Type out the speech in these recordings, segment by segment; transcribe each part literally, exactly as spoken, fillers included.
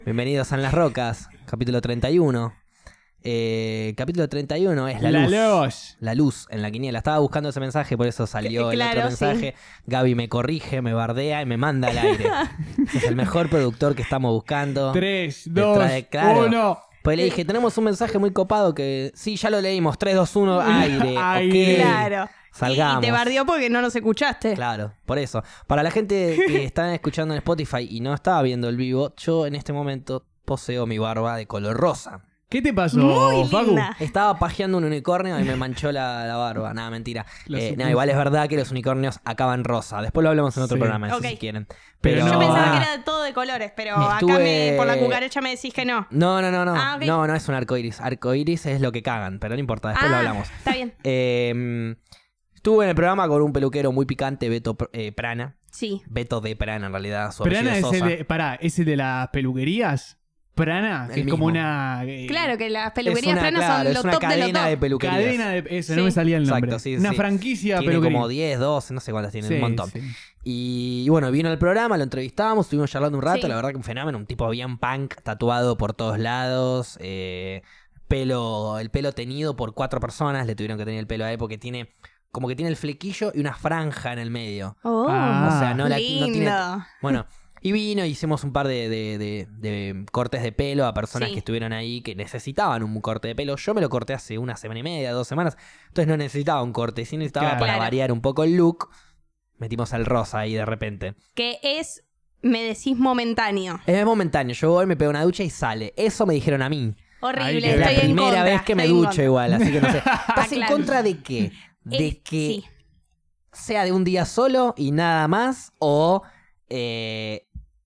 Bienvenidos a En las Rocas, capítulo treinta y uno. Eh, capítulo treinta y uno es la, la luz. luz. La luz en la quiniela. Estaba buscando ese mensaje, por eso salió C- el claro, otro mensaje. Sí. Gaby me corrige, me bardea y me manda al aire. Es el mejor productor que estamos buscando. tres, dos, claro. uno. Pues le dije, tenemos un mensaje muy copado que... Sí, ya lo leímos. tres, dos, uno, aire. Aire. Okay. Claro. Salgamos. Y te bardeó porque no nos escuchaste. Claro, por eso. Para la gente que está escuchando en Spotify y no estaba viendo el vivo, yo en este momento poseo mi barba de color rosa. ¿Qué te pasó, Muy Facu? linda. Estaba pajeando un unicornio y me manchó la, la barba. Nada, mentira. Los- Eh, no, igual es verdad que los unicornios acaban rosa. Después lo hablamos en otro Sí. programa, eso Ok. si quieren. Pero Pero Yo no. pensaba Ah. que era de todo de colores, pero Estuve- acá me, por la cucaracha me decís que no. No, no, no, no. Ah, ok. No, no es un arcoiris. Arcoiris es lo que cagan, pero no importa, después Ah, lo hablamos. Está bien. Eh, estuve en el programa con un peluquero muy picante, Beto eh, Prana. Sí. Beto de Prana, en realidad. Su Prana apellido es el Sosa. de, pará, ¿es el de las peluquerías? Prana, que El es como mismo. una eh, Claro que las Es peluquerías una, planas claro, son es los una top de los cadena top. de peluquerías. cadena de... Eso, no Sí. me salía el nombre. Exacto, sí, una sí. franquicia Tiene peluquería. como diez, doce, no sé cuántas tiene, Sí, un montón. sí. Y, y bueno, vino al programa, lo entrevistamos, estuvimos charlando un rato, Sí. la verdad que un fenómeno, un tipo bien punk, tatuado por todos lados, eh, pelo, el pelo teñido por cuatro personas, le tuvieron que tener el pelo a él porque tiene, como que tiene el flequillo y una franja en el medio. Oh, Ah. O sea, no, la, no lindo. tiene... Bueno, y vino, hicimos un par de, de, de- de cortes de pelo a personas Sí. que estuvieron ahí que necesitaban un corte de pelo. Yo me lo corté hace una semana y media, dos semanas, entonces no necesitaba un corte, sí necesitaba Claro. para Claro. variar un poco el look. Metimos al rosa ahí de repente. Que es, me decís, momentáneo. Es momentáneo, yo voy, me pego una ducha y sale. Eso me dijeron a mí. Horrible, Ay, Es qué estoy la en primera contra, vez que me estoy en ducho contra. igual, así que no sé. ¿Estás en Claro. contra de qué? De Es- que sí. sea de un día solo y nada más, o eh,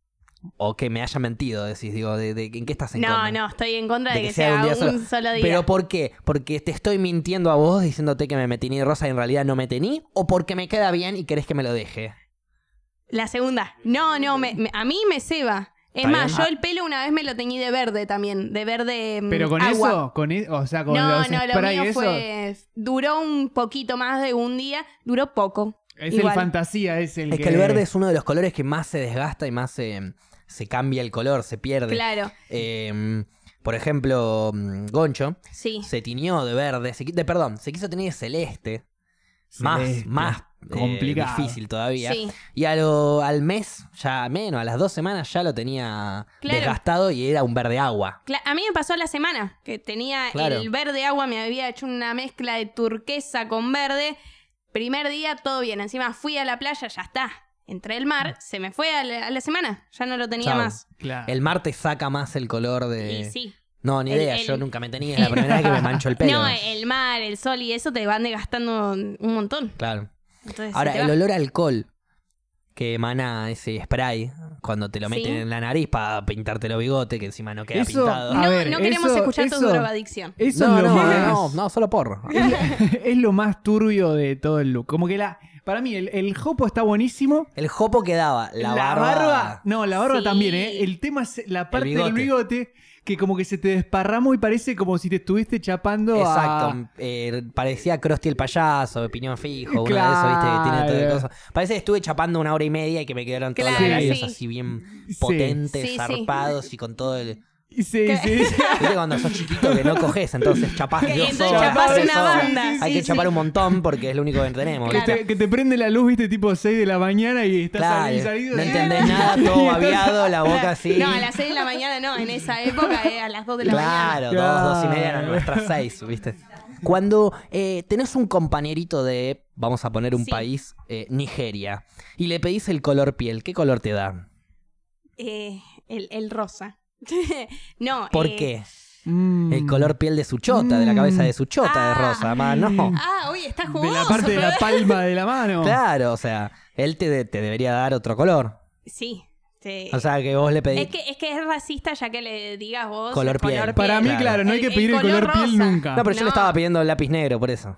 o que me haya mentido, decís, digo, de, de- ¿en qué estás en No, contra? no, estoy en contra de, De que, sea un solo, día. ¿Pero por qué? ¿Porque te estoy mintiendo a vos diciéndote que me metí rosa y en realidad no me tení? ¿O porque me queda bien y querés que me lo deje? La segunda. No, no, me- me- a mí me ceba. Es Está más, bien. yo Ah. el pelo una vez me lo teñí de verde también, de verde mm, Pero con agua. eso, con e- o sea, con No, los no, lo spray y mío eso, fue... Duró un poquito más de un día, duró poco. es Igual. el fantasía, es el Es que el verde es uno de los colores que más se desgasta y más se, se cambia el color, se pierde. Claro, Eh, por ejemplo, mm, Goncho sí. se tiñó de verde, se, qui- de, perdón, se quiso tener de celeste. Más, celeste. más eh, Complicado. difícil todavía. Sí. Y a lo- al mes, ya menos, a las dos semanas ya lo tenía Claro. desgastado y era un verde agua. Cla- A mí me pasó la semana que tenía Claro. el verde agua, me había hecho una mezcla de turquesa con verde. Primer día, todo bien. Encima fui a la playa, ya está. Entré al mar, se me fue a la, a la semana. Ya no lo tenía Chau. más. Claro. El mar te saca más el color de... Y sí. No, ni El- idea, el- yo nunca me tenía, es la primera vez que me mancho el pelo. No, el mar, el sol y eso te van desgastando un montón. Claro. Entonces, se Ahora, te el va. olor a alcohol que emana ese spray cuando te lo meten Sí. en la nariz para pintarte los bigotes, que encima no queda Eso- pintado. A No, ver, no queremos eso- escuchar tu eso- drogadicción. Eso no, es lo no, más... no, no, solo porro. Es, es lo más turbio de todo el look. Como que la... Para mí, el, el jopo está buenísimo. El jopo quedaba, la, barba... No, la barba Sí. también, ¿eh? El tema es la parte bigote. del bigote que como que se te desparramó y parece como si te estuviste chapando Exacto, a... eh, parecía Krusty el payaso, de opinión fijo, uno de esos, viste, que tiene todo el Claro. coso. Parece que estuve chapando una hora y media y que me quedaron todos Claro, los labios sí. así bien Sí. potentes, Sí, sí. zarpados y con todo el... Sí, sí, sí. Viste cuando sos chiquito que no coges, entonces chapás Que dos entonces horas, chapás tres una horas. banda, Hay sí, que chapar sí. un montón porque es lo único que tenemos. Que, ¿viste? te, que te prende la luz, viste, tipo seis de la mañana y estás Claro, ahí salido. no y- entendés nada, todo babeado, la boca así. No, a las seis de la mañana no, en esa época eh, a las dos de la Claro, mañana. dos, dos y media eran Claro. nuestras seis, ¿viste? Cuando eh, tenés un compañerito de, vamos a poner un Sí. país, eh, Nigeria, y le pedís el color piel, ¿qué color te da? Eh, el, el rosa. no, ¿Por eh, qué? Mm. El color piel de su chota, de la cabeza de su chota de Ah. rosa, más no. Ah, uy, está jugoso. De la parte de la palma de la mano. Claro, o sea, él te, te debería dar otro color. Sí. sí. O sea, que vos le pedís... es, que, es que es racista ya que le digas vos Color el piel. color Para mí, Claro. claro, no hay que pedir el, color, piel rosa. nunca. No, pero yo No. le estaba pidiendo el lápiz negro, por eso.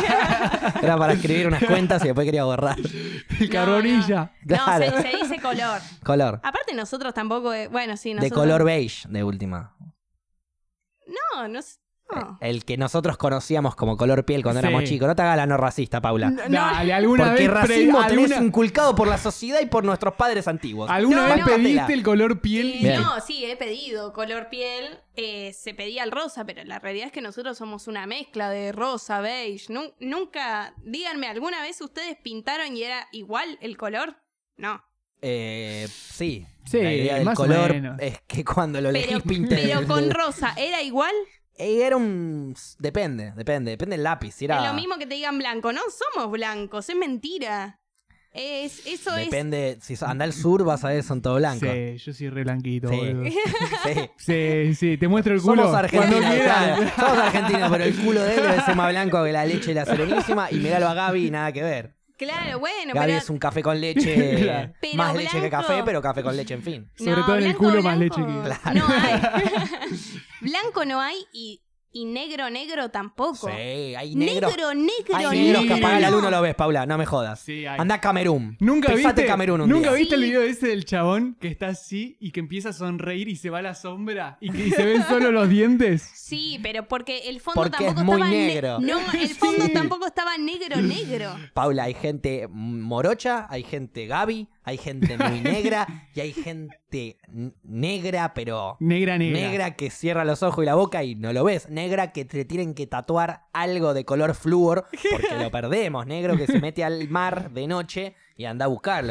Era para escribir unas cuentas y después quería borrar. El carbonilla. No, Claro. no. se, se dice color. Color. Aparte nosotros tampoco... eh, bueno, sí, De nosotros... color beige, de última. No, no, s- Oh. El que nosotros conocíamos como color piel cuando Sí. éramos chicos. No te hagas la no racista, Paula. No, Dale, alguna Porque vez pre- racismo tenés alguna, inculcado por la sociedad y por nuestros padres antiguos. ¿alguna No, vez no. pediste el color piel? Eh, Bien. no, sí, he pedido color piel. Eh, se pedía el rosa, pero la realidad es que nosotros somos una mezcla de rosa, beige. Nu- nunca, díganme, ¿alguna vez ustedes pintaron y era igual el color? No. Eh, sí. Sí, la idea del más o color menos. es que cuando lo elegís Pero, pinte. pero de- con de- rosa, ¿era igual? Eh, Era un. Depende, depende. Depende del lápiz. Si era... Es lo mismo que te digan blanco. No somos blancos, es mentira. Es, eso Depende. Si anda al sur, vas a ver, son todo blanco. Sí, yo soy re blanquito, Sí. boludo. Sí. Sí, sí, te muestro el culo Somos argentinos, cuando quieras. claro. Somos argentinos, pero el culo de él debe ser más blanco que la leche y la serenísima. Y miralo a Gaby y nada que ver. es... Claro, bueno, Gaby pero... es un café con leche. Claro. Pero Más leche que blanco- café, pero café con leche, en fin. Sobre todo en el culo, más leche que- Claro. No hay. Blanco no hay y, y negro, negro tampoco. Sí, hay negros. Negro, negro, Hay negros que negro. apagan la luz, no no. lo ves, Paula, no me jodas. Sí, hay. Anda a Camerún. ¿Nunca Pesate viste, Camerún un ¿nunca día. viste el Sí. video ese del chabón que está así y que empieza a sonreír y se va a la sombra y que y se ven solo los dientes? Sí, pero porque el fondo Porque tampoco es muy estaba ne- negro. No, el fondo Sí. tampoco estaba negro, negro. Paula, hay gente morocha, hay gente Gaby, hay gente muy negra y hay gente n- negra, pero Negra, negra. negra que cierra los ojos y la boca y no lo ves. Negra que te tienen que tatuar algo de color flúor porque lo perdemos. Negro que se mete al mar de noche y anda a buscarlo.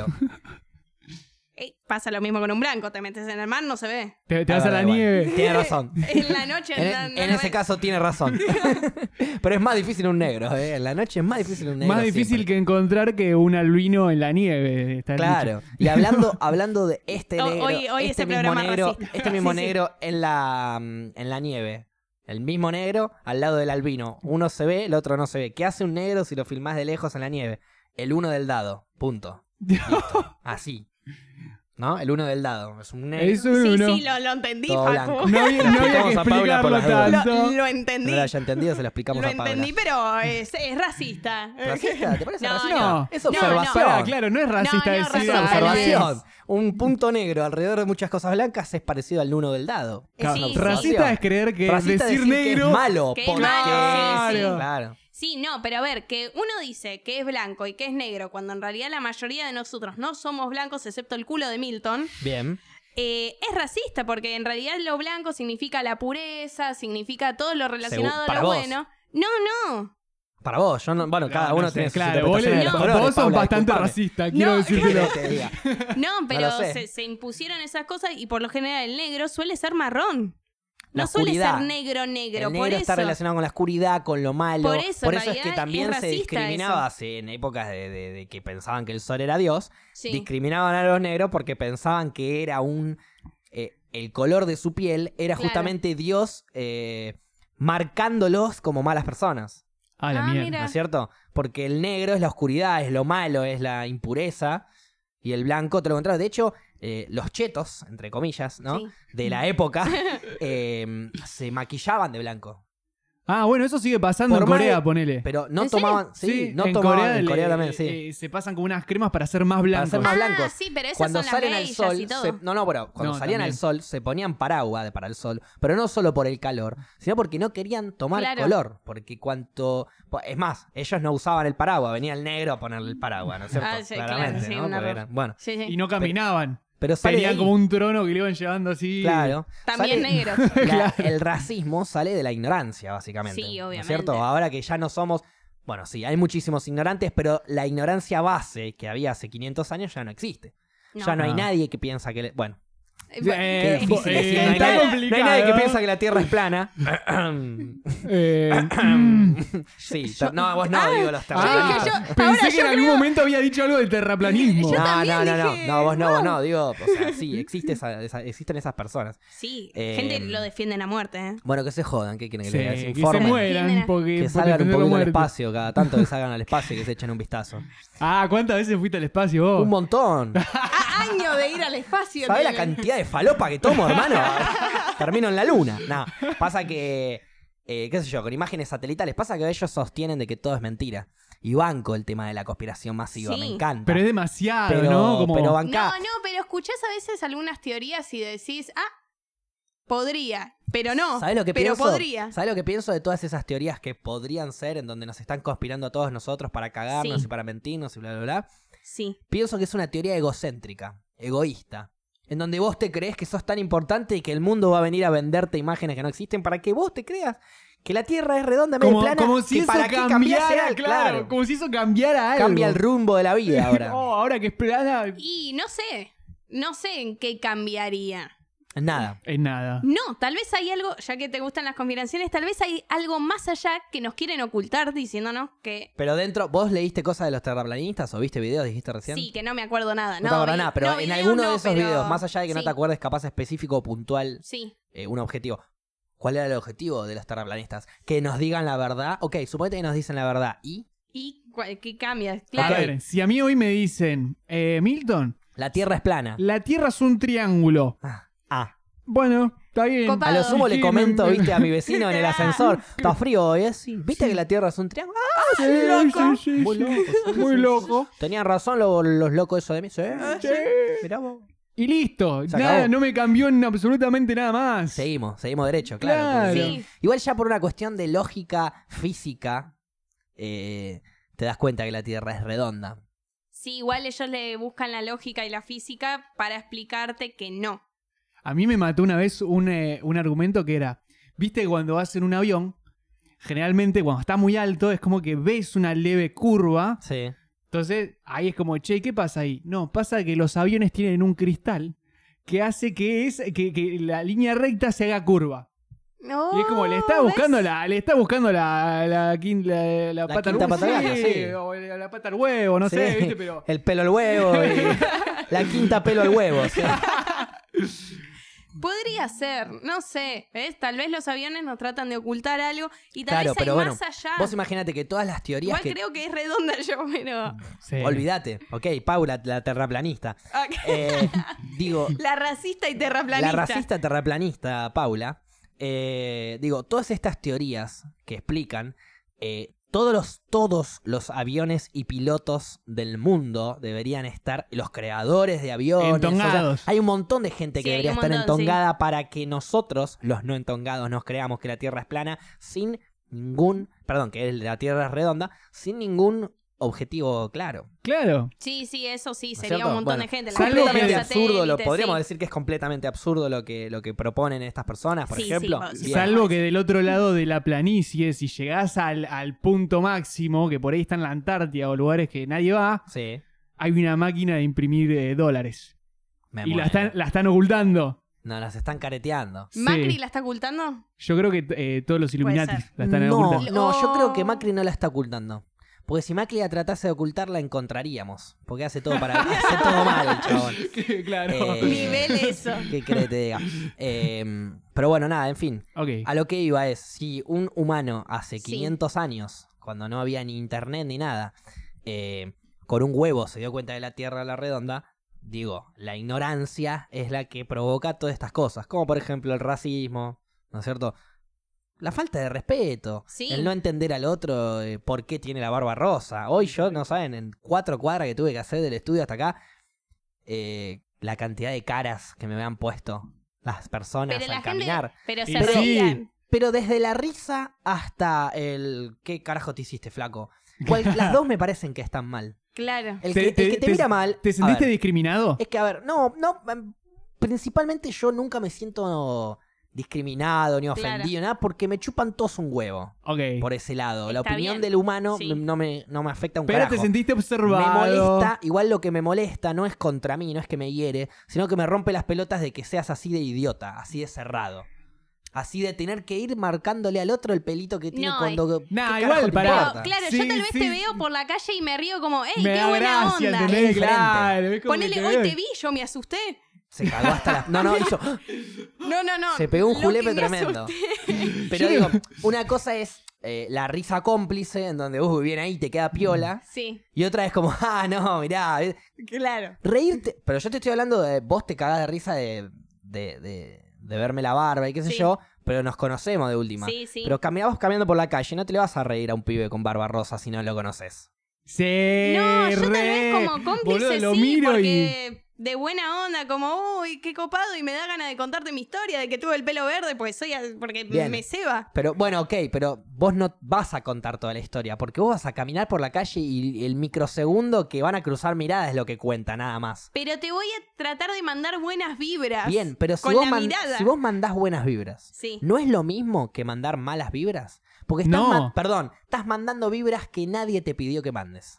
Eh, pasa lo mismo con un blanco, te metes en el mar, no se ve. Te, te Ah, vas a la igual. nieve. Tiene razón. En la noche En, no- no en lo ese ves. caso tiene razón. Pero es más difícil un negro, ¿eh? En la noche es más difícil un negro. Más difícil siempre. que encontrar que un albino en la nieve. Está el Claro. dicho. Y hablando, hablando de este Ho- negro, hoy- hoy este este mismo programa negro, racista. este mismo Sí, sí. negro en la mm, en la nieve. El mismo negro al lado del albino. Uno se ve, el otro no se ve. ¿Qué hace un negro si lo filmás de lejos en la nieve? El uno del dado. Punto. Listo. Así. ¿No? El uno del dado. Es un negro. Es un Sí, uno. sí, lo, lo entendí, Todo Facu. blanco. No había, no había que Explicamos a Paula por explicarlo las dudas. tanto. Lo, lo entendí. No lo haya entendido, se lo explicamos Lo a Paula. entendí, pero es, es racista. ¿Racista? ¿Te parece No, racista? no. Es No, observación. no. Pará, claro, no es racista No, no, decir Es racista, una ah, no observación. Un punto negro alrededor de muchas cosas blancas es parecido al uno del dado. Sí, Es una sí. observación. Racista es creer que Racista decir decir que negro es malo. Que es porque- malo, sí, sí. Claro. Sí, no, pero a ver, que uno dice que es blanco y que es negro, cuando en realidad la mayoría de nosotros no somos blancos, excepto el culo de Milton, Bien. eh, es racista, porque en realidad lo blanco significa la pureza, significa todo lo relacionado a para lo vos. bueno. No, no. Para vos, yo no, bueno, cada No, uno no sé, tiene sus claro, vos, interpretaciones le- de los No. colores, vos sos Paula, bastante disculpame. racista, quiero No, decírtelo. ¿Qué querés que te diga? No, pero lo sé. se, se impusieron esas cosas y por lo general el negro suele ser marrón. La No suele oscuridad. ser negro, negro. El por negro está eso. relacionado con la oscuridad, con lo malo. Por eso, en es que realidad, también es se racista discriminaba eso. hace- en épocas de, de- de que pensaban que el sol era Dios. Sí. Discriminaban a los negros porque pensaban que era un... eh, el color de su piel era Claro. justamente Dios eh, marcándolos como malas personas. Ah, la Ah, mierda. mira. ¿No es cierto? Porque el negro es la oscuridad, es lo malo, es la impureza. Y el blanco, todo lo contrario. De hecho, eh, los chetos, entre comillas, ¿no? Sí. De la época, eh, se maquillaban de blanco. Ah, bueno, eso sigue pasando Por en Corea, mal- ponele. Pero no ¿En serio? tomaban... Sí, no en tomaban... Corea, en le- Corea también, sí. eh, se pasan como unas cremas para ser más Para blancos. ser más Ah, blancos. sí, pero esas Cuando son salen las al geishas sol, y todo. se- no, no, pero cuando No, salían también. al sol se ponían paraguas de- para el sol, pero no solo por el calor, sino porque no querían tomar Claro. color, porque cuanto, es más, ellos no usaban el paraguas, venía el negro a ponerle el paraguas, ¿no es cierto? Ah, sí, claro, Claramente, sí, ¿no? un Porque error. eran- bueno, Sí, sí. Y no caminaban. pero sale de Tenían ahí. como un trono que le iban llevando así. Claro. También Sale- negro. la- el racismo sale de la ignorancia, básicamente. Sí, ¿no es obviamente. cierto? Ahora que ya no somos... Bueno, sí, hay muchísimos ignorantes, pero la ignorancia base que había hace quinientos años ya no existe. Ya no hay No. nadie que piensa que... le- Bueno, Eh, qué Eh, difícil eh, decir. No hay, está nadie, complicado. no hay nadie que piensa que la Tierra es plana. Eh, mm. Sí, ter- no, vos no, Ah, digo los yo terraplanistas. dije, yo- Pensé ahora que yo en algún creo- momento había dicho algo del terraplanismo. Yo No, también no, no, no, dije, no, vos no, vos wow. no, digo, o sea, sí, existe esa- esa- existen esas personas. Sí, Eh, gente lo defienden a muerte, ¿eh? Bueno, que se jodan, ¿qué quieren que Sí, les diga? Se que se informen. mueran porque Que por salgan un defender la poquito al muerte. espacio, cada tanto que salgan al espacio y que se echen un vistazo. Ah, ¿cuántas veces fuiste al espacio vos? Un montón. A año de ir al espacio. ¿Sabés la tienen. cantidad de falopa que tomo, hermano? Termino en la luna. No, pasa que, eh, qué sé yo, con imágenes satelitales, pasa que ellos sostienen de que todo es mentira. Y banco el tema de la conspiración masiva, Sí. me encanta. Pero es demasiado, Pero- ¿no? Como... pero No, bancá. no, pero escuchás a veces algunas teorías y decís, ah, podría. pero no. ¿Sabés lo que pero pienso? podría. ¿Sabés lo que pienso de todas esas teorías que podrían ser en donde nos están conspirando a todos nosotros para cagarnos Sí. y para mentirnos y bla, bla, bla? Sí. Pienso que es una teoría egocéntrica, egoísta, en donde vos te crees que sos tan importante y que el mundo va a venir a venderte imágenes que no existen para que vos te creas que la Tierra es redonda en vez de Como, plana. como si que eso para qué cambiase cambiara, algo, claro, como si eso cambiara algo. Cambia el rumbo de la vida ahora. Oh, ahora que es plana, Y no sé. No sé en qué cambiaría. Nada. es nada. No, tal vez hay algo, ya que te gustan las conspiraciones, tal vez hay algo más allá que nos quieren ocultar diciéndonos que Pero dentro, ¿vos leíste cosas de los terraplanistas o viste videos, dijiste recién? sí, que no me acuerdo nada. No, No, te acuerdas vi- nada, pero no, en videos alguno no, de esos pero- videos, más allá de que no sí, te acuerdes capaz específico o puntual, Sí. eh, un objetivo. ¿Cuál era el objetivo de los terraplanistas? Que nos digan la verdad. Ok, suponete que nos dicen la verdad. ¿Y? ¿Y cuál- qué cambia? A Claro. ver, si a mí hoy me dicen, eh, Milton, La Tierra es plana. la Tierra es un triángulo. Ah. ah. Bueno, está bien. Copado. A lo sumo le Sí, comento, me- viste, a mi vecino en el ascensor. Está frío hoy, ¿eh? Sí. ¿Viste que la Tierra es un triángulo? ¡Ah, Sí, loco. sí, sí, muy sí. loco, sí, Muy sí, loco. Tenían razón los, los locos esos de mí. Sí, Sí. mirá vos. Y listo. Se Nada, acabó. no me cambió en absolutamente nada más. Seguimos, seguimos derecho, claro. Claro. porque- Sí. Igual ya por una cuestión de lógica física, eh, te das cuenta que la Tierra es redonda. Sí, igual ellos le buscan la lógica y la física para explicarte que no. A mí me mató una vez un, eh, un argumento que era, viste cuando vas en un avión, generalmente cuando está muy alto es como que ves una leve curva, Sí. entonces ahí es como, che, ¿qué pasa ahí? No, pasa que los aviones tienen un cristal que hace que, es, que, que la línea recta se haga curva. No, Y es como, le está buscando la, le está buscando la, la, quin- la, la La pata al quinta huevo, pata al gato, sí, sí. o la, la pata al huevo, no sé, Sí. viste, pero... El pelo al huevo y la quinta pelo al huevo. sí. Podría ser, no sé, ¿ves? Tal vez los aviones nos tratan de ocultar algo y tal Claro, vez hay pero bueno, más allá. vos imaginate que todas las teorías Igual que... creo que es redonda yo, pero... Sí. Olvídate, ok, Paula, la terraplanista. Ah, Eh, digo, la racista y terraplanista. la racista terraplanista, Paula, eh, digo, todas estas teorías que explican, eh, todos los, todos los aviones y pilotos del mundo deberían estar, los creadores de aviones. Entongados. o sea, hay un montón de gente que Sí, hay debería un estar montón, entongada para que nosotros, los no entongados, nos creamos que la Tierra es plana sin ningún, perdón, que la Tierra es redonda, sin ningún objetivo claro. Claro. Sí, sí, eso sí, ¿No es sería cierto? un montón Bueno, de gente. salvo La completamente que- absurdo, lo satélite, podríamos sí. decir que es completamente absurdo lo que, lo que proponen estas personas, por Sí, sí, ejemplo. vos- sí, Bien. Salvo que del otro lado de la planicie, si llegás al, al punto máximo, que por ahí está en la Antártida o lugares que nadie va, Sí, hay una máquina de imprimir eh, dólares. me Y la muero. están, la están ocultando. No, las están careteando. Sí. ¿Macri la está ocultando? Yo creo que eh, todos los Illuminati ser. la están no, ocultando. no, yo creo que Oh. Macri no la está ocultando. Porque si Macri la tratase de ocultar, la encontraríamos. Porque hace todo para hace todo mal el chabón. claro. Eh, Nivel eso. ¿Qué crees que te diga? Eh, pero bueno, nada, en fin. Ok. A lo que iba es, si un humano hace Sí. quinientos años, cuando no había ni internet ni nada, eh, con un huevo se dio cuenta de la Tierra la redonda, digo, la ignorancia es la que provoca todas estas cosas, como por ejemplo el racismo, ¿no es cierto? La falta de respeto, Sí. el no entender al otro eh, por qué tiene la barba rosa. Hoy yo, no saben, en cuatro cuadras que tuve que hacer del estudio hasta acá, eh, la cantidad de caras que me habían puesto las personas Pero al la caminar. gente. Pero Y se sí. reían. Pero desde la risa hasta el... ¿Qué carajo te hiciste, flaco? Cual- las dos me parecen que están mal. Claro. El Te- que, el te- que te te- mira mal... ¿Te a sentiste ver, discriminado? es que, a ver, no, no... em, Principalmente yo nunca me siento discriminado ni Claro. ofendido, nada, porque me chupan todos un huevo Ok. por ese lado. La Está opinión bien. del humano Sí. no, me, no me afecta un Pero carajo. te sentiste Me observado. molesta, igual lo que me molesta no es contra mí, no es que me hiere, sino que me rompe las pelotas de que seas así de idiota, así de cerrado. Así de tener que ir marcándole al otro el pelito que tiene No, cuando... ¿qué Nah, carajo igual, te pará. importa? Pero, claro, Sí, yo tal vez sí. te veo por la calle y me río como, ¡ey, Me qué da buena gracia, onda! ¿entendés? Es diferente. Claro. es como Ponele, que hoy veo- te vi, yo me asusté. Se cagó hasta la... No, no, hizo... No, no, no. Se pegó un Lo julepe que me tremendo. asusté. Pero digo, una cosa es eh, la risa cómplice, en donde, uh, viene ahí, te queda piola. Sí, Y otra es como, ah, no, mirá. eh, claro. Reírte... Pero yo te estoy hablando de... Vos te cagás de risa de... de, de, de verme la barba y qué sé Sí. yo, pero nos conocemos de última. Sí, sí. Pero caminamos caminando por la calle, no te le vas a reír a un pibe con barba rosa si no lo conoces. Sí, No, yo tal re. vez como cómplice Boludo, lo sí, miro y... porque de buena onda, como, uy, qué copado, y me da ganas de contarte mi historia de que tuve el pelo verde porque soy porque Bien. me ceba. Pero bueno, ok, pero vos no vas a contar toda la historia, porque vos vas a caminar por la calle y el microsegundo que van a cruzar miradas es lo que cuenta, nada más. Pero te voy a tratar de mandar buenas vibras. Bien, pero si con vos, la man- mirada. si vos mandás buenas vibras, Sí. ¿no es lo mismo que mandar malas vibras? Porque estás, No. ma- perdón, estás mandando vibras que nadie te pidió que mandes.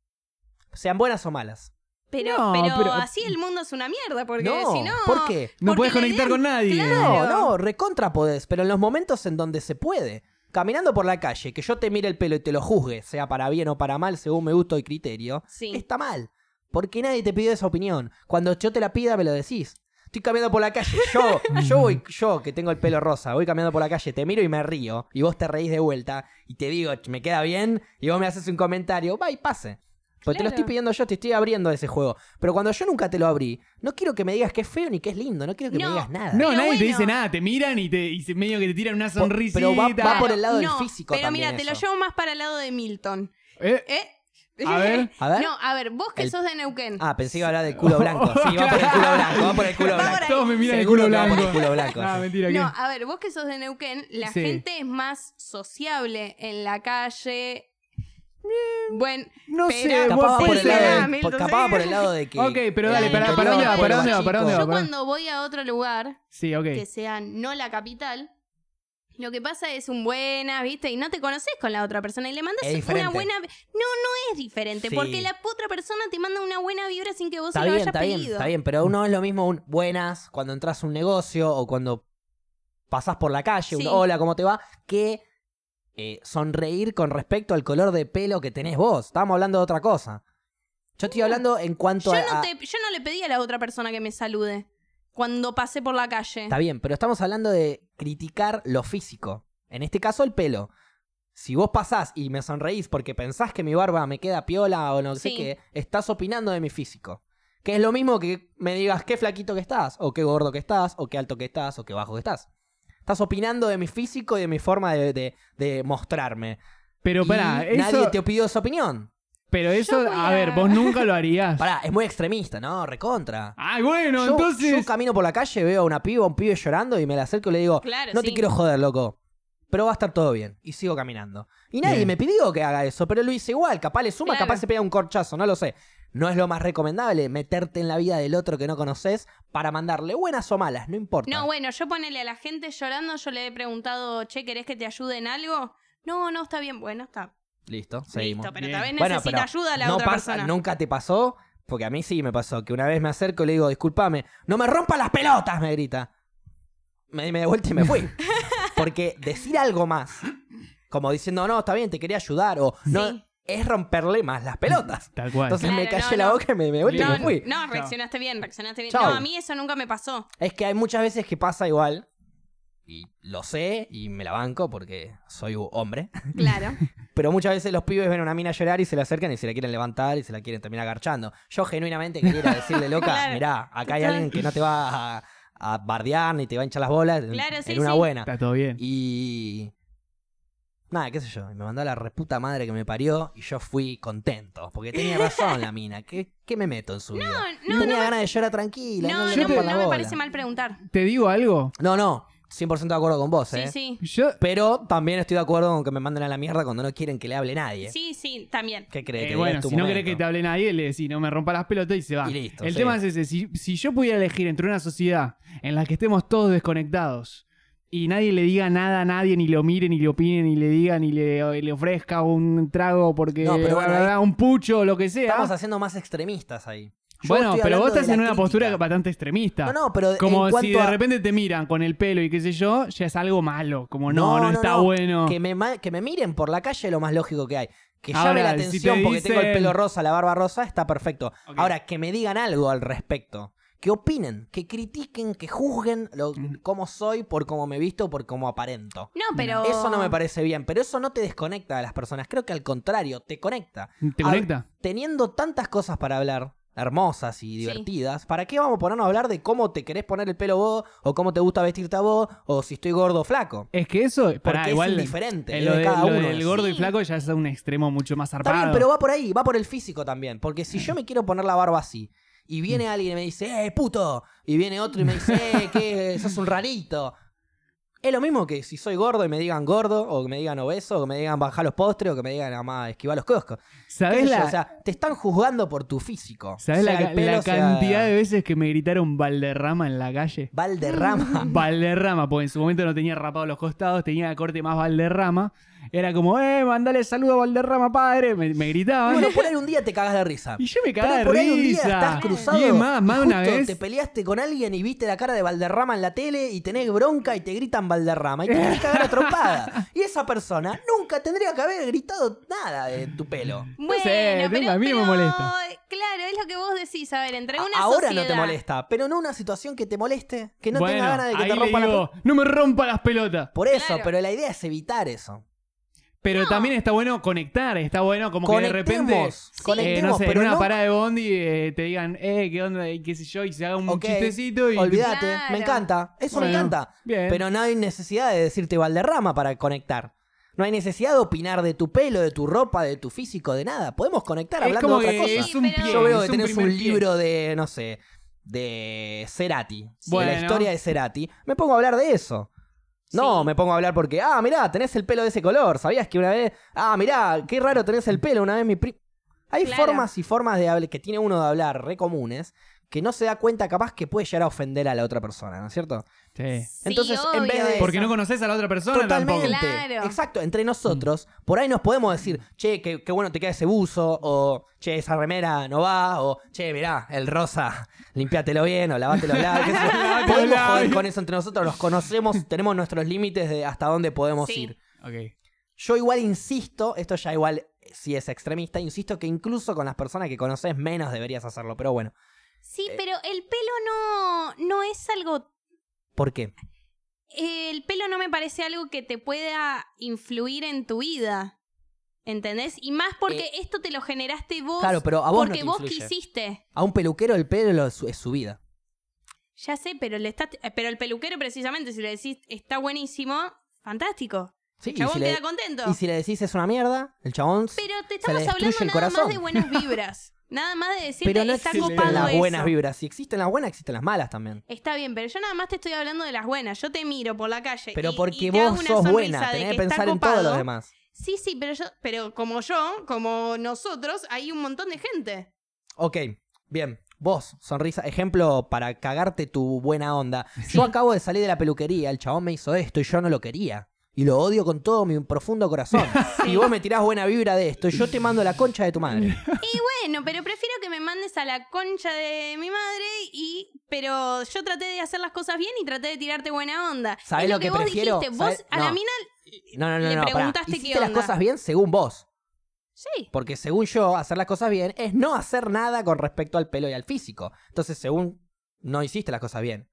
Sean buenas o malas. Pero, No, pero, pero- así el mundo es una mierda, porque No, si no... ¿por qué? No porque podés la conectar idea- con nadie. Claro. No, no, recontra podés, pero en los momentos en donde se puede. Caminando por la calle, que yo te mire el pelo y te lo juzgue, sea para bien o para mal, según mi gusto y criterio, Sí. está mal. Porque nadie te pidió esa opinión. Cuando yo te la pida, me lo decís. Estoy caminando por la calle, yo, yo voy, yo que tengo el pelo rosa, voy caminando por la calle, te miro y me río, y vos te reís de vuelta, y te digo, me queda bien, y vos me haces un comentario, va y pase. Porque te lo Claro. estoy pidiendo yo, te estoy abriendo ese juego. Pero cuando yo nunca te lo abrí, no quiero que me digas que es feo ni que es lindo, no quiero que No. me digas nada. No, Pero nadie te bueno. dice nada, te miran y, te, y se- medio que te tiran una Po- sonrisita. pero va- va por el lado del No, físico Pero también mira, te lo eso. llevo más para el lado de Milton. Eh, ¿Eh? A ver. A ver. No, a ver, vos que El- sos de Neuquén. Ah, pensé que iba a hablar del culo blanco. Sí, va por el culo blanco, va por el culo Va por blanco. ahí. todos me miran el Seguro culo que va por blanco. el culo blanco, Ah, sí. mentira, ¿qué? No, a ver, vos que sos de Neuquén, la Sí. gente es más sociable en la calle. Bueno, No pero- sé, Capaz vos va por puede el ser, lado ah, de, Milton, por- capaz va sí. por el lado de que... Ok, pero dale, en pará, el ¿para dónde va? interior ¿Para dónde va? chico- ¿Para dónde va? yo cuando voy a otro lugar Sí, ok. que sea no la capital, lo que pasa es un buena, ¿viste? Y no te conoces con la otra persona y le mandas Es diferente. una buena... No, no es diferente, Sí. porque la otra persona te manda una buena vibra sin que vos Está se lo bien, hayas está bien, pedido. está bien, pero uno es lo mismo un buenas cuando entras a un negocio o cuando pasás por la calle, un Sí. hola, ¿cómo te va? Que eh, sonreír con respecto al color de pelo que tenés vos. Estábamos hablando de otra cosa. Yo estoy hablando en cuanto Yo a... no, a- te, yo no le pedí a la otra persona que me salude cuando pasé por la calle. Está bien, pero estamos hablando de criticar lo físico. En este caso, el pelo. Si vos pasás y me sonreís porque pensás que mi barba me queda piola o no sé Sí. qué, estás opinando de mi físico. Que es lo mismo que me digas qué flaquito que estás, o qué gordo que estás, o qué alto que estás, o qué bajo que estás. Estás opinando de mi físico y de mi forma de, de- de mostrarme. Pero Y pará, nadie eso, te pidió esa opinión. pero eso, Yo voy a a- ver, vos nunca lo harías. Pará, es muy extremista, ¿no? Recontra. Ay, bueno, yo, entonces... yo camino por la calle, veo a una piba, un pibe llorando y me la acerco y le digo, Claro, no sí. te quiero joder, loco. Pero va a estar todo bien. Y sigo caminando. Y nadie Bien. me pidió que haga eso, pero lo hice igual. Capaz le suma, Claro. capaz se pega un corchazo, no lo sé. No es lo más recomendable meterte en la vida del otro que no conoces para mandarle buenas o malas, no importa. No, bueno, yo ponele a la gente llorando, yo le he preguntado, che, ¿querés que te ayude en algo? No, no, está bien, bueno, está Listo, seguimos. listo, pero Bien. tal vez Bueno, necesita pero ayuda a la no otra pasa, persona. nunca te pasó, porque a mí sí me pasó, que una vez me acerco y le digo, discúlpame, no me rompas las pelotas, me grita. Me di media vuelta y me fui. Porque decir algo más, como diciendo, no, está bien, te quería ayudar, o no, Sí. es romperle más las pelotas. Tal cual. Entonces me Claro, callé no, la no. boca y me, me di vuelta y No, me fui. no, reaccionaste bien, reaccionaste bien. Chau. No, a mí eso nunca me pasó. Es que hay muchas veces que pasa igual, y lo sé, y me la banco porque soy un hombre, Claro. pero muchas veces los pibes ven a una mina llorar y se la acercan y se la quieren levantar y se la quieren terminar agarchando. Yo genuinamente quería decirle, loca, Claro. mirá, acá hay Total. alguien que no te va a, a bardear ni te va a hinchar las bolas en- Claro, en sí, una sí. buena. Está todo bien. Y... Nada, qué sé yo, me mandó a la reputa madre que me parió y yo fui contento, porque tenía razón la mina, ¿qué, qué me meto en su vida? no, Tenía no ganas de llorar tranquila, no, No, le no, rompan la no me bola. parece mal preguntar. ¿Te digo algo? No, no, cien por ciento de acuerdo con vos, Sí, ¿eh? sí. Yo... Pero también estoy de acuerdo con que me manden a la mierda cuando no quieren que le hable nadie. Sí, sí, también. ¿Qué crees? Eh, Que bueno, es tu si no querés momento. que te hable nadie, le decís, no me rompa las pelotas y se va. Y listo, El sí. tema es ese, si, si yo pudiera elegir entre una sociedad en la que estemos todos desconectados y nadie le diga nada a nadie, ni lo mire, ni le opine, ni le diga, ni le, le ofrezca un trago porque No, pero bueno, haga ahí- un pucho o lo que sea. Estamos haciendo más extremistas ahí. Yo Bueno, estoy pero vos hablando estás de en la una crítica. postura bastante extremista. No, no, pero Como en si cuanto de a- repente te miran con el pelo y qué sé yo, ya es algo malo. Como no, no, está bueno. Que me, ma- que me miren por la calle es lo más lógico que hay. Que Ahora, llame la si atención te porque tengo el dicen- pelo rosa, la barba rosa, está perfecto. Ok. Ahora, que me digan algo al respecto. Que opinen, que critiquen, que juzguen lo, cómo soy por cómo me visto, por cómo aparento. No, pero... Eso no me parece bien, pero eso no te desconecta de las personas. Creo que al contrario, te conecta. ¿Te A- conecta? Teniendo tantas cosas para hablar, hermosas y divertidas, ¿para qué vamos a ponernos a hablar de cómo te querés poner el pelo vos, o cómo te gusta vestirte a vos, o si estoy gordo o flaco? Es que eso, Porque pará, es igual, indiferente, eh, es lo, de de- cada lo uno del eso. gordo y Sí. flaco ya es un extremo mucho más Está zarpado. bien, pero va por ahí, va por el físico también. Porque si yo me quiero poner la barba así, y viene alguien y me dice, ¡eh, puto! Y viene otro y me dice, ¡eh, que sos un rarito! Es lo mismo que si soy gordo y me digan gordo, o que me digan obeso, o que me digan bajar los postres, o que me digan nada más esquivar los coscos. ¿Sabés la, O sea, te están juzgando por tu físico. ¿sabés sea, la, el pelo la sea cantidad de veces que me gritaron Valderrama en la calle? Valderrama. Valderrama, porque en su momento no tenía rapado los costados, tenía corte más Valderrama. Era como, eh, mandale saludo a Valderrama, padre. Me, me gritaban. Bueno, por ahí un día te cagas de risa. Y yo me cagaba de Pero por ahí un día risa. estás cruzado. Y es más, más de una justo vez. te peleaste con alguien y viste la cara de Valderrama en la tele y tenés bronca y te gritan Valderrama y te querés cagar a trompada. Y esa persona nunca tendría que haber gritado nada de tu pelo. Bueno, sé, pero, a mí no me pero, molesta. Claro, es lo que vos decís. A ver, entre una Ahora sociedad... no te molesta, pero no una situación que te moleste, que no bueno, tenga ganas de que ahí te le rompan la digo, pelota. no me rompa las pelotas. Por eso, Claro. pero la idea es evitar eso. Pero No. también está bueno conectar, está bueno como que de repente, Conectemos, eh, conectemos, no sé, pero en una no- parada de bondi eh, te digan, eh, qué onda, y qué sé yo, y se haga un Ok, chistecito y... Olvídate, Claro. me encanta, eso me Bueno, encanta. bien. Pero no hay necesidad de decirte Valderrama para conectar. No hay necesidad de opinar de tu pelo, de tu ropa, de tu físico, de nada. Podemos conectar Es hablando como de otra que cosa. es un Sí, pero- pie, Yo veo es que tenés primer un pie. libro de, no sé, de Cerati, de Bueno. la historia de Cerati. Me pongo a hablar de eso. No, Sí. me pongo a hablar porque, ah, mirá, tenés el pelo de ese color. ¿Sabías que una vez, ah, mirá, qué raro tenés el pelo? Una vez mi pri... Hay Claro. formas y formas de hablar que tiene uno de hablar re comunes que no se da cuenta capaz que puede llegar a ofender a la otra persona, ¿no es cierto? Sí. Sí, Entonces, en obvio vez de- eso. Porque no conoces a la otra persona Totalmente. tampoco. Claro. Exacto, entre nosotros, por ahí nos podemos decir, che, qué, qué bueno te queda ese buzo, o che, esa remera no va, o che, mirá, el rosa, limpiátelo bien, o lavate los labios. qué sé yo. Lavate los Podemos joder labios. con eso entre nosotros, nos conocemos, tenemos nuestros límites de hasta dónde podemos Sí. ir. Ok. Yo igual insisto, esto ya igual si es extremista, insisto que incluso con las personas que conoces menos deberías hacerlo, pero bueno, Sí, Eh. pero el pelo no, no es algo... ¿por qué? El pelo no me parece algo que te pueda influir en tu vida. ¿Entendés? Y más porque esto te lo generaste vos. Claro, pero a vos no porque te vos influye. quisiste. A un peluquero el pelo es su, es su vida. Ya sé, pero le está, pero el peluquero precisamente, si le decís está buenísimo, fantástico. Sí, El y chabón si queda le- contento. Y si le decís es una mierda, el chabón... Pero te se le estamos destruye hablando el nada corazón. más de buenas vibras. Nada más de decirte Pero no está existen copado las eso. buenas vibras. Si existen las buenas, existen las malas también. Está bien, pero yo nada más te estoy hablando de las buenas. Yo te miro por la calle Pero y, porque y te hago vos una sos sonrisa buena, de tenés que está pensar en todos los copado. demás. Sí, sí, pero yo, pero como yo, como nosotros, hay un montón de gente. Ok, bien. Vos, sonrisa, ejemplo para cagarte tu buena onda. Yo acabo de salir de la peluquería, el chabón me hizo esto y yo no lo quería. Y lo odio con todo mi profundo corazón. Y vos me tirás buena vibra de esto y yo te mando la concha de tu madre. Y bueno, pero prefiero que me mandes a la concha de mi madre y... Pero yo traté de hacer las cosas bien y traté de tirarte buena onda. ¿Sabés Es lo lo que, que vos prefiero? dijiste. Vos ¿Sabés? a la No. mina No, no, no, le no. pará. preguntaste qué Hiciste las onda. cosas bien según vos. Sí. Porque según yo, hacer las cosas bien es no hacer nada con respecto al pelo y al físico. Entonces, según no hiciste las cosas bien.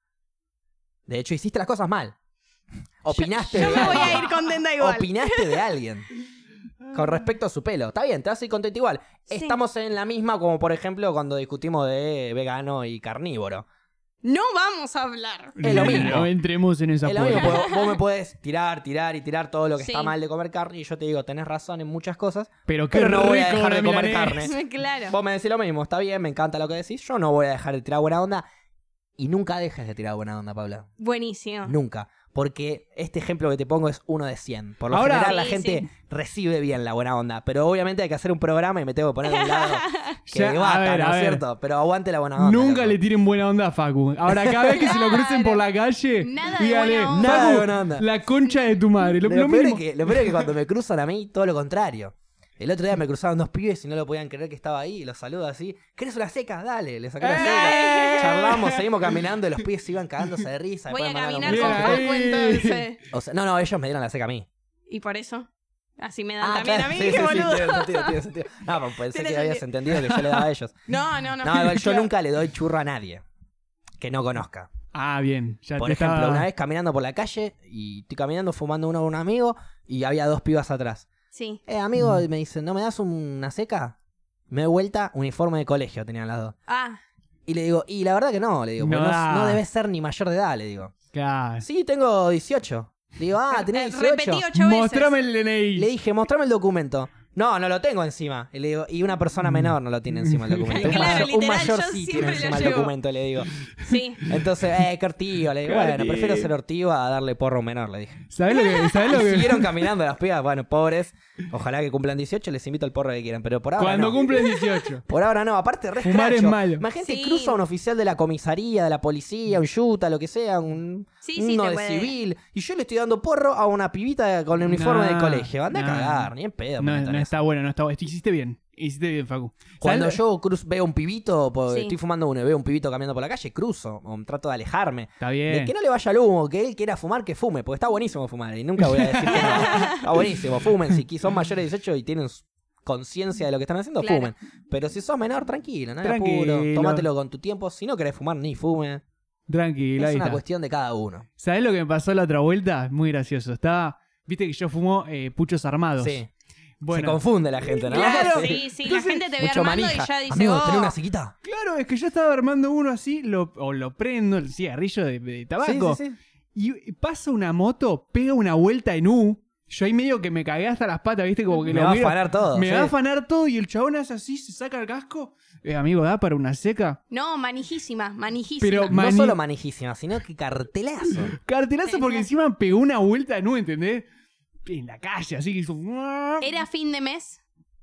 De hecho, hiciste las cosas mal. Opinaste Yo de me voy alguien. a ir contenta igual. Opinaste de alguien. Con respecto a su pelo. Está bien, te vas a ir contento igual. Sí. Estamos en la misma como, por ejemplo, cuando discutimos de vegano y carnívoro. No vamos a hablar. Es lo mismo. No entremos en esa Es lo mismo, puerta. porque vos me puedes tirar, tirar y tirar todo lo que Sí. está mal de comer carne y yo te digo, tenés razón en muchas cosas, Pero qué pero no voy a rico dejar de una comer milanesa. carne. Claro. Vos me decís lo mismo, está bien, me encanta lo que decís, yo no voy a dejar de tirar buena onda y nunca dejes de tirar buena onda, Paula. Buenísimo. Nunca. Porque este ejemplo que te pongo es uno de cien. Por lo Ahora- general la Sí, gente sí. recibe bien la buena onda, pero obviamente hay que hacer un programa y me tengo que poner de un lado que Ya, a bata, ver, ¿no a es ver. cierto? Pero aguante la buena onda. Nunca loco. le tiren buena onda a Facu. Ahora, cada vez que se lo crucen por la calle, Nada de dígale, buena onda. Nada de Facu, buena onda. la concha de tu madre. Lo, Lo, lo peor es mínimo. que, lo peor es que cuando me cruzan a mí, todo lo contrario. El otro día me cruzaron dos pibes y no lo podían creer que estaba ahí. Y los saludo así. ¿Querés una seca? Dale, le saqué la ¡Eh! seca. Charlamos, seguimos caminando y los pibes se iban cagándose de risa. Voy a Después me caminar mandaron con un Bien Facu ahí. entonces. O sea, no, no, ellos me dieron la seca a mí. Y por eso. Así me dan Ah, también claro, a mí, sí, qué sí, sí, boludo. tiene sentido, tiene sentido. No, pues pensé Tiene que habías sentido. entendido que yo le daba a ellos. No, no, no. No, igual yo Claro. nunca le doy churro a nadie que no conozca. Ah, bien. Ya Por te ejemplo, estaba- una vez caminando por la calle y estoy caminando fumando uno con un amigo y había dos pibas atrás. Sí. Eh, amigo, Mm. y me dicen, ¿no me das una seca? Me doy vuelta, uniforme de colegio tenían las dos. Ah, Y le digo, y la verdad que no, le digo, porque No no, da. no debes ser ni mayor de edad, le digo. Claro. Sí, tengo dieciocho. Le digo, ah, tenés eh, repetí dieciocho. ocho veces. Mostrame el D N I. Le dije, mostrame el documento. No, no lo tengo encima. Y le digo, y una persona menor no lo tiene encima el documento. Un Claro, mayor, un literal, mayor yo sí siempre tiene lo encima el llevo. documento, le digo. Sí. Entonces, eh, qué ortigo. Le digo, Qué bueno, ortigo. prefiero ser ortigo a darle porro a un menor, le dije. ¿Sabés lo que.? ¿Sabés lo Y que... siguieron caminando las pibas, bueno, pobres. Ojalá que cumplan dieciocho, les invito al porro que quieran. Pero por ahora Cuando no. cumplen dieciocho. Por ahora no, aparte re Fumar es escracho. malo. Imagínate, Sí. cruza un oficial de la comisaría, de la policía, un yuta, lo que sea, un, Sí, sí, uno te de puede. civil. Y yo le estoy dando porro a una pibita con el uniforme No, del colegio. Anda no. a cagar, ni en pedo. me No, metan no eso. está bueno, no está bueno. Hiciste bien. Hiciste bien, Facu. Cuando ¿Sabés yo cruz, veo un pibito, porque Sí. estoy fumando uno y veo un pibito caminando por la calle, cruzo, o trato de alejarme. lo- Está De bien. que no le vaya el humo, que él quiera fumar, que fume, porque está buenísimo fumar. Y nunca voy a decir que no. Está buenísimo, fumen. Si son mayores de dieciocho y tienen conciencia de lo que están haciendo, Claro. fumen. Pero si sos menor, tranquilo, no hay Tranquilo. apuro. Tómatelo con tu tiempo. Si no querés fumar, ni fume. Tranquilo, Es ahí una está. cuestión de cada uno. ¿Sabés lo que me pasó la otra vuelta? Muy gracioso. Estaba. Viste que yo fumo eh, puchos armados. Sí. Bueno. Se confunde la gente, ¿no? Claro. Sí, sí, Entonces, la gente te ve Mucho armando manija. y ya dice, Amigo, oh, ¿tenés una sequita? Claro, es que yo estaba armando uno así, lo, o lo prendo, el cigarrillo de, de tabaco. Sí, sí, sí. Y pasa una moto, pega una vuelta en U. Yo ahí medio que me cagué hasta las patas, ¿viste? Como que Me lo va a miro, afanar todo. Me sí. va a afanar todo y el chabón hace así, se saca el casco. Eh, amigo, ¿da para una seca? No, manijísima, manijísima. Pero No mani- solo manijísima, sino que cartelazo. Cartelazo porque encima pegó una vuelta en U, ¿entendés? En la calle, así que hizo... ¿Era fin de mes?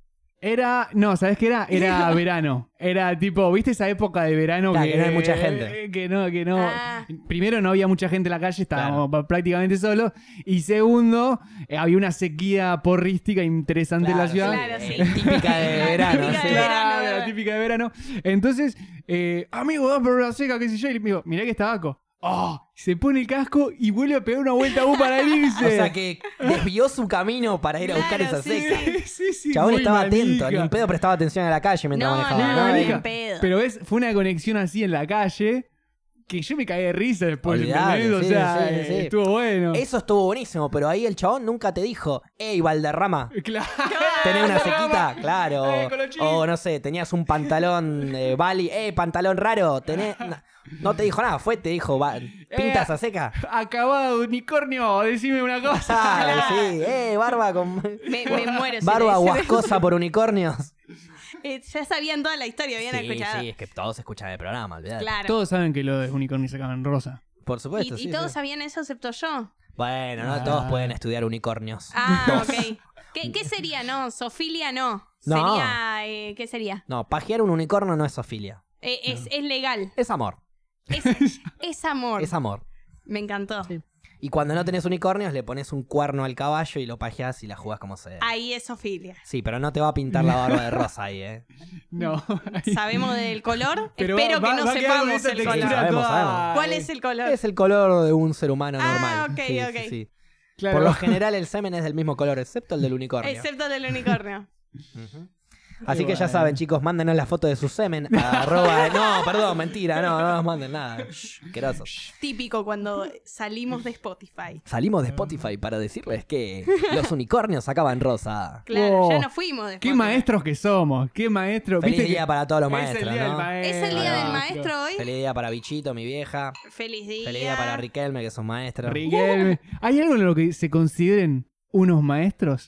Era, no, ¿sabes qué era? Era verano. Era tipo, ¿viste esa época de verano Claro, que, que no hay mucha gente. Que no, que no. Ah. Primero, no había mucha gente en la calle, estábamos prácticamente solos. Y segundo, eh, había una sequía porrística interesante en la ciudad. Claro, sí. eh, típica de verano. Típica sí. de verano, Claro, ¿verdad? la típica de verano. Entonces, eh, amigo, da por una seca, qué sé yo. Y le digo, mirá que es tabaco. Oh, se pone el casco y vuelve a pegar una vuelta a U para irse. O sea que desvió su camino para ir a buscar Claro, esa sí, seca. Sí, sí, sí, Chabón muy estaba manija. atento, ni en pedo prestaba atención a la calle mientras No, manejaba. no, No, ni manija. en pedo. Pero ves, fue una conexión así en la calle que yo me caí de risa después, Olvidate, ¿entendés? O sí, sea, sí, eh, sí. estuvo bueno. Eso estuvo buenísimo, pero ahí el chabón nunca te dijo, hey, Valderrama, Claro. ¿tenés una sequita? Claro. Eh, colochín. O no sé, tenías un pantalón eh, Bali, eh, pantalón raro, tenés... No, no te dijo nada, fue, te dijo, "Va, ¿pintas a seca? Acabado, unicornio, decime una cosa. Claro, sí, eh, barba con... Me, me muero. si Barba le dice- guascosa por unicornios. Eh, ya sabían toda la historia, habían Sí, escuchado. sí, es que todos escuchan el programa, olvidate. Claro. Todos saben que lo de unicornio se acaban rosa. Por y supuesto, y sí, todos sí. sabían eso excepto yo. Bueno, no Ah. todos pueden estudiar unicornios. Ah, Dos. ok. ¿Qué, qué sería, no? Sofilia no. No. Sería, eh, ¿qué sería? No, pajear un unicornio no es zoofilia. Eh, es, es legal. Es amor. Es, es amor. Es amor. Me encantó. Y cuando no tenés unicornios, le pones un cuerno al caballo y lo pajeás y la jugás como se debe. Ahí es Sofilia. Sí, pero no te va a pintar la barba de rosa ahí, ¿eh? No. Sabemos del color. Pero Espero va- que no va a quedar con sepamos esa el textura color. Sabemos, toda- sabemos. ¿Cuál es el color? Es el color de un ser humano Ah, normal. ok, Sí, ok. sí, sí. Claro. Por lo general el semen es del mismo color, excepto el del unicornio. Excepto del unicornio. Ujú. Así que ya bueno. saben, chicos, mándenos la foto de su semen a arroba... No, perdón, mentira, no, no nos manden nada. Shh, asquerosos. Típico cuando salimos de Spotify. Salimos de Spotify para decirles que los unicornios sacaban rosa. Claro, Oh, ya nos fuimos de Qué Spotify. maestros que somos, qué maestros. Feliz ¿Viste día que para todos los es maestros, el día ¿no? del maestro. ¿Es el día del maestro hoy? Feliz día para Bichito, mi vieja. Feliz día. Feliz día para Riquelme, que son maestros. Riquelme. ¿Hay algo en lo que se consideren unos maestros?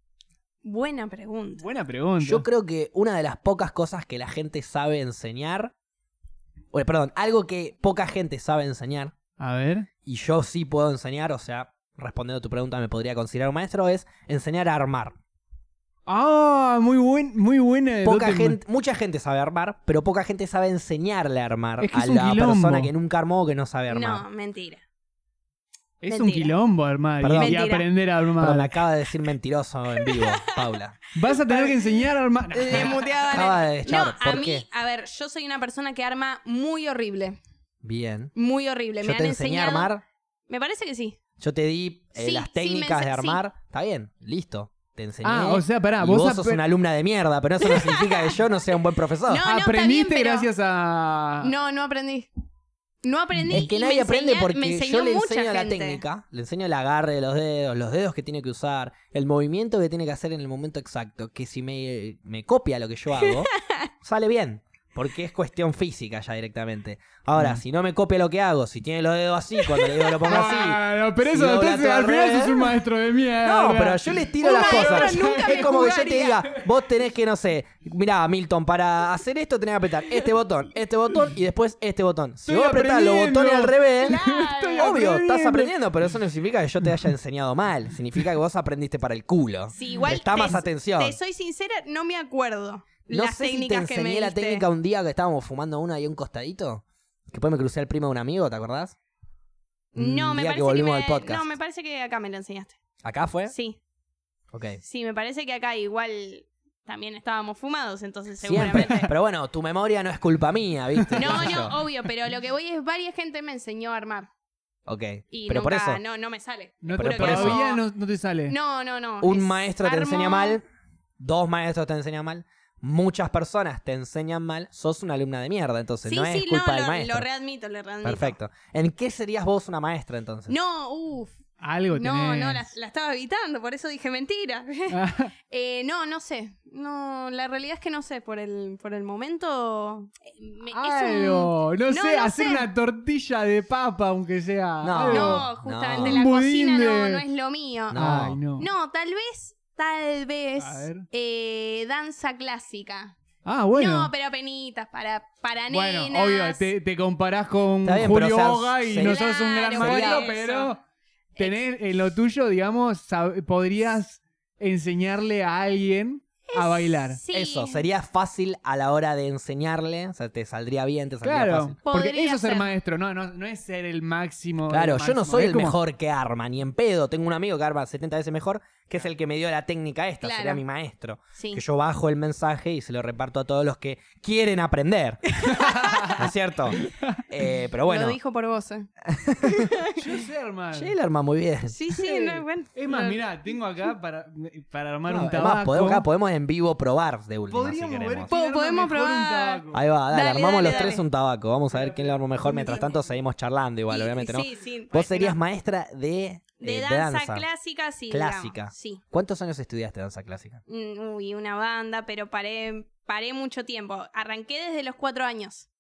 Buena pregunta. Buena pregunta. Yo creo que una de las pocas cosas que la gente sabe enseñar... Bueno, perdón, algo que poca gente sabe enseñar, A ver. y yo sí puedo enseñar, o sea, respondiendo a tu pregunta, me podría considerar un maestro, es enseñar a armar. Ah, muy buen, muy buena. Poca dote- gente, mucha gente sabe armar, pero poca gente sabe enseñarle a armar Es que a es un la quilombo. persona que nunca armó o que no sabe armar. No, mentira. Es Mentira. un quilombo armar y- Perdón. y, Mentira. aprender a armar. Pero me acaba de decir mentiroso en vivo, Paula. Vas a tener que enseñar a armar. Le muteaban. Acaba de No, echar. a ¿Por mí, qué? a ver, yo soy una persona que arma muy horrible. Bien. Muy horrible. Yo Me te han enseñé a enseñado. armar, Me parece que sí. yo te di eh, Sí, las sí, me técnicas ense- de armar. Está bien, listo. Te enseñé. Ah, o sea, pará, y vos vos ap- sos una alumna de mierda, pero eso no significa que yo no sea un buen profesor. No, no, está Aprendiste bien, pero- gracias a. No, no aprendí. No aprendí. Es que y nadie me aprende enseña- me porque enseñó yo le mucha enseño la gente. técnica, le enseño el agarre de los dedos, los dedos que tiene que usar, el movimiento que tiene que hacer en el momento exacto, que si me, me copia lo que yo hago, sale bien. Porque es cuestión física ya directamente. Ahora, Mm. si no me copia lo que hago, si tiene los dedos así, cuando le digo que lo ponga así. No, pero si eso dobla entonces todo al al final revés. sos un maestro de mierda. No, pero yo le tiro Un las maestro cosas. nunca Es me como que yo te jugaría. diga, vos tenés que, no sé, mirá, Milton, para hacer esto tenés que apretar este botón, este botón y después este botón. Si Estoy vos apretás los aprendiendo. botones al revés, Estoy obvio, estás aprendiendo. aprendiendo, pero eso no significa que yo te haya enseñado mal. Significa que vos aprendiste para el culo. Sí, igual Prestá te- más atención. Te soy sincera, no me acuerdo No las sé si te técnicas que me enseñé la diste. técnica un día que estábamos fumando una ahí a un costadito. Que después me crucé al primo de un amigo, ¿te acordás? Un No, me día parece que volvimos me... al podcast. No, me parece que acá me lo enseñaste. ¿Acá fue? Sí, Ok. sí, me parece que acá igual también estábamos fumados, entonces Siempre. seguramente. Pero bueno, tu memoria no es culpa mía, ¿viste? No, ¿Qué sé yo? no, obvio, pero lo que voy es varias gente me enseñó a armar. Ok. Y Pero nunca, por eso, no, no me sale. No, Pero te- por eso- todavía no, no te sale. No, no, no. un es maestro te armo- enseña mal, dos maestros te enseñan mal, muchas personas te enseñan mal, sos una alumna de mierda, entonces Sí, no sí, es culpa no, del lo, maestro. lo readmito, lo readmito. Perfecto. ¿En qué serías vos una maestra entonces? No, uff. Algo No, tenés. no, la, la estaba evitando, por eso dije mentira. Ah, Eh, no, no sé. No, la realidad es que no sé. Por el, por el momento. eh, me- es un- algo. No, No, sé, no hacer sé. una tortilla de papa, aunque sea. No. algo. No, justamente No. la Un cocina budín no, de- no es lo mío. No. Ay, no. No, tal vez, tal vez. A ver. eh, danza clásica. Ah, bueno. No, pero penitas para, para Bueno, nenas. obvio, te, te comparás con Está bien, Julio pero, o sea, Boga y se- no sos un gran Claro, maestro, por eso. pero tener en lo tuyo, digamos, sab- podrías enseñarle a alguien a bailar. Sí. Eso, sería fácil a la hora de enseñarle, o sea, te saldría bien, te saldría Claro, fácil. porque Podría eso es ser ser. maestro, no, no, no es ser el máximo. Claro, del yo no máximo, soy es el como- mejor que arma, ni en pedo. Tengo un amigo que arma setenta veces mejor, que es el que me dio la técnica esta, Claro. sería mi maestro. Sí. Que yo bajo el mensaje y se lo reparto a todos los que quieren aprender. ¿No es cierto? Eh, pero bueno, Lo dijo por vos. eh. Yo sé armar. Che, él arma muy bien. Sí, sí, no es bueno. Es más, Lo- mirá, tengo acá para, para armar No, un además, tabaco. podemos, acá podemos en vivo probar de última Podríamos si ver queremos. quién arma Podemos mejor un probar. tabaco. Ahí va, dale, Dale, armamos dale, los dale. tres un tabaco. Vamos a ver quién lo arma mejor. Mientras tanto, seguimos charlando igual, Y- obviamente, ¿no? Sí, sí. Vos porque serías no. maestra de, De eh, danza, clásica, sí. Clásica. digamos, sí. ¿Cuántos años estudiaste danza clásica? Mm, Uy, una banda, pero paré, paré mucho tiempo. Arranqué desde los cuatro años.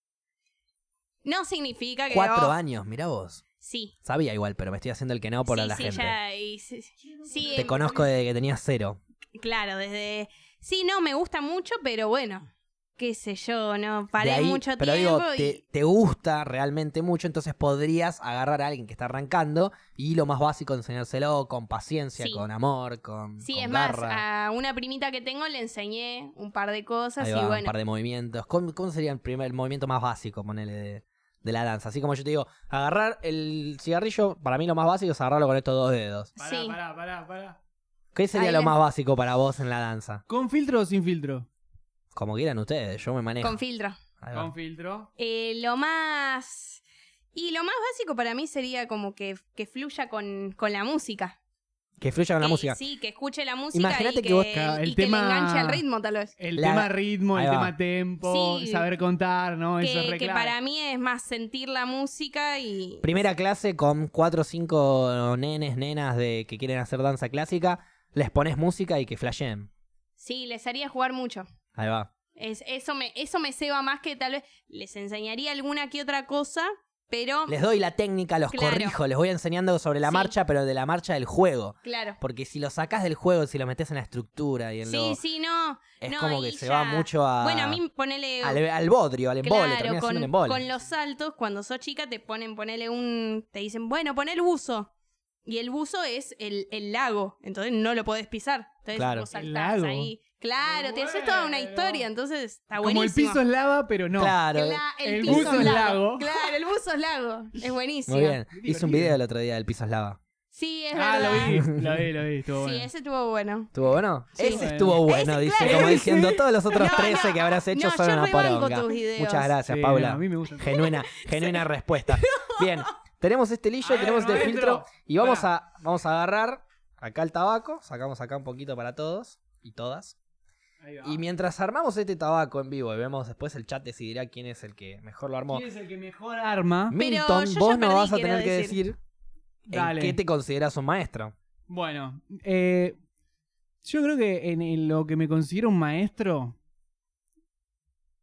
No significa que. Cuatro oh, años, mirá vos. Sí. Sabía igual, pero me estoy haciendo el que no por sí, la sí, gente. ya, y sí, sí, Te em, conozco desde que tenías cero. Claro, desde. Sí, no, me gusta mucho, pero bueno. Qué sé yo, no. De Paré ahí- mucho pero tiempo. digo, y... te, te gusta realmente mucho, entonces podrías agarrar a alguien que está arrancando y lo más básico enseñárselo con paciencia, Sí. con amor, con, Sí, con es más, garra. a una primita que tengo le enseñé un par de cosas Ahí y va, bueno. un par de movimientos. ¿Cómo, cómo sería el primer el movimiento más básico, ponele, de, de la danza? Así como yo te digo, agarrar el cigarrillo, para mí lo más básico es agarrarlo con estos dos dedos. Pará, Sí. pará, pará, pará. ¿Qué sería Ahí lo le- más básico para vos en la danza? ¿Con filtro o sin filtro? Como quieran ustedes, yo me manejo. Con filtro. Ahí va. Con filtro. Eh, lo más. Y lo más básico para mí sería como que, que fluya con, con la música. Que fluya con la Que- música. Sí, que escuche la música Imagínate y, que que, vos- Claro, el y que tema- le enganche al ritmo, tal vez. El La- tema ritmo, Ahí el va. tema tempo, Sí. saber contar, ¿no? Eso es Que, re que clave. para mí es más sentir la música y. Primera clase con cuatro o cinco nenes, nenas de que quieren hacer danza clásica, les pones música y que flasheen. Sí, les haría jugar mucho. Ahí va. Es, eso, me, eso me ceba más que tal vez. Les enseñaría alguna que otra cosa, pero. Les doy la técnica, los Claro. corrijo, les voy enseñando sobre la Sí. marcha, pero de la marcha del juego. Claro. Porque si lo sacás del juego, si lo metes en la estructura y en Sí, lo... sí, no. Es no, como que y se ya- va mucho a... Bueno, a mí ponele. al, al bodrio, al embole, Claro, termina con, siendo un embole. con los saltos, cuando sos chica te ponen, ponele un... Te dicen, bueno, pon el buzo. Y el buzo es el, el lago, entonces no lo podés pisar. Entonces Claro. vos ¿El saltás lago? ahí. Claro, te haces toda una Bueno. historia, entonces está Como buenísimo. el piso es lava, pero no. Claro, Cla- el, El piso buzo es lago. Claro, el buzo es lago. Es buenísimo. muy bien. Hice un Divertido. video el otro día del piso eslava. Sí, es Ah, verdad. lo vi, lo vi, lo vi, estuvo Sí, bueno. ese estuvo bueno. ¿Estuvo bueno? Sí. Ese Bueno. estuvo bueno, Ese, dice, claro. como diciendo todos los otros No, trece no. que habrás hecho No, son yo una rebanco poronga. tus videos. Muchas gracias, Sí, Paula. no, a mí me gusta. Genuina, genuina respuesta. Bien, tenemos este lillo, A ver, tenemos este maestro. filtro y vamos Pará. a, vamos a agarrar acá el tabaco, sacamos acá un poquito para todos y todas. Ahí va. Y mientras armamos este tabaco en vivo y vemos después el chat decidirá quién es el que mejor lo armó. ¿Quién es el que mejor arma? Milton, yo ya vos no perdí, vas a quiero tener que decir. decir en Dale. qué te consideras un maestro. Bueno, eh, yo creo que en, en lo que me considero un maestro,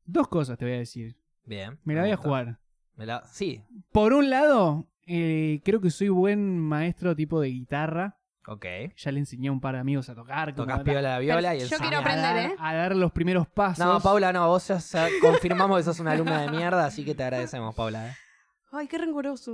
Dos cosas te voy a decir. Bien. Me la voy a gusta. jugar. Me la... Sí, Por un lado, eh, creo que soy buen maestro tipo de guitarra. ok. Ya le enseñé a un par de amigos a tocar. como Tocas a- piola la viola y el Yo quiero a aprender, dar- ¿eh? A dar los primeros pasos. No, Paula, no, vos ya, ya confirmamos que sos una alumna de mierda, así que te agradecemos, Paula. ¿eh? Ay, qué rencoroso.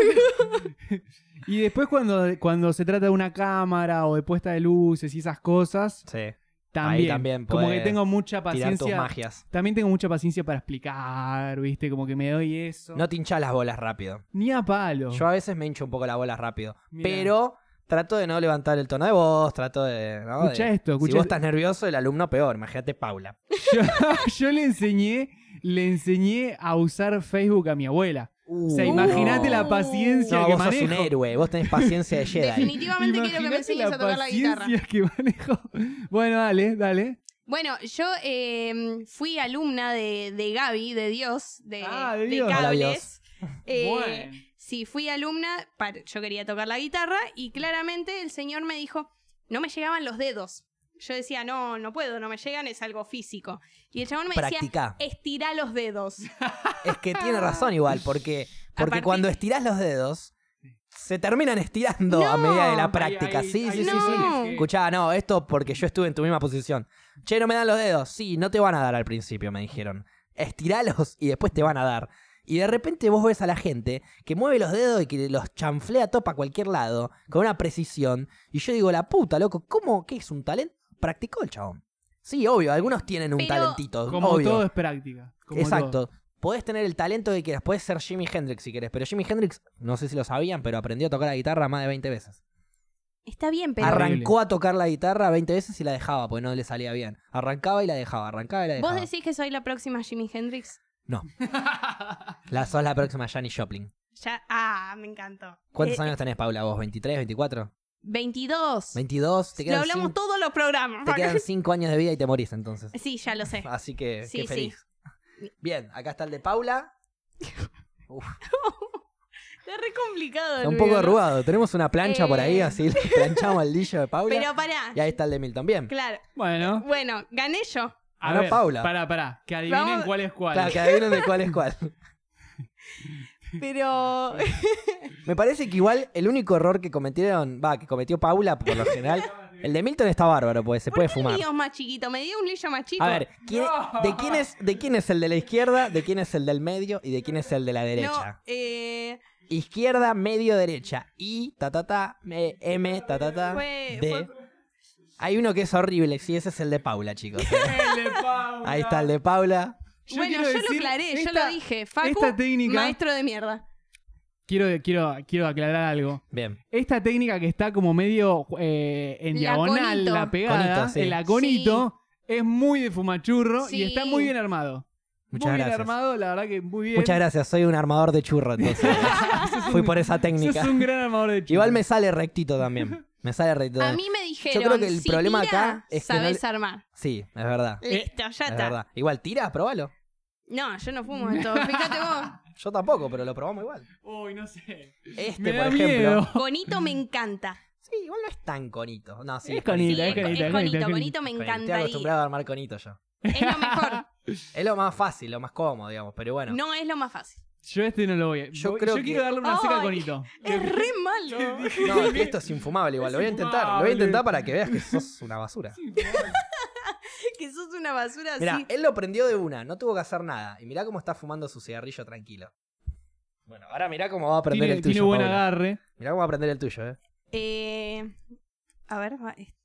Y después cuando, cuando se trata de una cámara o de puesta de luces y esas cosas, Sí. también. también como que podés tengo mucha Tirar tus paciencia. magias. También tengo mucha paciencia para explicar, ¿viste? Como que me doy eso. No te hinchas las bolas rápido. Ni a palo. Yo a veces me hincho un poco las bolas rápido. Mirá. Pero trato de no levantar el tono de voz, trato de... ¿no? Escuchá de- esto, escuchá Si vos esto. estás nervioso, el alumno peor. Imagínate Paula. Yo, yo le enseñé, le enseñé a usar Facebook a mi abuela. O sea, Uh, imagínate no. la paciencia No, que vos sos manejo. un héroe. Vos tenés paciencia de Jedi. Definitivamente quiero que me Imagínate enseñes a tocar la guitarra. paciencia que manejo. Bueno, dale, dale. Bueno, yo eh, fui alumna de, de Gaby, de Dios, de, Ah, de de Dios. Hola, cables. Eh, Bueno. Sí, fui alumna, para- yo quería tocar la guitarra y claramente el señor me dijo, no me llegaban los dedos. Yo decía, no, no puedo, no me llegan, es algo físico. Y el chabón me Practicá. decía, estirá los dedos. Es que tiene razón igual, porque, porque partir- cuando estirás los dedos, se terminan estirando No. a medida de la Ahí, práctica. ahí, sí, ahí sí, sí, no. sí. Escuchá, no, esto porque yo estuve en tu misma posición. Che, no me dan los dedos. Sí, no te van a dar al principio, me dijeron. Estiralos y después te van a dar. Y de repente vos ves a la gente que mueve los dedos y que los chanflea todo para cualquier lado, con una precisión. Y yo digo, la puta, loco, ¿cómo? ¿Qué es un talento? Practicó el chabón. Sí, obvio, algunos tienen un Pero- talentito. Como obvio. todo es práctica. como Exacto. todo. Podés tener el talento que quieras. Podés ser Jimi Hendrix si querés. Pero Jimi Hendrix, no sé si lo sabían, pero aprendió a tocar la guitarra más de veinte veces. Está bien, pero Arran- Arrancó a tocar la guitarra veinte veces y la dejaba, porque no le salía bien. Arrancaba y la dejaba, arrancaba y la dejaba. ¿vos decís que soy la próxima Jimi Hendrix? No. La sos la próxima Janis Joplin. Ya, ah, me encantó. ¿Cuántos Eh, años tenés, Paula? ¿Vos? ¿veintitrés, veinticuatro? veintidós. ¿veintidós? Te Lo quedan, hablamos cin- todos los programas. te quedan cinco años de vida y te morís entonces. Sí, ya lo sé. Así que, Sí, qué sí. feliz. Bien, acá está el de Paula. Uf, Está re complicado. está un el poco video, ¿no? arrugado. Tenemos una plancha por ahí, Eh. así le planchamos el lillo de Paula. Pero pará. Y ahí está el de Milton. Bien. Claro. Bueno, Bueno, gané yo. a Ganó ver, Paula. Pará, pará. Que adivinen Vamos- cuál es cuál. Claro, que adivinen de cuál es cuál. Pero. Me parece que igual el único error que cometieron, va, que cometió Paula por lo general, el de Milton está bárbaro, pues se puede ¿Qué fumar. lío es más chiquito? Me dio un lillo más chico. A ver, ¿quién- No. ¿de, quién es, ¿de quién es el de la izquierda, de quién es el del medio y de quién es el de la No, derecha? eh. Izquierda, medio, derecha. I, ta, ta, ta, me- M, ta, ta, ta, Fue- D. fue- Hay uno que es horrible, sí, ese es el de Paula, chicos. El de Paula. Ahí está el de Paula. Yo bueno, quiero yo lo decir, aclaré, yo esta- lo dije. Facu, esta técnica- maestro de mierda. Quiero, quiero, quiero aclarar algo. Bien. Esta técnica que está como medio eh, en diagonal, Laconito. la pegada, Conito, sí. el aconito, es muy de fumachurro Sí. y está muy bien armado. Muchas muy gracias. bien armado, la verdad que muy bien. Muchas gracias, soy un armador de churro, entonces. Fui por esa técnica. Sos un gran armador de churro. Igual me sale rectito también. Me sale rectito A también. mí me dijeron. creo que el si problema tira, acá es que no sabes le- armar. Sí, es verdad. Listo, ya Es está. verdad. Igual, tira, probalo. No, yo no fumo esto. Fíjate vos. Yo tampoco, pero lo probamos igual. Uy, no sé. Este, Me da por ejemplo. miedo. Conito me encanta. Sí, igual no es tan conito. No, sí, Es es conito, conito. Sí, es conito, es es conito, conito, es conito me Conito. Estoy encantaría. acostumbrado a armar conito yo. Es lo mejor. Es lo más fácil, lo más cómodo, digamos, pero bueno. No es lo más fácil. Yo este no lo voy a. Yo voy- creo yo que- quiero darle una seca Ay, al conito. Es re malo. No, es que esto es infumable igual. Lo voy a Es intentar. Lo voy a infumable. intentar para que veas que sos una basura. Que sos una basura Mirá, así. él lo prendió de una, no tuvo que hacer nada. Y mirá cómo está fumando su cigarrillo tranquilo. Bueno, ahora mirá cómo va a prender Tiene, el tuyo. tiene buen Paula. agarre. Mirá cómo va a prender el tuyo, eh. Eh, a ver, va. eh.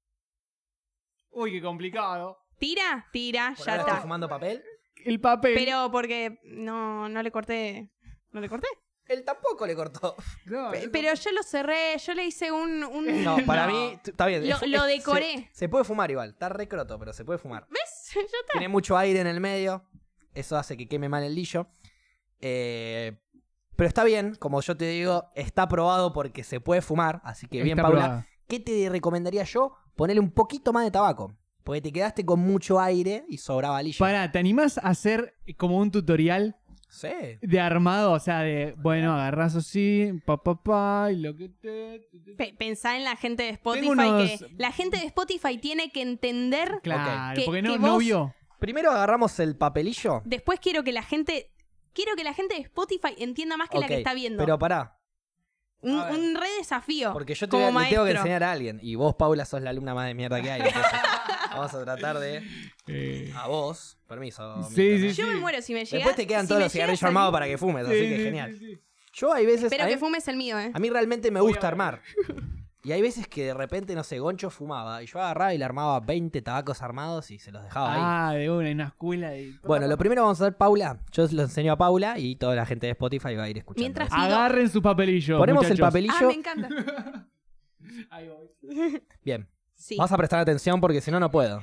Uy, qué complicado. Tira, tira, Por ya ahora estoy está. fumando papel. El papel. Pero porque no, no le corté. ¿No le corté? Él tampoco le cortó. No, Pe- Pero yo lo cerré, yo le hice un. un- No, para No. mí, t- está bien. Lo- Es- lo es- decoré. Se, se puede fumar igual. Está re croto, pero se puede fumar. ¿Ves? Ya está. Tiene mucho aire en el medio. Eso hace que queme mal el lillo. Eh, pero está bien, como yo te digo, está probado porque se puede fumar. Así que bien, Está Paula. probado. ¿Qué te recomendaría yo? Ponerle un poquito más de tabaco. Porque te quedaste con mucho aire y sobraba lillo. Pará, ¿te animás a hacer como un tutorial Sí. de armado? O sea, de, bueno, agarrás así, pa, pa, pa, y lo que te... te- te- Pe- Pensá en la gente de Spotify Tengo unos- que la gente de Spotify tiene que entender Claro, que- porque no, que no vos- vio. Primero agarramos el papelillo. Después quiero que la gente... Quiero que la gente de Spotify entienda más que la Ok, que está viendo. Pero pará, Un, A ver. un re desafío. porque yo te, como voy a- le tengo que maestro. enseñar a alguien. Y vos, Paula, sos la alumna más de mierda que hay. Entonces, vamos a tratar de... Eh, A vos. Permiso. Sí, Milton, ¿eh? sí, Yo me muero si me llega. Después te quedan si todos me los llega cigarrillos a armados salir- para que fumes, sí, así sí, que sí, genial. sí. Yo hay veces... Espero a mí, que fumes el mío, ¿eh? a mí realmente me Voy a gusta ver. armar. Y hay veces que de repente, no sé, Goncho fumaba y yo agarraba y le armaba veinte tabacos armados y se los dejaba ahí. Ah, de una, en una escuela. De... Bueno, lo primero vamos a hacer Paula. Yo lo enseño a Paula y toda la gente de Spotify va a ir escuchando. Mientras- eso. Agarren su papelillo. Ponemos el muchachos. Ah, papelillo. me encanta. Ahí voy. Bien. Sí. Vas a prestar atención porque si no, no puedo.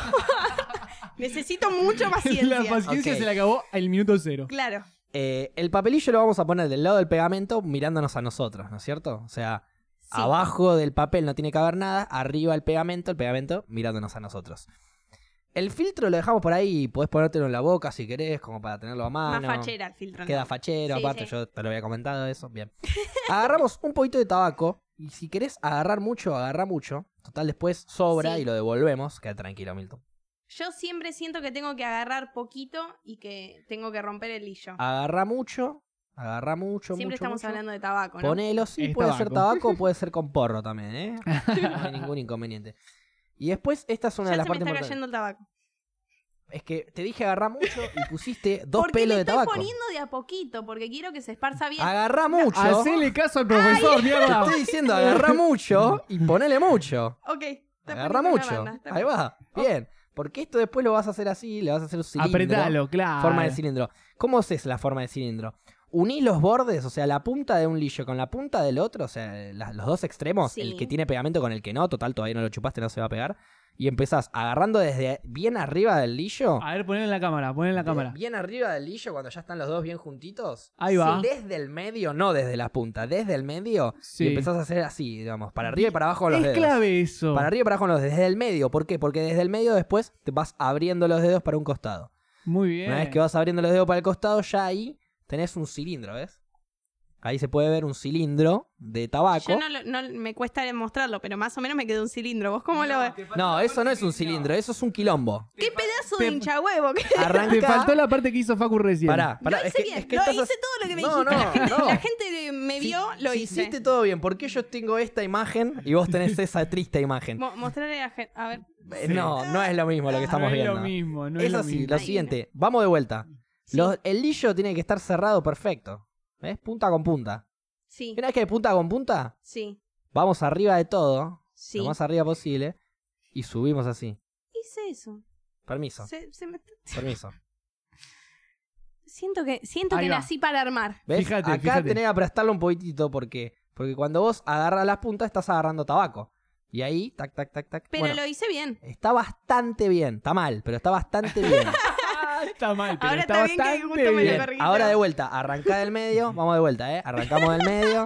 Necesito mucho más La ciencia. paciencia Ok. se le acabó al minuto cero. Claro. Eh, el papelillo lo vamos a poner del lado del pegamento mirándonos a nosotros, ¿no es cierto? O sea, Sí. abajo del papel no tiene que haber nada, arriba el pegamento, el pegamento mirándonos a nosotros. El filtro lo dejamos por ahí, podés ponértelo en la boca si querés, como para tenerlo a mano. Más fachera el filtro. ¿no? Queda fachero, Sí, aparte sí. yo te lo había comentado eso, bien. Agarramos un poquito de tabaco y si querés agarrar mucho, agarra mucho. Total, después sobra Sí. y lo devolvemos. Queda tranquilo, Milton. Yo siempre siento que tengo que agarrar poquito y que tengo que romper el hillo. Agarra mucho, agarra mucho, Siempre mucho, estamos mucho. hablando de tabaco, ¿no? Ponelo, sí, Es puede ser tabaco. tabaco, puede ser con porro también, ¿eh? No hay ningún inconveniente. Y después, esta es una Ya de las se me partes está importantes. cayendo el tabaco. Es que te dije agarra mucho y pusiste dos Porque pelos le de estoy tabaco. poniendo de a poquito, porque quiero que se esparza bien. Agarra mucho. Hacele caso al profesor, Te mierda. estoy diciendo, agarra mucho y ponele mucho. Ok. está Agarra poniendo mucho. una banda, está Ahí bien. va. Bien. Porque esto después lo vas a hacer así, le vas a hacer un cilindro. Apretalo, claro. Forma de cilindro. ¿Cómo es la forma de cilindro? Unís los bordes, o sea, la punta de un lillo con la punta del otro, o sea, la- los dos extremos, Sí. el que tiene pegamento con el que no, total, todavía no lo chupaste, no se va a pegar. Y empezás agarrando desde bien arriba del lillo. A ver, ponelo en la cámara, ponelo en la de- cámara. Bien arriba del lillo, cuando ya están los dos bien juntitos. Ahí va. Desde el medio, no desde la punta, desde el medio. Sí. Y empezás a hacer así, digamos, para arriba y para abajo con los Es dedos. clave eso. Para arriba y para abajo con los dedos, desde el medio. ¿Por qué? Porque desde el medio después te vas abriendo los dedos para un costado. Muy bien. Una vez que vas abriendo los dedos para el costado, ya ahí tenés un cilindro, ¿ves? Ahí se puede ver un cilindro de tabaco. Yo no, lo- no me cuesta mostrarlo, pero más o menos me quedó un cilindro. ¿Vos cómo lo ves? No, eso no es un cilindro, eso es un quilombo. ¡Qué pedazo te- de hincha huevo! Te Arranca. faltó la parte que hizo Facu recién. Pará, pará. Lo es hice que, bien, es que lo estás hice hac- todo lo que me No, dijiste. no, la, gente, no. la gente que me Si- vio, lo si hice. hiciste todo bien, ¿por qué yo tengo esta imagen y vos tenés esa triste imagen? Mo- mostrarle a la gente. A ver. Eh, No, no es lo mismo lo que estamos no viendo. es lo mismo, no es es lo así, mismo. lo siguiente. Vamos de vuelta. Sí. Los- el lillo tiene que estar cerrado perfecto. ¿Ves? Punta con punta. Sí, Una vez que hay punta con punta, sí, vamos arriba de todo, sí. lo más arriba posible, y subimos así. Hice eso. Permiso, Se- se me- permiso. Siento que, siento Ahí que va. nací para armar. ¿Ves? Fíjate, Acá fíjate. tenés que prestarlo un poquitito porque porque cuando vos agarras las puntas estás agarrando tabaco. Y ahí, tac, tac, tac, tac. Pero Bueno, lo hice bien. está bastante bien. Está mal, pero está bastante bien. Ah, está mal, pero Ahora está, está bien que bastante justo me lo bien. Bien, corregiste. ahora de vuelta, arrancá del medio. Vamos de vuelta, ¿eh? Arrancamos del medio.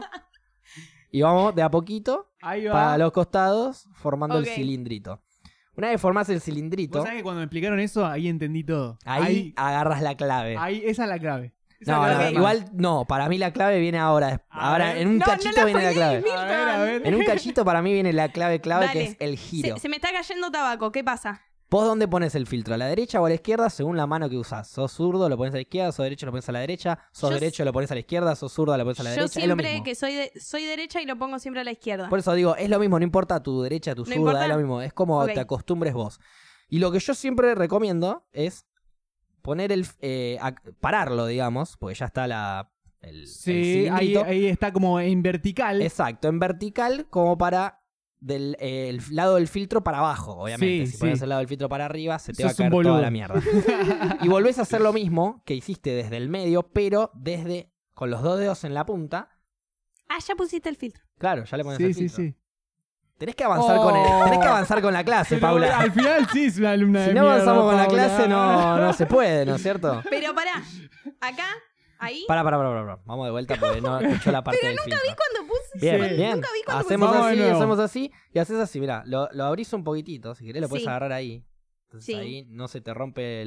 Y vamos de a poquito Ahí va. para los costados formando Ok. el cilindrito. Una vez formás el cilindrito, Vos sabés que cuando me explicaron eso, ahí entendí todo. ahí, agarras la clave. ahí, esa es la clave. Esa No, es la no, clave. igual no, para mí la clave viene ahora. A Ahora, ver. en un No, no cachito la viene la clave. spoilees, A ver, a ver. En un cachito para mí viene la clave clave que Dale. es el giro. Se, se me está cayendo tabaco. ¿Qué pasa? ¿Vos dónde pones el filtro? ¿A la derecha o a la izquierda? Según la mano que usás. ¿Sos zurdo? Lo pones a la izquierda. ¿Sos derecho? Lo pones a la derecha. ¿Sos Yo derecho? Lo pones a la izquierda. ¿Sos zurda? Lo pones a la Yo derecha. Es lo siempre mismo. que soy de- soy derecha y lo pongo siempre a la izquierda. Por eso digo, es lo mismo. No importa tu derecha, tu ¿No zurda. importa? Es lo mismo. Es como Ok. te acostumbres vos. Y lo que yo siempre recomiendo es poner el... eh, ac- pararlo, digamos. Porque ya está la... El, el Sí, ahí, cilindrito. ahí está como en vertical. Exacto, en vertical como para del eh, el lado del filtro para abajo, obviamente. Sí, si pones sí. el lado del filtro para arriba, se te Sos va a un caer boludo. toda la mierda. Y volvés a hacer lo mismo que hiciste desde el medio, pero desde con los dos dedos en la punta. Ah, ya pusiste el filtro. Claro, ya le pones Sí, el sí, filtro. sí. Tenés que avanzar con el, Oh. tenés que avanzar con la clase, Pero Paula. al final sí es una alumna de Si no mierda, avanzamos con la Paula. clase no, no se puede, ¿no es cierto? Pero pará. Acá, ahí. Pará, pará, pará, pará, pará. Vamos de vuelta porque no escuchó la parte del filtro. Cuando puse. Bien, Sí. bien. Nunca vi cuando Hacemos Vamos de así, nuevo. hacemos así y haces así. Mirá, lo, lo abrís un poquitito. Si querés lo puedes Sí. agarrar ahí. Entonces Sí. ahí no se te rompe el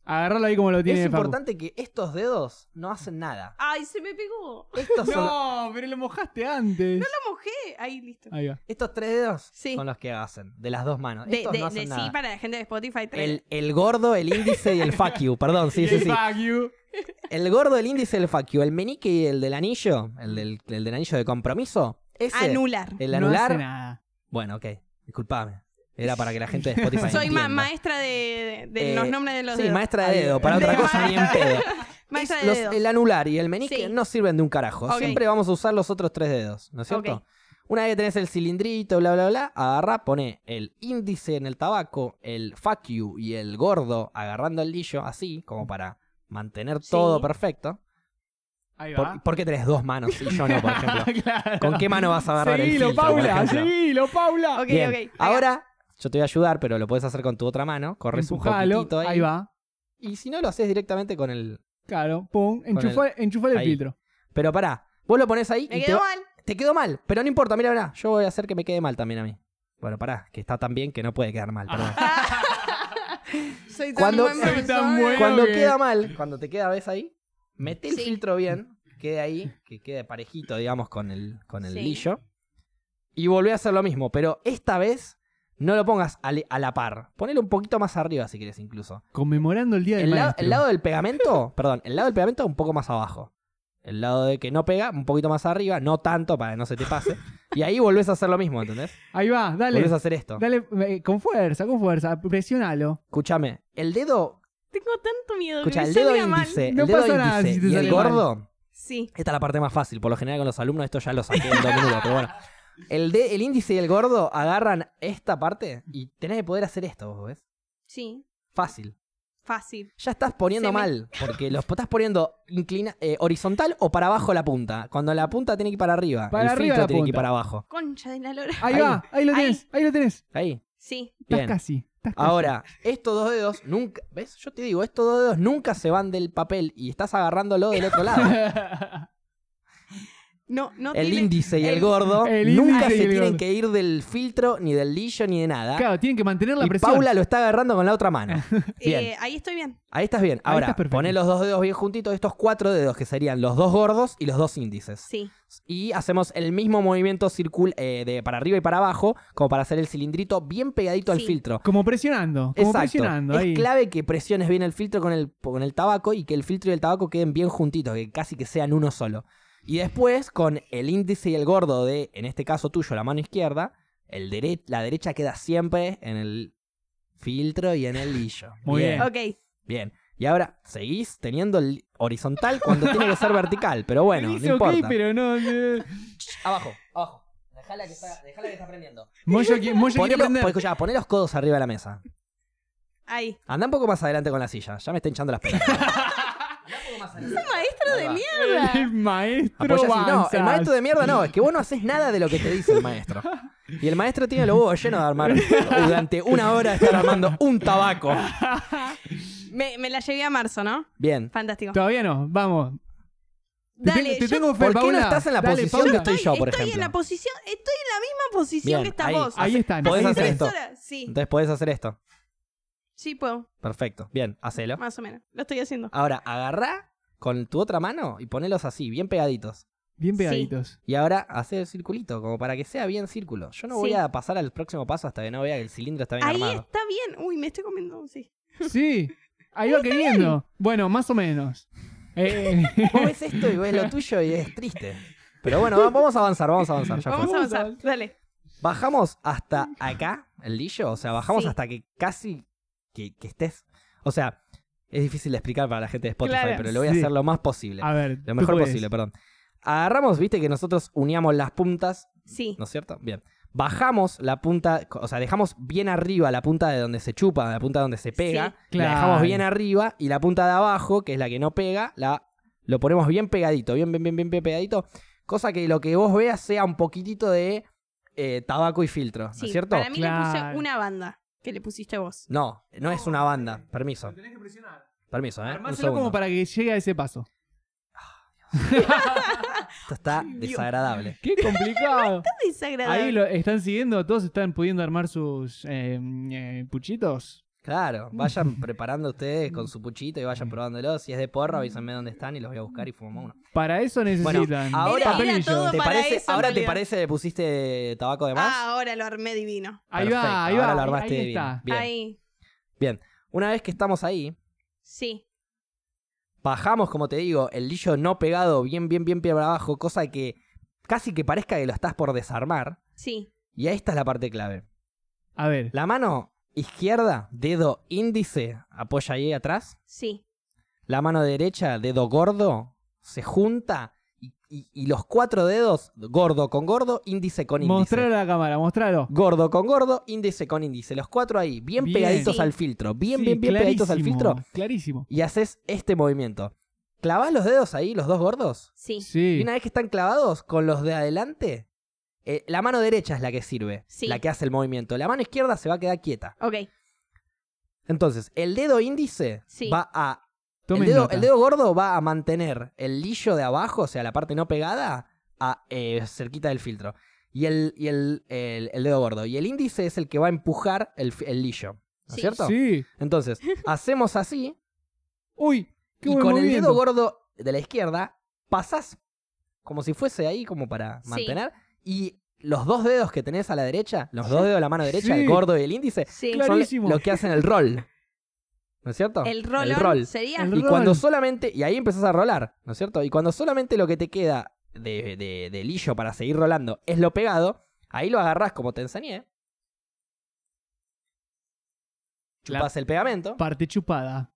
Agarrarlo ahí como lo tiene Es Facu. importante que estos dedos no hacen nada. Ay, se me pegó. Estos, son- No, pero lo mojaste antes. Lo mojé. Ahí, listo. Ahí va. estos tres dedos Sí. son los que hacen, de las dos manos. De, Estos de- no hacen de- nada. sí, para la gente de Spotify. tres. El, el gordo, el índice y el fuck you. Perdón, sí, Y sí, el sí. fuck you. El gordo, el índice y el fuck you. El meñique y el del anillo, el del, el del anillo de compromiso. Ese, Anular. el No anular. hace nada. Bueno, ok. Disculpame. Era para que la gente de Spotify Soy ma- entienda. maestra de, de- de Eh, los nombres de los Sí, dedos. maestra de Ahí. dedo. Para De otra cosa ma- ni en pedo. Maestra Es de los- dedos. el anular y el meñique Sí. no sirven de un carajo. Ok. Siempre vamos a usar los otros tres dedos, ¿no es cierto? Ok. Una vez que tenés el cilindrito, bla, bla, bla, agarrá, pone el índice en el tabaco, el fuck you y el gordo agarrando el lillo, así, como para mantener Sí. todo perfecto. Ahí ¿Por, va. por qué tenés dos manos y yo no, por ejemplo? Claro. ¿Con qué mano vas a agarrar Seguilo, el filtro, por Paula, ejemplo? seguilo, Paula. Ok, Bien, ok. Acá. ahora yo te voy a ayudar, pero lo puedes hacer con tu otra mano. Corres un Empujalo, poquitito ahí. ahí va. Y si no, lo haces directamente con el... Claro, pum, enchufar el, enchufar el ahí. filtro. Pero pará, vos lo pones ahí Me y te, quedó va- mal. te quedó mal. Pero no importa, mira, mira, yo voy a hacer que me quede mal también a mí. Bueno, pará, que está tan bien que no puede quedar mal, perdón. Soy tan Cuando- buen Soy tan profesor. bueno. Cuando que- queda mal, cuando te queda, ¿ves ahí? Mete el Sí. filtro bien, que quede ahí, que quede parejito, digamos, con el, con el Sí. lillo. Y volvé a hacer lo mismo, pero esta vez no lo pongas a, le- a la par. Ponelo un poquito más arriba si quieres incluso. Conmemorando el día del El, lado- maestro. el lado del pegamento, perdón, el lado del pegamento un poco más abajo. El lado de que no pega, un poquito más arriba, no tanto para que no se te pase. Y ahí volvés a hacer lo mismo, ¿entendés? Ahí va, dale. Volvés a hacer esto. Dale, eh, con fuerza, con fuerza. Presionalo. Escúchame, el dedo, Tengo tanto miedo escucha, que el me dedo salga mal. índice, No el dedo pasa nada índice si te y el sale mal. gordo, Sí. esta es la parte más fácil. Por lo general con los alumnos esto ya lo saqué en dos minutos, pero bueno. El, de, el índice y el gordo agarran esta parte y tenés que poder hacer esto, ¿vos ves? Sí. Fácil. Fácil. Ya estás poniendo Se me- mal, porque lo estás poniendo inclina, eh, horizontal o para abajo la punta. Cuando la punta tiene que ir para arriba, Para el arriba filtro la tiene que ir punta. para abajo. Concha de la lora. Ahí, Ahí. va, ahí lo Ahí. tenés, ahí lo tenés. Ahí. Sí. Estás Bien. casi. Estás casi. Ahora, estos dos dedos nunca, ¿ves? Yo te digo, estos dos dedos nunca se van del papel y estás agarrándolo del otro lado. No, no El tiene- índice y el el- gordo el nunca índice y se el tienen gordo. que ir del filtro, ni del lillo, ni de nada. Claro, tienen que mantener la y presión. Paula lo está agarrando con la otra mano. Bien. Eh, ahí estoy bien. Ahí estás bien. Ahí Ahora, estás perfecto. poné los dos dedos bien juntitos, estos cuatro dedos que serían los dos gordos y los dos índices. Sí. Y hacemos el mismo movimiento circul eh, de para arriba y para abajo, como para hacer el cilindrito bien pegadito al Sí. filtro. Como presionando, como Exacto. presionando. Es ahí. clave que presiones bien el filtro con el, con el tabaco y que el filtro y el tabaco queden bien juntitos, que casi que sean uno solo. Y después, con el índice y el gordo de, en este caso tuyo, la mano izquierda, el dere- la derecha queda siempre en el filtro y en el lillo. Muy bien. Ok. Bien. Y ahora, seguís teniendo el horizontal cuando tiene que ser vertical, pero bueno, Dice no ok, importa. pero no. no. Abajo, abajo. Dejala que está, dejala que está aprendiendo. Moyo, qui- Moyo quiere Ponelo, aprender. pues, escuchá, poné los codos arriba de la mesa. Ahí. Anda un poco más adelante con la silla. Ya me está hinchando las pelotas. Anda un poco más adelante. Maestro Ahí de va. mierda. El maestro Apoya así. No, el Banzas. maestro de mierda no. Es que vos no haces nada de lo que te dice el maestro. Y el maestro tiene los huevos llenos de armar durante una hora de estar armando un tabaco. Me, me la llevé a marzo, ¿no? Bien. Fantástico. Todavía no, vamos. Te, Dale, tengo- te yo- tengo fe, ¿Por qué no Paula. estás en la Dale, posición Paula. que estoy yo, por estoy ejemplo? en la posición, estoy en la misma posición Bien, que estás ahí. vos. Ahí están. Podés ahí hacer están. esto. Sí. Entonces podés hacer esto. Sí puedo, Perfecto. Bien, hacelo. más o menos. Lo estoy haciendo. Ahora, agarrá con tu otra mano y ponelos así, bien pegaditos. Bien Sí. pegaditos. Y ahora hace el circulito, como para que sea bien círculo. Yo no voy Sí. a pasar al próximo paso hasta que no vea que el cilindro está bien Ahí armado. está bien. Uy, me estoy comiendo, sí. Sí. Ahí va queriendo. Bueno, más o menos. Eh, Vos ves esto y ves lo tuyo y es triste. Pero bueno, va- vamos a avanzar, vamos a avanzar. Ya Vamos fue. a Vamos a avanzar. Dale. Bajamos hasta acá, el lillo. O sea, bajamos Sí. hasta que casi que, que estés. O sea, es difícil de explicar para la gente de Spotify, Claro. pero lo voy a Sí. hacer lo más posible. a ver. Lo tú mejor puedes. posible, perdón. Agarramos, viste que nosotros uníamos las puntas, Sí. ¿no es cierto? Bien. Bajamos la punta, o sea, dejamos bien arriba la punta de donde se chupa, la punta donde se pega. Sí. La Claro. dejamos bien arriba y la punta de abajo, que es la que no pega, la lo ponemos bien pegadito, bien, bien, bien, bien, bien pegadito. Cosa que lo que vos veas sea un poquitito de eh, tabaco y filtro, ¿no Sí. es cierto? Para mí le Claro. puse una banda que le pusiste vos. No, no es una banda. Permiso. Tenés que presionar. Permiso, ¿eh? Un Armáselo segundo. como para que llegue a ese paso. Esto está desagradable. Qué complicado. Desagradable. Ahí lo están siguiendo, todos están pudiendo armar sus eh, eh, puchitos. Claro, vayan preparando ustedes con su puchito y vayan probándolo. Si es de porro, avísenme dónde están y los voy a buscar y fumamos uno. Para eso necesitan. Bueno, ahora- papel y Era todo yo. ¿Te para parece, eso, en ¿Ahora te realidad. parece que pusiste tabaco de más? Ah, ahora lo armé divino. Ahí Perfecto, va, ahí ahora va. lo ahí- armaste ahí bien. está. Bien, Ahí. bien. Una vez que estamos ahí, Sí. bajamos, como te digo, el lillo no pegado bien, bien, bien para abajo, cosa que casi que parezca que lo estás por desarmar. Sí. Y esta es la parte clave. A ver. La mano izquierda, dedo índice, apoya ahí atrás. Sí. La mano derecha, dedo gordo, se junta y, y- y los cuatro dedos, gordo con gordo, índice con índice. Mostralo a la cámara, mostralo. Gordo con gordo, índice con índice. Los cuatro ahí, bien, Bien. pegaditos Sí. al filtro. Bien, Sí, bien, bien pegaditos al clarísimo, filtro. Clarísimo. Y haces este movimiento. Clavás los dedos ahí, los dos gordos. Sí. Sí. Y una vez que están clavados, con los de adelante, eh, la mano derecha es la que sirve, Sí. la que hace el movimiento. La mano izquierda se va a quedar quieta. Ok. Entonces, el dedo índice Sí. va a... El Tomen dedo, nota. el dedo gordo va a mantener el lillo de abajo, o sea, la parte no pegada, a, eh, cerquita del filtro. Y, el, y el, el- el dedo gordo. Y el índice es el que va a empujar el, fi- el lillo. ¿No es Sí. cierto? Sí. Entonces, hacemos así. Uy, qué Y buen con el movimiento. dedo gordo de la izquierda, pasás como si fuese ahí, como para Sí. mantener. Y los dos dedos que tenés a la derecha, los dos dedos de la mano derecha, Sí. el gordo y el índice, Sí. Claro. son Clarísimo. lo que hacen el roll. ¿No es cierto? El rolón El roll. sería. El Y roll. cuando solamente, y ahí empezás a rolar, ¿no es cierto? Y cuando solamente lo que te queda de, de, de lillo para seguir rolando es lo pegado, ahí lo agarrás como te enseñé. La Chupás el pegamento parte chupada.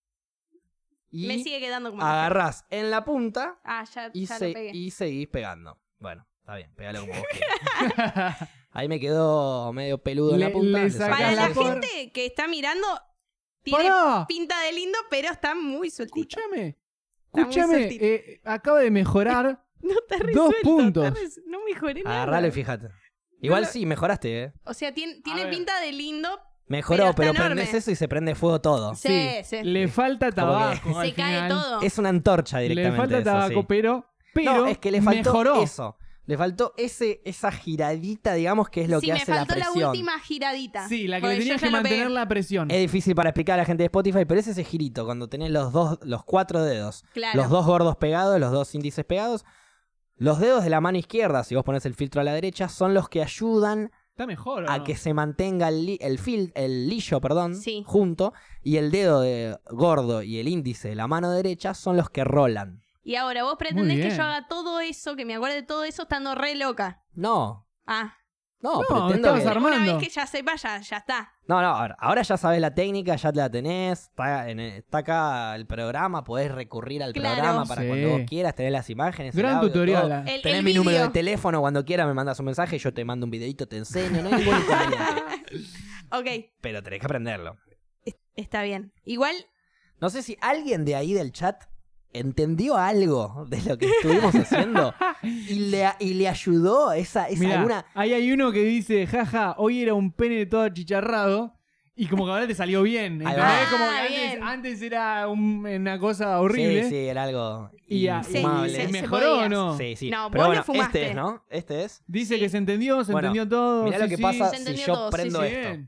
y Me sigue quedando como. agarrás en la punta Ah, ya, y, ya se- lo pegué. y seguís pegando. Bueno, está bien, pegalo como vos quieras. Ahí me quedó medio peludo en Le- la punta. le le sacás sacás Para la el- por- gente que está mirando, tiene ¡Pará! pinta de lindo, pero está muy sueltito. Escúchame. Está muy Escúchame. sueltito. eh, acaba de mejorar. No está Dos resuelto. puntos. está res- No mejoré nada. Agarralo y fíjate. Igual lo- sí, mejoraste, ¿eh? O sea, tiene, A tiene ver. pinta de lindo. Mejoró, Pero pero, está prendés enorme. eso y se prende fuego todo. Sí, sí. Le falta Como que tabaco. al Se cae final. todo. Es una antorcha Le directamente. falta eso, tabaco, sí. pero. Pero No, es que le faltó mejoró. eso. Le faltó ese, esa giradita, digamos, que es lo sí, que me hace la faltó la, presión. última giradita. Sí, la que Porque le tenías yo que ya lo pegué. mantener la presión. Es difícil para explicar a la gente de Spotify, pero es ese girito, cuando tenés los dos, los cuatro dedos, Claro. los dos gordos pegados, los dos índices pegados. Los dedos de la mano izquierda, si vos pones el filtro a la derecha, son los que ayudan Está mejor, ¿o a no? que se mantenga el, li- el, fil- el lillo perdón, Sí. junto, y el dedo de gordo y el índice de la mano derecha son los que rolan. Y ahora, vos pretendés que bien. yo haga todo eso, que me acuerde de todo eso estando re loca. No, Ah. no, No, pretendo estabas que... armando. Una vez que ya sepa, ya, ya está. No, no, ahora, ahora ya sabes la técnica, ya la tenés, está, en- está acá el programa, podés recurrir al Claro. programa para Sí. cuando vos quieras, tenés las imágenes, el Gran audio, tutorial. todo. ah. El, Tenés el mi número de vídeo. teléfono, cuando quieras me mandas un mensaje, yo te mando un videito, te enseño, no hay ningún inconveniente. Ok, Pero tenés que aprenderlo. está bien. Igual, No sé si alguien de ahí del chat entendió algo de lo que estuvimos haciendo y le, y le ayudó esa, esa Mirá, alguna... ahí hay uno que dice, jaja, hoy era un pene todo achicharrado. Y como que ahora te salió bien. Ahí ¿entendés? va. Como que Ah, antes, bien. antes era un- una cosa horrible. Sí, sí, era algo Y, a- Sí, infumable. y se- se mejoró podía. o no. Sí, sí. No, Pero vos bueno, le fumaste. este es, ¿no? Este es. Dice Sí. que se entendió, se Bueno, entendió todo. Mirá lo sí, que sí. pasa Se si entendió yo todo, sí, prendo sí. esto. Bien.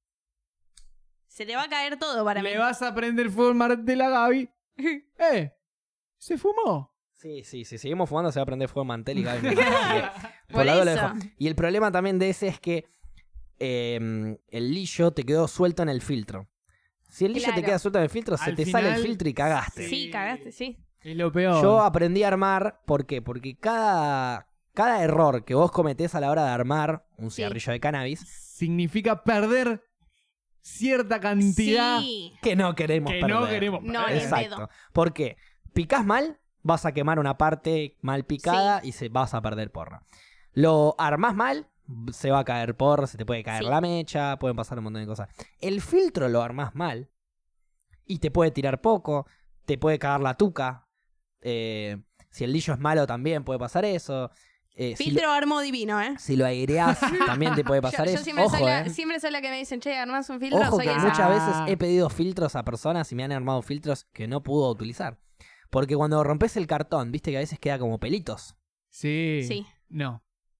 se te va a caer todo para mí. Le vas a prender fuego al martel a Gaby. ¡Eh! Se fumó. Sí, sí, si seguimos fumando se va a prender fuego el mantel y Gaby me- Por Por la duda lo eso. dejo. Y el problema también de ese es que eh, el lillo te quedó suelto en el filtro. Si el lillo te Claro. queda suelto en el filtro, se Al te sale el final- filtro y cagaste. Sí, cagaste, sí. Es lo peor. Yo aprendí a armar, ¿por qué? Porque cada, cada error que vos cometés a la hora de armar un Sí. cigarrillo de cannabis, Significa perder cierta cantidad Sí. que no queremos que perder. no queremos No, perder. ni en Exacto. pedo. ¿Por qué? Picás mal, vas a quemar una parte mal picada y se vas a perder porra. Lo armás mal, se va a caer porra, se te puede caer Sí. la mecha, pueden pasar un montón de cosas. El filtro lo armás mal y te puede tirar poco, te puede cagar la tuca. eh, si el lillo es malo también puede pasar eso. eh, si, lo, Filtro armo divino, ¿eh? si lo aireás también te puede pasar yo, yo eso. siempre, Ojo, soy la, eh. siempre soy la que me dicen, che, armás un filtro, Ojo soy que esa. muchas veces Ah. he pedido filtros a personas y me han armado filtros que no pudo utilizar. Porque cuando rompes el cartón, viste que a veces queda como pelitos. Sí. Sí. No.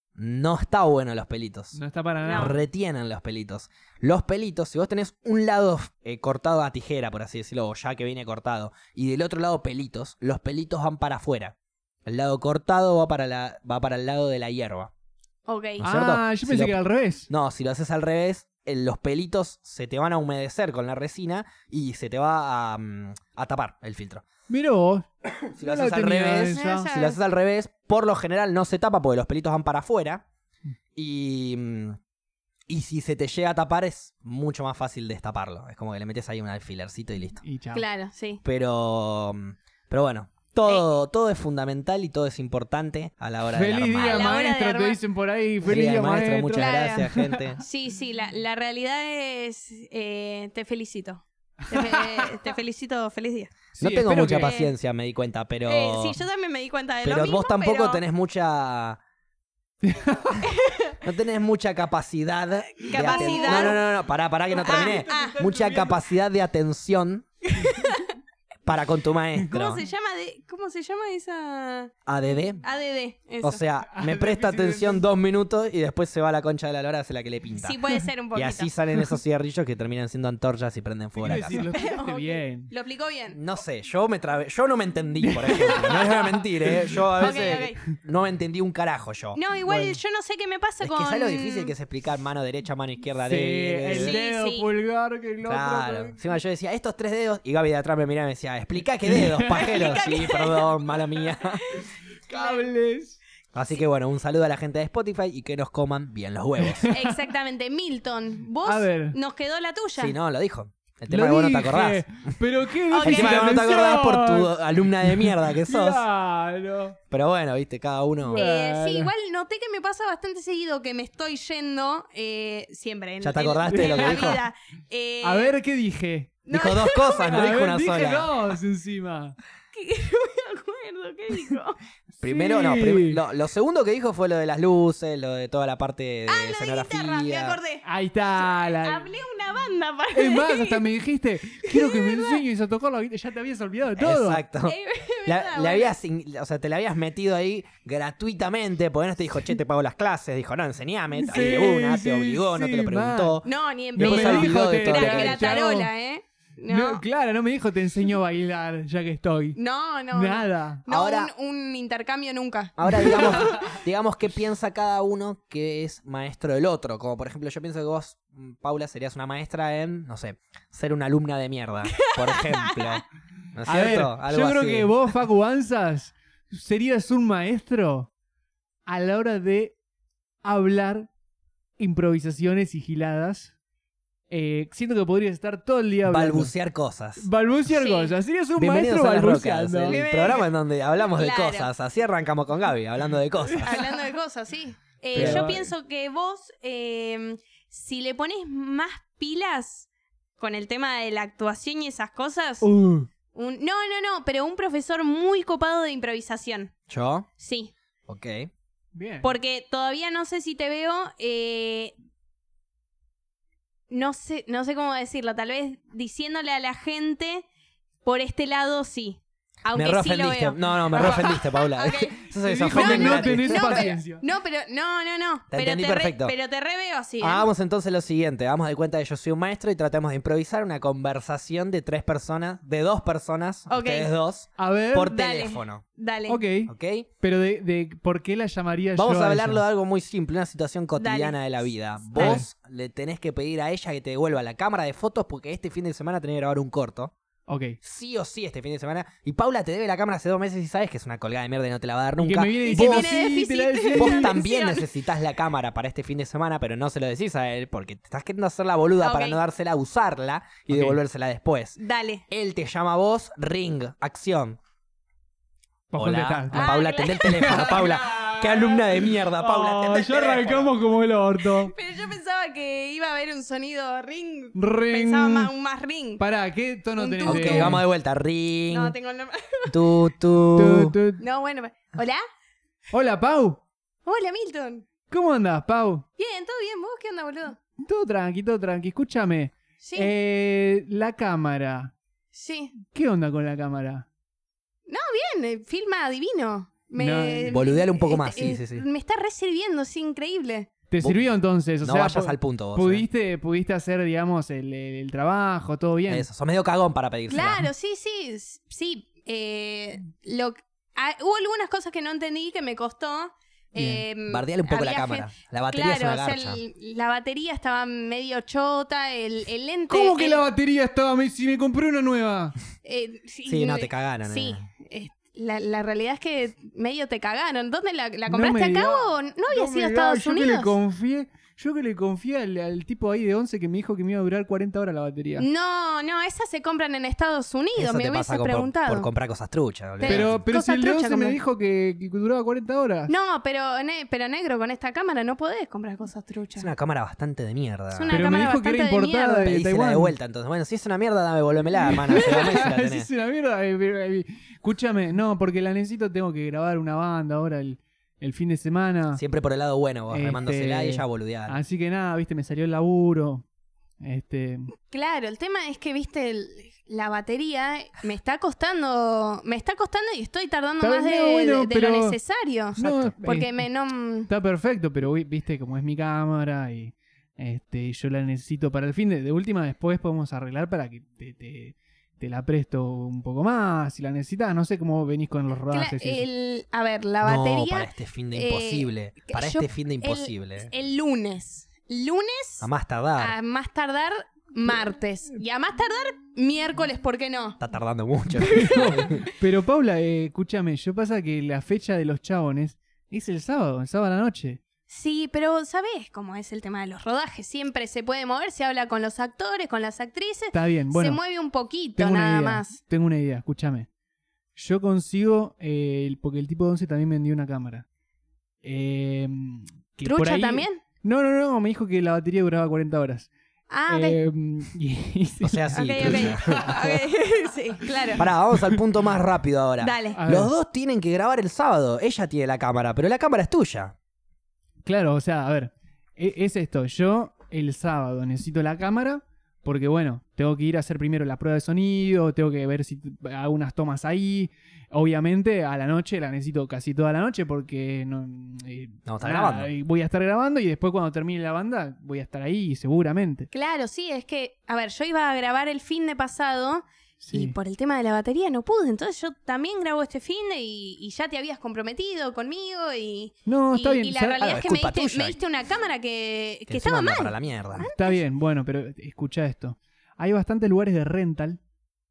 no está bueno los pelitos. No está para No. nada. Retienen los pelitos. Los pelitos, si vos tenés un lado eh, cortado a tijera, por así decirlo, o ya que viene cortado, y del otro lado pelitos, los pelitos van para afuera. El lado cortado va para, la, va para el lado de la hierba. Ok. ¿No es cierto? Ah, yo Si pensé lo- que era al revés. No, si lo haces al revés, eh, los pelitos se te van a humedecer con la resina y se te va a, mm, a tapar el filtro. Mirá vos. Si lo No la haces al tenía revés, esa. si lo haces al revés, por lo general no se tapa porque los pelitos van para afuera. Y, mm, y si se te llega a tapar es mucho más fácil destaparlo. Es como que le metes ahí un alfilercito y listo. Y chao. Claro, sí. Pero, mm, pero bueno, todo, todo es fundamental y todo es importante a la hora de Feliz armar. día, A la hora de maestra, te armar. dicen por ahí. Feliz Feliz día, día, maestro. maestra. Muchas Claro. gracias, gente. Sí, sí, la, la realidad es... eh, te felicito. Te, fe- te felicito, feliz día. Sí, No tengo espero mucha que- paciencia, me di cuenta, pero... Eh, sí, yo también me di cuenta de Pero lo mismo, vos tampoco pero tenés mucha... no tenés mucha capacidad. de aten- ¿Capacidad? No, no, no, no, pará, pará que no terminé. Ah, ah. Mucha capacidad de atención para con tu maestro. ¿Cómo se llama de, cómo se llama esa A D D. A D D? Eso. O sea, Ah, me presta difícil de atención entender. dos minutos y después se va a la concha de la lora, hace la que le pinta. Sí, puede ser un Y poquito. así salen esos cigarrillos que terminan siendo antorchas y prenden fuego Quiero la decir, casa. lo explicaste Ok. bien. Lo explicó bien. No sé, yo me trabé, yo no me entendí, por ejemplo. No les voy a mentir, ¿eh? Yo a Ok, veces no me entendí un carajo yo. No, igual Bueno. yo no sé qué me pasa Es con... que sabes lo difícil que es explicar mano derecha, mano izquierda, Sí, dedo. el Sí, dedo sí. pulgar que el otro. Claro. que- Encima yo decía, estos tres dedos, y Gaby de atrás me miraba y me decía, explica qué dedos, pajero. Sí, perdón, mala mía. Cables. Así que bueno, un saludo a la gente de Spotify y que nos coman bien los huevos. Exactamente. Milton, vos A ver. nos quedó la tuya. Sí, no, lo dijo. El tema Lo de vos no te dije, acordás. Pero qué Ok. El difícil tema de vos no te acordás por tu atención. alumna de mierda que sos. Claro. Pero bueno, viste, cada uno. Bueno. Eh, sí, igual noté que me pasa bastante seguido que me estoy yendo eh, siempre. En, ¿Ya te en- acordaste de lo en que la dijo? vida. Eh, A ver, ¿qué dije? no, Dijo dos cosas, no A dijo ver, una dije sola. dos encima. que- que no me acuerdo qué dijo. Primero, Sí. no, prim- lo, lo segundo que dijo fue lo de las luces, lo de toda la parte de Ah, lo de guitarra, me escenografía. acordé. Ahí está. La... Hablé una banda para Es más, hasta me dijiste, quiero que me enseñes a tocar la guitarra. Ya te habías olvidado de todo. Exacto. Eh, La- verdad, le bueno. habías, in- o sea, te la habías metido ahí gratuitamente, porque no te dijo, che, te pago las clases. Dijo, no, enseñame. Ahí Sí, de una, sí, te obligó, no te lo sí, preguntó. No, ni en No Después me se pedo. dijo, olvidó de te, todo Gra- lo que había hecho. gratarola, ¿eh? No. No, claro, no me dijo te enseño a bailar ya que estoy. No, no. Nada. No, Ahora- un, un intercambio nunca. Ahora digamos, digamos qué piensa cada uno que es maestro del otro. Como por ejemplo, yo pienso que vos, mm, Paula, serías una maestra en, no sé, ser una alumna de mierda, por ejemplo. ¿No es A ver, cierto? Algo yo creo así. que vos, Facu Banzas, serías un maestro a la hora de hablar improvisaciones y giladas. Eh, siento que podrías estar todo el día hablando. Balbucear cosas. Balbucear Sí. cosas. Serías un Bienvenidos maestro a Las Rocas, balbuceando. el Bienvenido. programa en donde hablamos de Claro. cosas. Así arrancamos con Gaby, hablando de cosas. Hablando de cosas, sí. Eh, Pero- yo pienso que vos, eh, si le pones más pilas con el tema de la actuación y esas cosas, Uh, un, no, no, no, pero un profesor muy copado de improvisación. ¿Yo? Sí. Ok. bien. Porque todavía no sé si te veo. eh, no sé, no sé cómo decirlo. Tal vez diciéndole a la gente por este lado sí. Aunque me sí lo reofendiste. veo. No, no, me reofendiste, Paula. Ok. Eso se Te dijo desofende que no gratis. tenés No, pero, paciencia. no, pero no, no, no. Te pero, entendí te re- perfecto. pero te reveo así. ¿eh? Hagamos entonces lo siguiente. Hagamos de cuenta que yo soy un maestro y tratemos de improvisar una conversación de tres personas, de dos personas, Ok. ustedes dos, A ver. por Dale. teléfono. Dale. Ok. ¿Ok? Pero de, de por qué la llamaría Vamos yo a a hablarlo ella? de algo muy simple, una situación cotidiana Dale. de la vida. Dale. Vos le tenés que pedir a ella que te devuelva la cámara de fotos porque este fin de semana tenés que grabar un corto. Ok. Sí o sí este fin de semana. Y Paula te debe la cámara hace dos meses y sabes que es una colgada de mierda y no te la va a dar Y que nunca. me viene Y diciendo, que tiene sí, te la déficit. decía. Vos Atención. también necesitas la cámara para este fin de semana, pero no se lo decís a él porque te estás queriendo hacer la boluda Ok. para no dársela, usarla y Ok. devolvérsela después. Dale. Él te llama a vos, ring, acción. Vos Hola, contestás. Ah, Paula, claro. atendé el teléfono, Paula. Qué alumna de mierda, Paula, Oh, atendé el ya teléfono. arrancamos como el orto. Pero yo pensaba que iba a haber un sonido ring. Ring. Pensaba más, un más ring. Pará, ¿qué tono Un tenés? tu- Ok, de- vamos de vuelta. Ring, No, tengo el nombre. tu, Tu, tu. tu. No, bueno. ¿Hola? Hola, Pau. Hola, Milton. ¿Cómo andás, Pau? Bien, todo bien. ¿Vos qué onda, boludo? Todo tranqui, todo tranqui. Escúchame. Sí, Eh, la cámara. sí. ¿Qué onda con la cámara? Bien, eh, filma divino. Me, No, boludeale un poco más, eh, sí, sí, sí. Me está resirviendo, es increíble. ¿Te Vos- sirvió entonces? O No sea, vayas pu- al punto vos. eh. pudiste, pudiste hacer, digamos, el, el- el trabajo, todo bien. Eso, sos medio cagón para pedírsela. Claro, sí, sí, s- sí. Eh, lo, ah, hubo algunas cosas que no entendí que me costó. Eh, Bardeale un poco la había cámara. gen- La batería claro, es una o sea, garcha. el- la batería estaba medio chota, el, el lente... ¿Cómo que el- la batería estaba? me- Si me compré una nueva. eh, sí, Sí, no, te cagaron. Sí, eh. eh, la, la realidad es que medio te cagaron. ¿Dónde la, la No compraste me acá diga- o no había No sido me a da, Estados yo que le Unidos? confié, yo que le confié al, al tipo ahí de once que me dijo que me iba a durar cuarenta horas la batería. No, no, esas se compran en Estados Unidos, Eso me te hubiese pasa con- por, preguntado. por comprar cosas truchas. olvidate. Pero, pero si Cosa el de trucha once me compré. dijo que, que duraba cuarenta horas. No, pero, ne- pero negro, con esta cámara no podés comprar cosas Es truchas. una cámara bastante de mierda. Es una Pero me cámara dijo que era bastante de importada mierda. de Pedísela Taiwán. de vuelta, entonces. Bueno, si es una mierda, dame, volvémela, hermano. Llévame si la Sí, tenés. es una mierda. eh, eh, eh, Escúchame, no, porque la necesito, tengo que grabar una banda ahora el, el fin de semana. Siempre por el lado bueno, vos Este, remándosela y ella boludear. Así que nada, viste, me salió el laburo. Este, Claro, el tema es que, viste, el- la batería me está costando, me está costando y estoy tardando Está más de, bien, no, bueno, de- de pero- lo necesario. no, Porque eh, me no... está perfecto, pero vi- viste como es mi cámara y este yo la necesito para el fin de, de última, después podemos arreglar para que te, te, te la presto un poco más si la necesitas, no sé cómo venís con los Cla- rodajes. y eso. el, a ver, la No, batería... para este fin de eh, imposible. que para yo- este fin de el- imposible. El, lunes. Lunes A más tardar. a más tardar martes. Y a más tardar miércoles, ¿por qué no? Está tardando mucho. Pero Paula, eh, escúchame, yo pasa que la fecha de los chabones es el sábado, el sábado a la noche. Sí, pero ¿sabés cómo es el tema de los rodajes? Siempre se puede mover, se habla con los actores, con las actrices, Está bien, bueno. se mueve un poquito Tengo una nada idea, más. Tengo una idea, escúchame. Yo consigo, eh, el- porque el tipo de once también me vendió una cámara. Eh, que por ¿Trucha ahí- también? No, no, no, me dijo que la batería duraba cuarenta horas. Ah, ok. Eh, y- y sí. O sea, sí. ok, trucha. ok. Ok, sí, claro. Pará, vamos al punto más rápido ahora. Dale. A ver, Los dos tienen que grabar el sábado. Ella tiene la cámara, pero la cámara es tuya. claro, o sea, a ver, e- es esto, yo el sábado necesito la cámara porque, bueno, tengo que ir a hacer primero la prueba de sonido, tengo que ver si t- hago unas tomas ahí. Obviamente a la noche la necesito casi toda la noche porque no, eh, No, está nada, grabando. y voy a estar grabando y después cuando termine la banda voy a estar ahí seguramente. Claro, sí, es que, a ver, yo iba a grabar el fin de pasado Sí. y por el tema de la batería no pude. Entonces yo también grabo este fin de y, y ya te habías comprometido conmigo y, No, y, está bien, y la ¿sabes? realidad Ah, es que es me culpa diste, tuya. me diste una cámara que, que, Que estaba encima anda mal. para la mierda. Está bien, bueno, pero escucha esto. Hay bastantes lugares de rental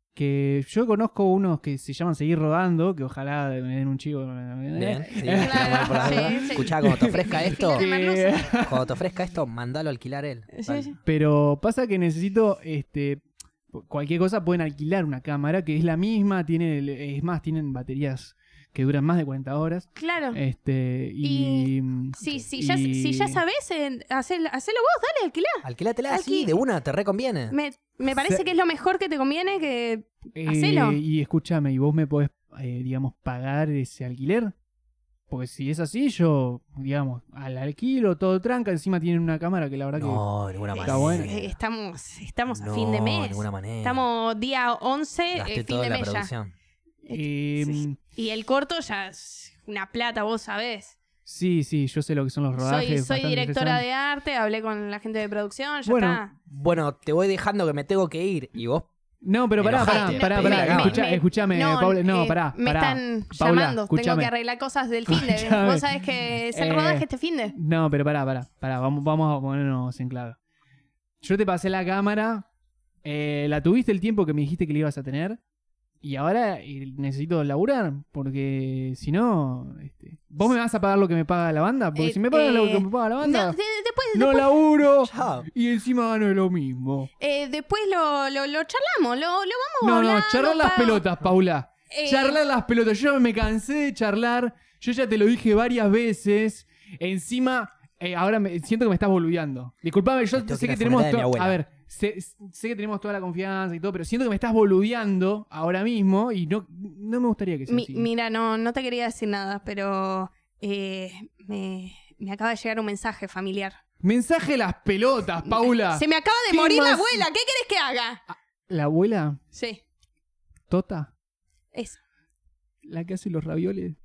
que yo conozco unos que se llaman Seguir Rodando, que ojalá me den un chivo. Bien, sí, Claro, por las sí, dudas. sí. Escuchá, cuando te ofrezca esto, Fines de merluza. cuando te ofrezca esto, mandalo a alquilar él. Sí, Dale. sí. Pero pasa que necesito, este, cualquier cosa pueden alquilar una cámara que es la misma, tiene, es más, tienen baterías que duran más de cuarenta horas. Claro. Este, y, Sí, sí, y- ya, si ya sabés, eh, hacel- hacelo vos, dale, alquilá. Alquilátela Alqui- así, de una, te reconviene. Me, me parece Se- que es lo mejor que te conviene que... eh, hacelo. y escúchame, ¿y vos me podés, eh, digamos, pagar ese alquiler? Porque si es así, yo, digamos, al alquilo, todo tranca, encima tienen una cámara que la verdad No, de ninguna Está manera. bueno. Eh, estamos, estamos a No, fin de de mes. ninguna manera. Estamos día once, Gasté eh, fin todo de en la mes ya. producción. que... Sí. Y el corto ya es una plata, vos sabés. Sí, sí, yo sé lo que son los rodajes. Soy, soy bastante directora estresantes. de arte, hablé con la gente de producción, ya Bueno, está. Bueno, te voy dejando que me tengo que ir. Y vos, No, pero pará, pará, Enojate, pará, pedí la pará, cámara. escuchá, Me- escuchame, no, Paula, no, eh, pará, Me pará. están Paula, llamando, tengo escúchame. que arreglar cosas del fin de. Escúchame. Vos sabés que es el Eh, rodaje este fin de. No, pero pará, pará, pará, vamos, vamos a ponernos en claro. Yo te pasé la cámara, eh, la tuviste el tiempo que me dijiste que la ibas a tener, y ahora eh, necesito laburar, porque si no, este, ¿vos me vas a pagar lo que me paga la banda? Porque Eh, si me pagan lo eh, que me paga la No, banda, de- después, no, después, laburo, chao. y encima gano lo mismo. eh, después lo, lo, lo charlamos, lo, lo vamos No, a hablar. no, charlar las pelotas, Paula. Eh, Charlar las pelotas. Yo me cansé de charlar. Yo ya te lo dije varias veces. Encima, eh, ahora me, siento que me estás boludeando. Disculpame, yo Tengo sé que que ir al tenemos. funeral de mi to- abuela. A ver, sé, sé que tenemos toda la confianza y todo, pero siento que me estás boludeando ahora mismo y no, no me gustaría que sea Mi- así. mira, no, no te quería decir nada, pero eh, me, me acaba de llegar un mensaje familiar. Mensaje las pelotas, Paula. Se me acaba de ¿Qué morir la más? abuela, ¿qué querés que haga? La abuela, Sí, Tota, eso. la que hace los ravioles.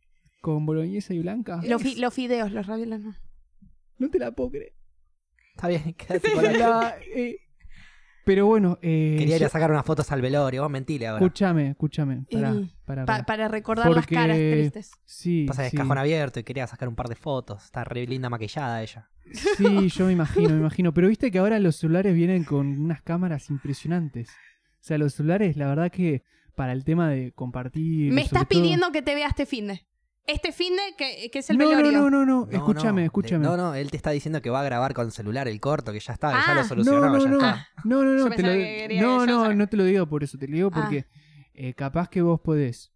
con boloñesa y blanca. Los, fi- los fideos, los ravioles no. No te la puedo creer. Está bien, quédate con la... La, eh, pero bueno, eh, Quería ir yo- a sacar unas fotos al velorio, vos mentile ahora. escúchame, escúchame. Pará, El- pará, Pa- pará. para recordar Porque- las caras tristes. Sí, Pasa que sí. es cajón abierto y quería sacar un par de fotos. Está re linda maquillada ella. Sí, yo me imagino, me imagino. Pero viste que ahora los celulares vienen con unas cámaras impresionantes. O sea, los celulares, la verdad que para el tema de compartir... Me sobre estás todo- pidiendo que te vea este finde. Este finde que, que es el no, velorio. no, no, no, no, No, escúchame, no, escúchame. No, no, él te está diciendo que va a grabar con celular el corto, que ya está, que ya Ah. lo No, solucionó, no, ya no, está. no, no, Yo no, te pensaba lo, que quería no, que yo no, saque. no te lo digo por eso, te lo digo Ah. porque eh, capaz que vos podés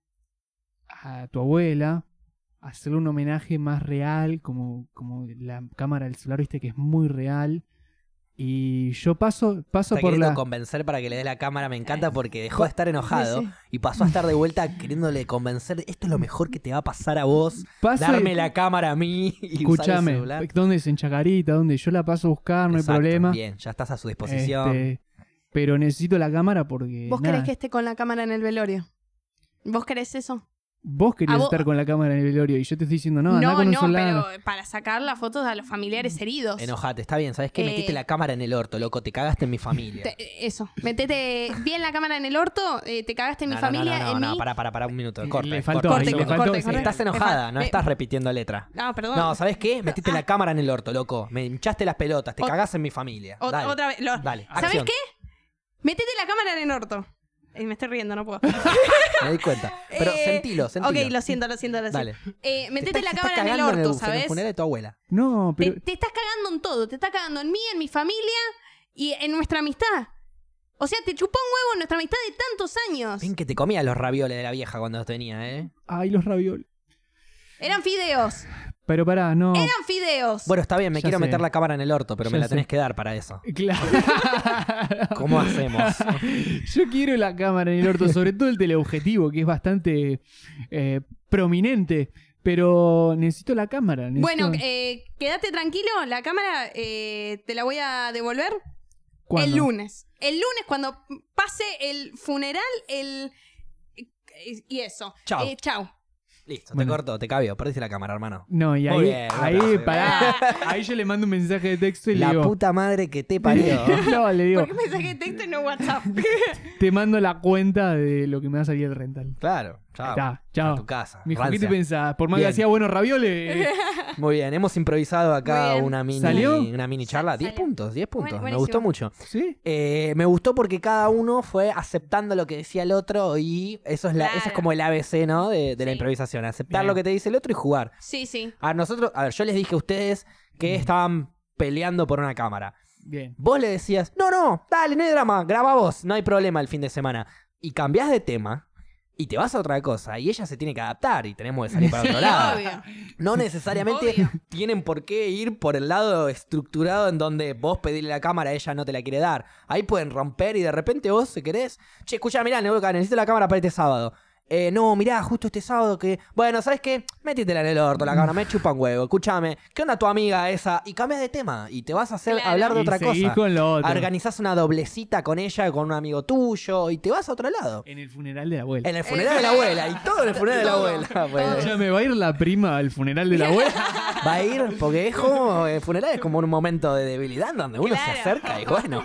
a tu abuela hacerle un homenaje más real, como, como la cámara del celular, viste que es muy real. Y yo paso, paso Está por queriendo la... convencer para que le dé la cámara, me encanta porque dejó de estar enojado Sí, sí. y pasó a estar de vuelta queriéndole convencer, esto es lo mejor que te va a pasar a vos, paso darme y- la cámara a mí y usar el Escúchame, celular. ¿dónde es en Chacarita? ¿Dónde? Yo la paso a buscar, no hay Exacto, problema. Bien, ya estás a su disposición. Este, pero necesito la cámara porque... ¿Vos nada, querés que esté con la cámara en el velorio? ¿Vos querés eso? Vos querías a vos- estar con la cámara en el velorio y yo te estoy diciendo, no, anda no, con un no, celular. pero para sacar las fotos a los familiares heridos. Enojate, está bien, ¿sabes qué? Eh, Metiste la cámara en el orto, loco, te cagaste en mi familia. Te- eso. Metete bien la cámara en el orto, eh, te cagaste en mi No, no, familia, no, no, en no, mí. para, para, para un minuto, corta. Le corta, faltó, Corte, ahí, le corte, faltó, corte, sí. corte. Estás Me enojada, fa- no me- estás repitiendo letra. Ah, perdón. No, ¿sabes qué? Metiste Ah. la cámara en el orto, loco. Me hinchaste las pelotas, te Ot- cagás en mi familia. Ot- Dale, otra vez. lo- dale, ¿Sabes acción. qué? Métete la cámara en el orto. Eh, me estoy riendo, no puedo. Me di cuenta. Pero Eh, sentilo, sentilo. Ok, lo siento, lo siento, lo siento. Dale. Eh, Te metete está- la se está cámara en el cagando orto, en el ¿sabes? funeral de tu abuela. No, pero... Te, te estás cagando en todo. Te estás cagando en mí, en mi familia y en nuestra amistad. O sea, te chupó un huevo nuestra amistad de tantos años. Ven que te comía los ravioles de la vieja cuando los tenía, ¿eh? Ay, los ravioles. Eran fideos. Pero pará, no. Eran fideos. Bueno, está bien, me Ya quiero sé. meter la cámara en el orto, pero me Ya la tenés sé. que dar para eso. Claro. ¿Cómo hacemos? Yo quiero la cámara en el orto, sobre todo el teleobjetivo, que es bastante eh, prominente. Pero necesito la cámara. necesito- Bueno, eh, quédate tranquilo. La cámara eh, te la voy a devolver ¿Cuándo? el lunes. El lunes, cuando pase el funeral, el. Y eso. Chao. Eh, chao. Listo, Bueno. te corto, te cabio. Perdiste la cámara, hermano. No, y Muy ahí, bien, un ahí, aplauso. pará. Ahí yo le mando un mensaje de texto y La le digo... puta madre que te parió. No, le digo, ¿Por qué mensaje de texto y no WhatsApp? te mando la cuenta de lo que me va a salir el rental. Claro, chao. Está, chao. A tu casa. Mijo, ¿qué rancia. te pensás? Por más que Bien. hacía buenos ravioles. Muy bien, hemos improvisado acá Muy bien. una mini, ¿Salió? una mini charla. Salió. diez puntos, diez puntos. Buen- Me gustó buenísimo. mucho. ¿Sí? Eh, me gustó porque cada uno fue aceptando lo que decía el otro y eso es, la, eso es Claro. como el A B C, ¿no? De, de la Sí. improvisación. Aceptar Bien. lo que te dice el otro y jugar. Sí, sí. A nosotros, a ver, yo les dije a ustedes que estaban peleando por una cámara. Bien. Vos le decías, no, no, dale, no hay drama, graba vos, no hay problema el fin de semana. Y cambiás de tema y te vas a otra cosa y ella se tiene que adaptar y tenemos que salir para otro Sí, lado. obvio. No necesariamente Obvio. tienen por qué ir por el lado estructurado en donde vos pedirle la cámara, ella no te la quiere dar. Ahí pueden romper y de repente vos, si querés, che, escucha, mirá, Neuroca, necesito la cámara para este sábado. Eh, no, mirá, justo este sábado que... Bueno, ¿sabes qué? Métetela en el orto la cámara, me chupa un huevo. Escúchame, ¿qué onda tu amiga esa? Y cambias de tema y te vas a hacer Claro. hablar de Y otra seguís cosa. con lo otro. Organizás una doblecita con ella, con un amigo tuyo y te vas a otro lado. En el funeral de la abuela. En el funeral de la abuela y todo en el funeral de la Todo, abuela. todo. Pues. Ya me va a ir la prima al funeral de la abuela. Va a ir, porque es como, el funeral es como un momento de debilidad donde uno Claro. se acerca y bueno.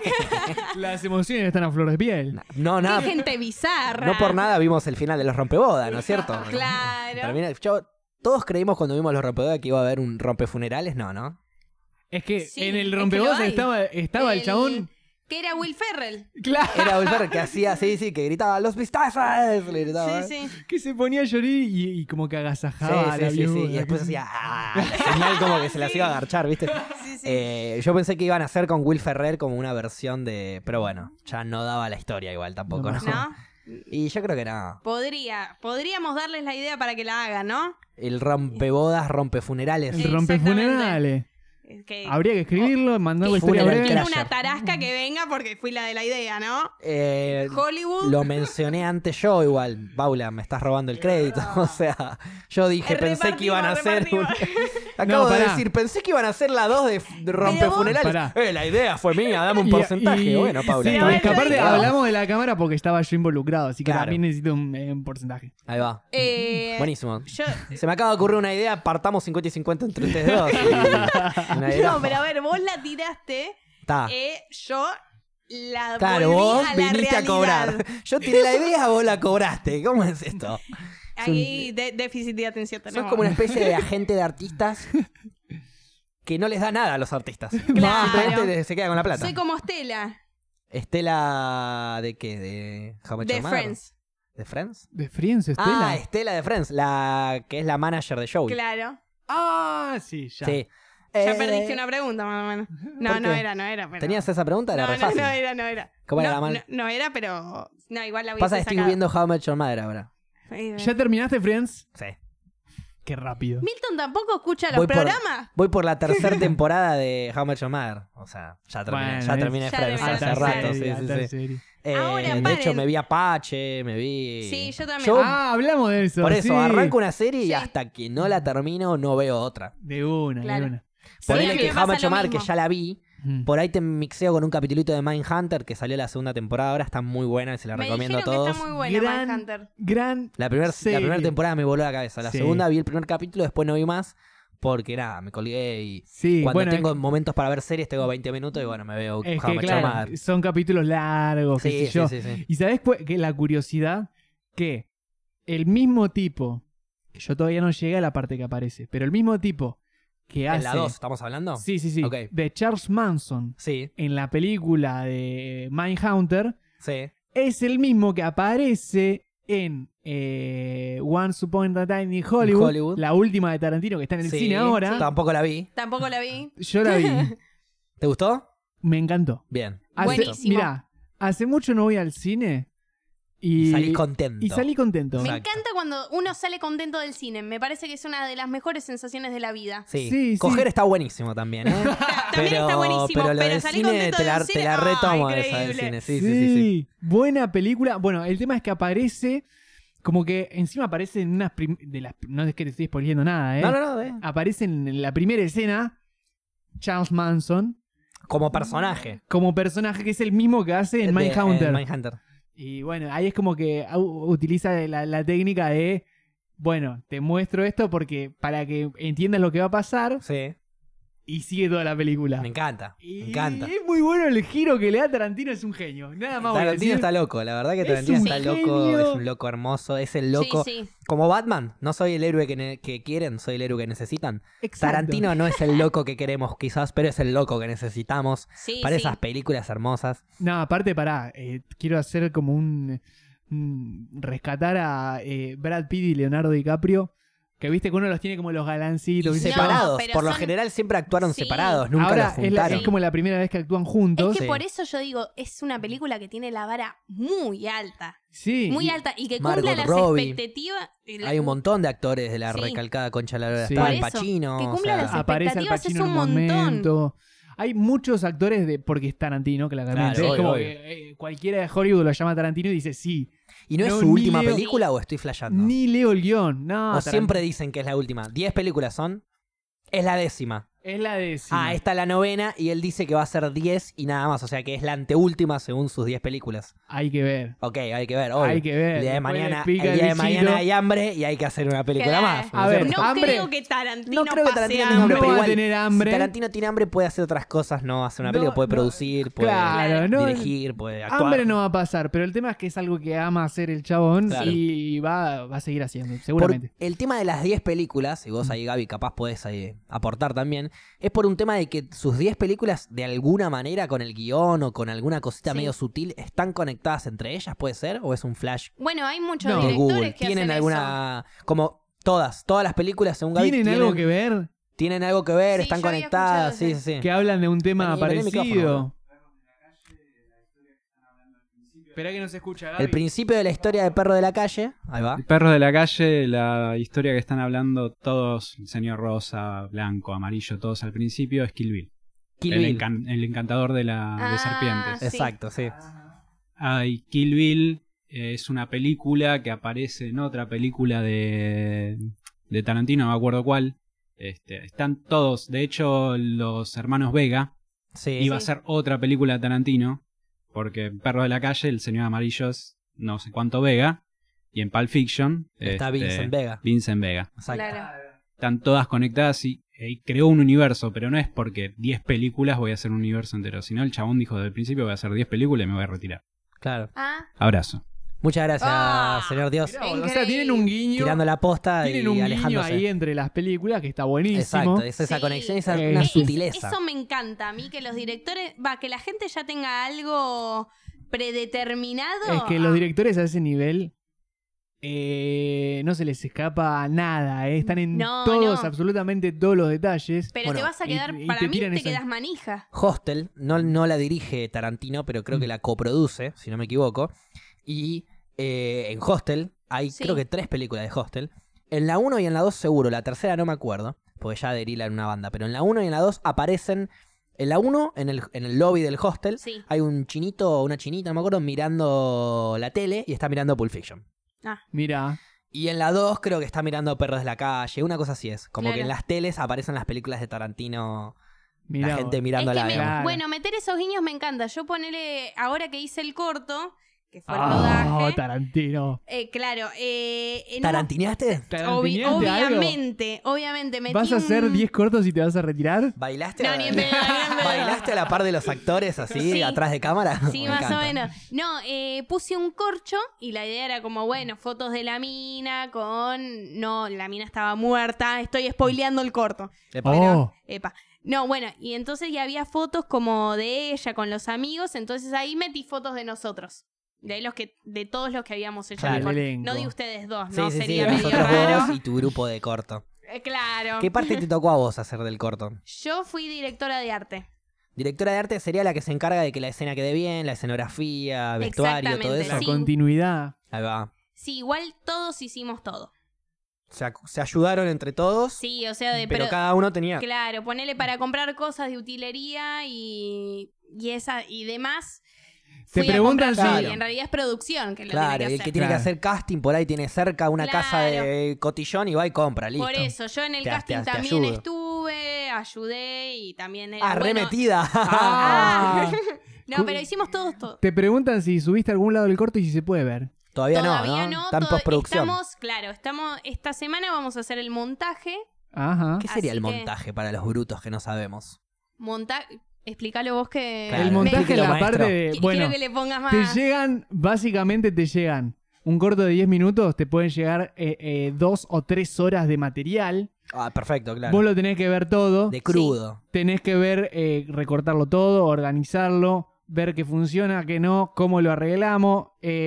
Las emociones están a flor de piel. No, Qué nada. gente bizarra. No por nada vimos el final de los rompebodas, ¿no es cierto? Claro. Termina- yo- todos creímos cuando vimos los rompebodas que iba a haber un rompefunerales, no, ¿no? Es que Sí, en es el que rompebodas lo hay. estaba, estaba el, El- chabón. Que era Will Ferrell. Claro. Era Will Ferrell que hacía, sí, sí, que gritaba, ¡los vistazos! Le gritaba. Sí, sí. Que se ponía a llorar y, y como que Sí, agasajaba a sí, la sí, sí. viuda. Y después hacía, ¡ah! La señal como que se las iba a agarchar, ¿viste? Sí, sí. Eh, yo pensé que iban a hacer con Will Ferrell como una versión de... Pero bueno, ya no daba la historia igual tampoco, No ¿no? ¿No? Y yo creo que no. Podría. Podríamos darles la idea para que la hagan, ¿no? El rompebodas, rompefunerales. El Sí. rompefunerales. Es que... Habría que escribirlo, mandar la que historia Funeral breve. tiene Crasher. una tarasca que venga porque fui la de la idea, ¿no? Eh, Hollywood. lo mencioné antes yo igual. Paula, me estás robando el crédito. O sea, yo dije, Eh, pensé que iban a hacer... un- repartimos, Acabo No, de pará. decir, pensé que iban a hacer la dos de, de rompefunerales. Pará. Eh, la idea fue mía, dame un Y- porcentaje. y- bueno, Paula. Sí, Pero es que bueno, aparte digo- hablamos de la cámara porque estaba yo involucrado, así que Claro. también necesito un, eh, un porcentaje. Ahí va. Eh, Buenísimo. yo- Se me acaba de ocurrir una idea, partamos cincuenta y cincuenta entre ustedes dos. y una idea. no, pero a ver, vos la tiraste, Está. eh, yo la Claro, volví vos a la viniste a realidad. cobrar. Yo tiré la idea, vos la cobraste. ¿Cómo es esto? Ahí de- déficit de atención Sos tenemos. como una especie de agente de artistas que no les da nada a los artistas. Claro. Simplemente se queda con la plata. Soy como Estela Estela, ¿de qué? ¿De How I Met de Your Mother? Friends. ¿De Friends? ¿De Friends, Estela? Ah, Estela de Friends, la que es la manager de Joey. Claro. Ah, sí, ya. Sí. Ya Eh, perdiste una pregunta, más o menos. No, ¿por no qué? era, no era. Pero... ¿Tenías esa pregunta? Era no, re no, fácil. no era, no era. ¿Cómo era no, la mal? No, no era, pero... No, igual la hubiese Pasa que estoy sacado. viendo How I Met Your Mother ahora. Eh, ¿Ya terminaste, Friends? Sí. Qué rápido. Milton tampoco escucha los Voy por- programas. Voy por la tercera temporada de How I Met Your Mother. O sea, ya terminé, Bueno, ya es- terminé Ya Friends terminé. hace Alta rato. serie, Sí, alta sí, sí. serie. Eh, Ahora, de paren. hecho, me vi Apache, me vi... Sí, yo también. Yo, Ah, hablamos de eso. por eso, sí. arranco una serie y Sí. hasta que no la termino no veo otra. De una, Claro. de una. Sí, Ponele a mí que me How I Met pasa Your lo Mother, que mismo. ya la vi, Mm. por ahí te mixeo con un capitulito de Mindhunter que salió la segunda temporada ahora, está muy buena y se la Me recomiendo a dijeron todos. que está muy buena Gran- Mindhunter. Gran La primera serie. la primera temporada me voló la cabeza, la Sí. segunda vi el primer capítulo, después no vi más porque nada, me colgué y Sí, cuando bueno, tengo es, momentos para ver series tengo veinte minutos y bueno, me veo How I es que Met Your claro, Mother. son capítulos largos, qué Sí, sé sí, yo. sí, sí. Y sabes cu- que la curiosidad que el mismo tipo, que yo todavía no llegué a la parte que aparece, pero el mismo tipo que hace ¿En la dos estamos hablando? Sí, sí, sí, Ok. de Charles Manson Sí, en la película de Mindhunter sí. es el mismo que aparece en eh, Once Upon a Time in Hollywood, Hollywood. la última de Tarantino que está en el Sí, cine ahora. Tampoco la vi. Tampoco la vi. Yo la vi, ¿Te gustó? me encantó. Bien. Hace, Buenísimo. Mirá, hace mucho no voy al cine y, Y salís contento. y salí contento. Me Exacto. encanta cuando uno sale contento del cine. Me parece que es una de las mejores sensaciones de la vida. Sí. Sí, Coger sí. está buenísimo también, ¿eh? También está buenísimo, pero lo pero del salí cine contento te la, del te cine. la retomo Ah, esa del increíble. cine. Sí, sí, sí, sí. Buena película. Bueno, el tema es que aparece como que encima aparece en unas prim- de las no es que te estoy spoileando nada, ¿eh? No, no, no. eh. Aparece en la primera escena Charles Manson Como personaje. como personaje que es el mismo que hace en De- Mindhunter. en Mindhunter. Y bueno, ahí es como que u- utiliza la, la técnica de, bueno, te muestro esto porque para que entiendas lo que va a pasar Sí. y sigue toda la película. Me encanta. Y Me encanta. es muy bueno el giro que le da Tarantino, es un genio. Nada más voy a Tarantino decir. está loco, la verdad que Es Tarantino un está loco, genio. es un loco hermoso, es el loco. Sí, sí. Como Batman, no soy el héroe que, ne- que quieren, soy el héroe que necesitan. Exacto. Tarantino no es el loco que queremos quizás, pero es el loco que necesitamos Sí, para sí. esas películas hermosas. No, aparte, pará, eh, quiero hacer como un, un- rescatar a eh, Brad Pitt y Leonardo DiCaprio, que viste que uno los tiene como los galancitos. Y ¿viste? separados, pero por lo son- general siempre actuaron Sí. separados, nunca Ahora los es, la- juntaron. es como la primera vez que actúan juntos. Es que Sí. por eso yo digo, es una película que tiene la vara muy alta. Sí. Muy y- alta. Y que Margot cumpla las Robbie. expectativas. y la- Hay un montón de actores de la Sí. recalcada Concha de la Lora. Sí. Estaba Por el eso, Pacino. que o cumpla sea, las Aparece Al expectativas Pacino es en un un montón. momento. Hay muchos actores de porque es Tarantino, claramente. Claro, es como obvio, que eh, cualquiera de Hollywood lo llama Tarantino y dice sí. ¿Y no, No, es su ni última leo- película o estoy flasheando? Ni leo el guión. No, o Tarantino- siempre dicen que es la última. Diez películas son. Es la décima. es la décima. Ah, esta es la novena y él dice que va a ser diez y nada más. O sea que es la anteúltima según sus diez películas. Hay que ver. Ok, hay que ver. obvio. Hay que ver. El día de Después mañana, le pica el el día de bichito. mañana hay hambre y hay que hacer una película Claro. más. ¿no A es ver, cierto? No hambre- creo que Tarantino No creo que pase Tarantino hambre. tenga hambre, No pero va a igual, tener hambre. Si Tarantino tiene hambre puede hacer otras cosas, no hace una No, película, puede no, producir, puede claro, no- dirigir, puede actuar. Hambre no va a pasar, pero el tema es que es algo que ama hacer el chabón Claro. y va, va a seguir haciendo, Por seguramente. el tema de las diez películas, y vos ahí Gaby capaz podés ahí aportar también, es por un tema de que sus diez películas de alguna manera con el guión o con alguna cosita Sí. medio sutil están conectadas entre ellas, ¿puede ser? ¿O es un flash Bueno, hay muchos No. de directores Google? que ¿Tienen hacen alguna... como todas, todas las películas según Gaby ¿Tienen algo que ver? tienen algo que ver, Sí, están yo había conectadas, sí, escuchado sí, sí. Que hablan de un tema Vení, vení al micrófono, parecido. Espera que no se escucha, Gaby. El principio de la historia de Perro de la Calle, ahí va. El perro de la calle, la historia que están hablando todos, el señor rosa, blanco, amarillo, todos al principio, es Kill Bill. Kill el, Bill. encan- el encantador de, la, de Ah, serpientes. sí. Exacto, sí. Ah, y Kill Bill eh, es una película que aparece en otra película de, de Tarantino, no me acuerdo cuál, Este, están todos. De hecho, los hermanos Vega Sí. iba Sí. a ser otra película de Tarantino. Porque en Perro de la Calle, el señor amarillo es no sé cuánto Vega. Y en Pulp Fiction Está este, Vincent Vega. Vincent Vega. Exacto. Claro. Están todas conectadas y, y creó un universo. Pero no es porque diez películas voy a hacer un universo entero. Sino el chabón dijo desde el principio voy a hacer diez películas y me voy a retirar. Claro. Ah, Abrazo. Muchas gracias, Ah. señor Dios. Mirá vos, o sea, Increíble. tienen un guiño. Tirando la posta Tienen y un guiño alejándose. ahí entre las películas que está buenísimo. Exacto, es esa Sí. conexión, esa Eh, una es- sutileza. eso me encanta a mí, que los directores, va, que la gente ya tenga algo predeterminado. Es que los Ah, directores a ese nivel eh, no se les escapa nada, eh. Están en No, todos, no. absolutamente todos los detalles. Pero Bueno, te vas a y- quedar, y para te mí tiran te esa- quedas manija. Hostel, no, no la dirige Tarantino, pero creo que la coproduce, si no me equivoco. Y eh, en Hostel hay Sí. creo que tres películas de Hostel. En la uno y en la dos seguro, la tercera no me acuerdo, porque ya adherí en una banda. Pero en la uno y en la dos aparecen... En la uno, en el, en el lobby del hostel, Sí. hay un chinito o una chinita, no me acuerdo, mirando la tele y está mirando Pulp Fiction. Mira, Y en la dos creo que está mirando Perros de la Calle, una cosa así es. Como Claro. que en las teles aparecen las películas de Tarantino, mira. la gente vos. mirándola. Es que me- digamos. Claro. bueno, meter esos guiños me encanta. Yo ponele, ahora que hice el corto, que fue el Oh, rodaje. Tarantino. eh, claro, eh, en un- ¿Tarantineaste? obvi- ¿Tarantiniaste algo? obviamente, obviamente. Metí ¿Vas a hacer un- diez cortos y te vas a retirar? ¿Bailaste? No, a... ni en pedo, ni en pedo. ¿Bailaste a la par de los actores así, Sí. atrás de cámara? Sí, Me más encanta. o menos. No, eh, puse un corcho y la idea era como, bueno, fotos de la mina con... No, la mina estaba muerta. Estoy spoileando el corto. Epa. Oh, Epa. No, bueno, y entonces ya había fotos como de ella con los amigos, entonces ahí metí fotos de nosotros. De los que, de todos los que habíamos hecho Claro. el corto. El elenco. No de ustedes dos, Sí, ¿no? sí, sí, Sería medio nosotros raro. vos y tu grupo de corto. Eh, claro. ¿Qué parte te tocó a vos hacer del corto? Yo fui directora de arte. Directora de arte sería la que se encarga de que la escena quede bien, la escenografía, vestuario, todo Exactamente, eso. la sí. continuidad. Ahí va. Sí, igual todos hicimos todo. Se, ac- se ayudaron entre todos, Sí, o sea, de... pero, cada uno tenía... Claro, ponele para comprar cosas de utilería y, y esa y demás. Te Fui a preguntan comprar, si- sí, en realidad es producción que lo Claro, tiene y que el que hacer. tiene que Claro. hacer casting por ahí tiene cerca una Claro. casa de cotillón y va y compra, listo. Por eso, yo en el Te- casting te- te también ayudo. estuve, ayudé y también era Ah, bueno- remetida. Ah. No, pero hicimos todos todo. Te preguntan si subiste a algún lado del corto y si se puede ver. Todavía, Todavía no, no, ¿no? Está en toda- postproducción. estamos, claro, estamos esta semana vamos a hacer el montaje. Ajá. ¿Qué sería Así el que- montaje para los brutos que no sabemos? Monta explícalo vos que Claro, El montaje es explíquelo, la maestro. parte de. Qui- Bueno, quiero que le pongas más. te llegan, básicamente te llegan un corto de diez minutos, te pueden llegar eh, eh, dos o tres horas de material. Ah, perfecto, claro. Vos lo tenés que ver todo. De crudo. Tenés que ver, eh, recortarlo todo, organizarlo, ver qué funciona, qué no, cómo lo arreglamos,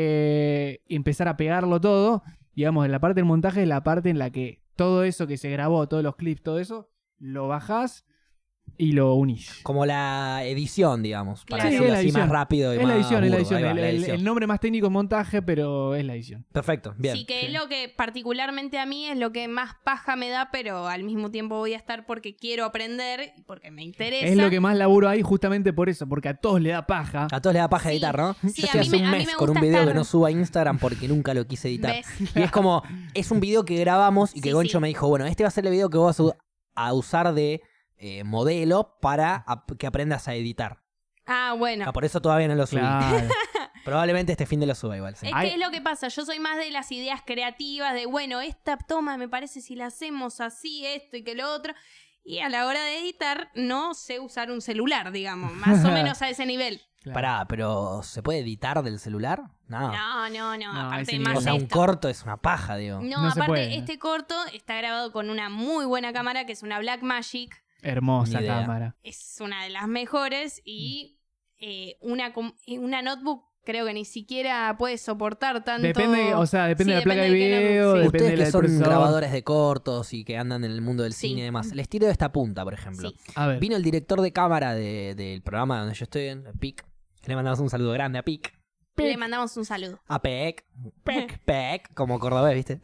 eh, y empezar a pegarlo todo. Digamos, la parte del montaje es la parte en la que todo eso que se grabó, todos los clips, todo eso, lo bajás y lo unís. Como la edición, digamos. Para Claro. Sí, decirlo es la así más edición. rápido y Es más la edición, es la burdo. edición. Ahí va, El, la el- edición. el nombre más técnico es montaje, pero es la edición. Perfecto, bien. Sí, que Sí. es lo que particularmente a mí es lo que más paja me da, pero al mismo tiempo voy a estar porque quiero aprender y porque me interesa. Es lo que más laburo hay justamente por eso, porque a todos le da paja. A todos les da paja Sí, editar, ¿no? sí, Yo a estoy mí hace me- un a mí mes me con un gusta video estar- que no subo a Instagram porque nunca lo quise editar. ¿Ves? Y es como, es un video que grabamos y que Sí, Goncho sí. me dijo, bueno, este va a ser el video que vos vas a u- a usar de eh, modelo para ap- que aprendas a editar. Ah, bueno. Ah, por eso todavía no lo subí. Claro. Probablemente este fin de lo suba igual, sí. Es Ay. que es lo que pasa, yo soy más de las ideas creativas, de bueno, esta toma me parece si la hacemos así, esto y que lo otro. Y a la hora de editar, no sé usar un celular, digamos, más o menos a ese nivel. Claro. Pará, pero ¿se puede editar del celular? No. No, no, no, No, aparte ese más o sea, un esto. corto es una paja, digo. No, No se aparte, puede. este corto está grabado con una muy buena cámara, que es una Blackmagic. Hermosa Ni idea. cámara. Es una de las mejores y eh, una, com- eh, una notebook creo que ni siquiera puede soportar tanto. Depende, o sea, depende Sí, de la placa de depende de qué video, notebook, sí. depende Ustedes de que la son procesador. grabadores de cortos y que andan en el mundo del Sí. cine y demás, les tiro de esta punta, por ejemplo. Sí. A ver. Vino el director de cámara de- del programa donde yo estoy, en Pic. Que le mandamos un saludo grande a Pic. Le mandamos un saludo. A Pec. Pec. Pec, como cordobés, ¿viste?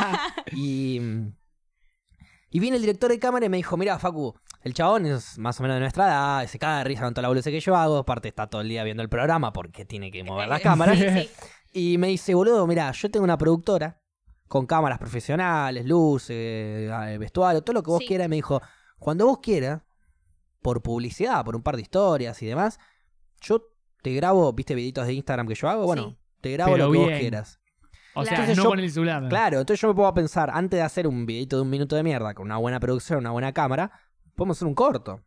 y, y vino el director de cámara y me dijo, mira, Facu, el chabón es más o menos de nuestra edad, se caga de risa con toda la boludez que yo hago, aparte está todo el día viendo el programa porque tiene que mover las cámaras. Sí, sí. Y me dice, boludo, mira, yo tengo una productora con cámaras profesionales, luces, eh, vestuario, todo lo que vos Sí. quieras. Y me dijo, cuando vos quieras, por publicidad, por un par de historias y demás, yo te grabo, viste, videitos de Instagram que yo hago, bueno, Sí. te grabo Pero lo que vos bien. quieras. O sea, Claro. no Yo- con el celular. Claro, entonces yo me puedo pensar, antes de hacer un videito de un minuto de mierda con una buena producción, una buena cámara, podemos hacer un corto.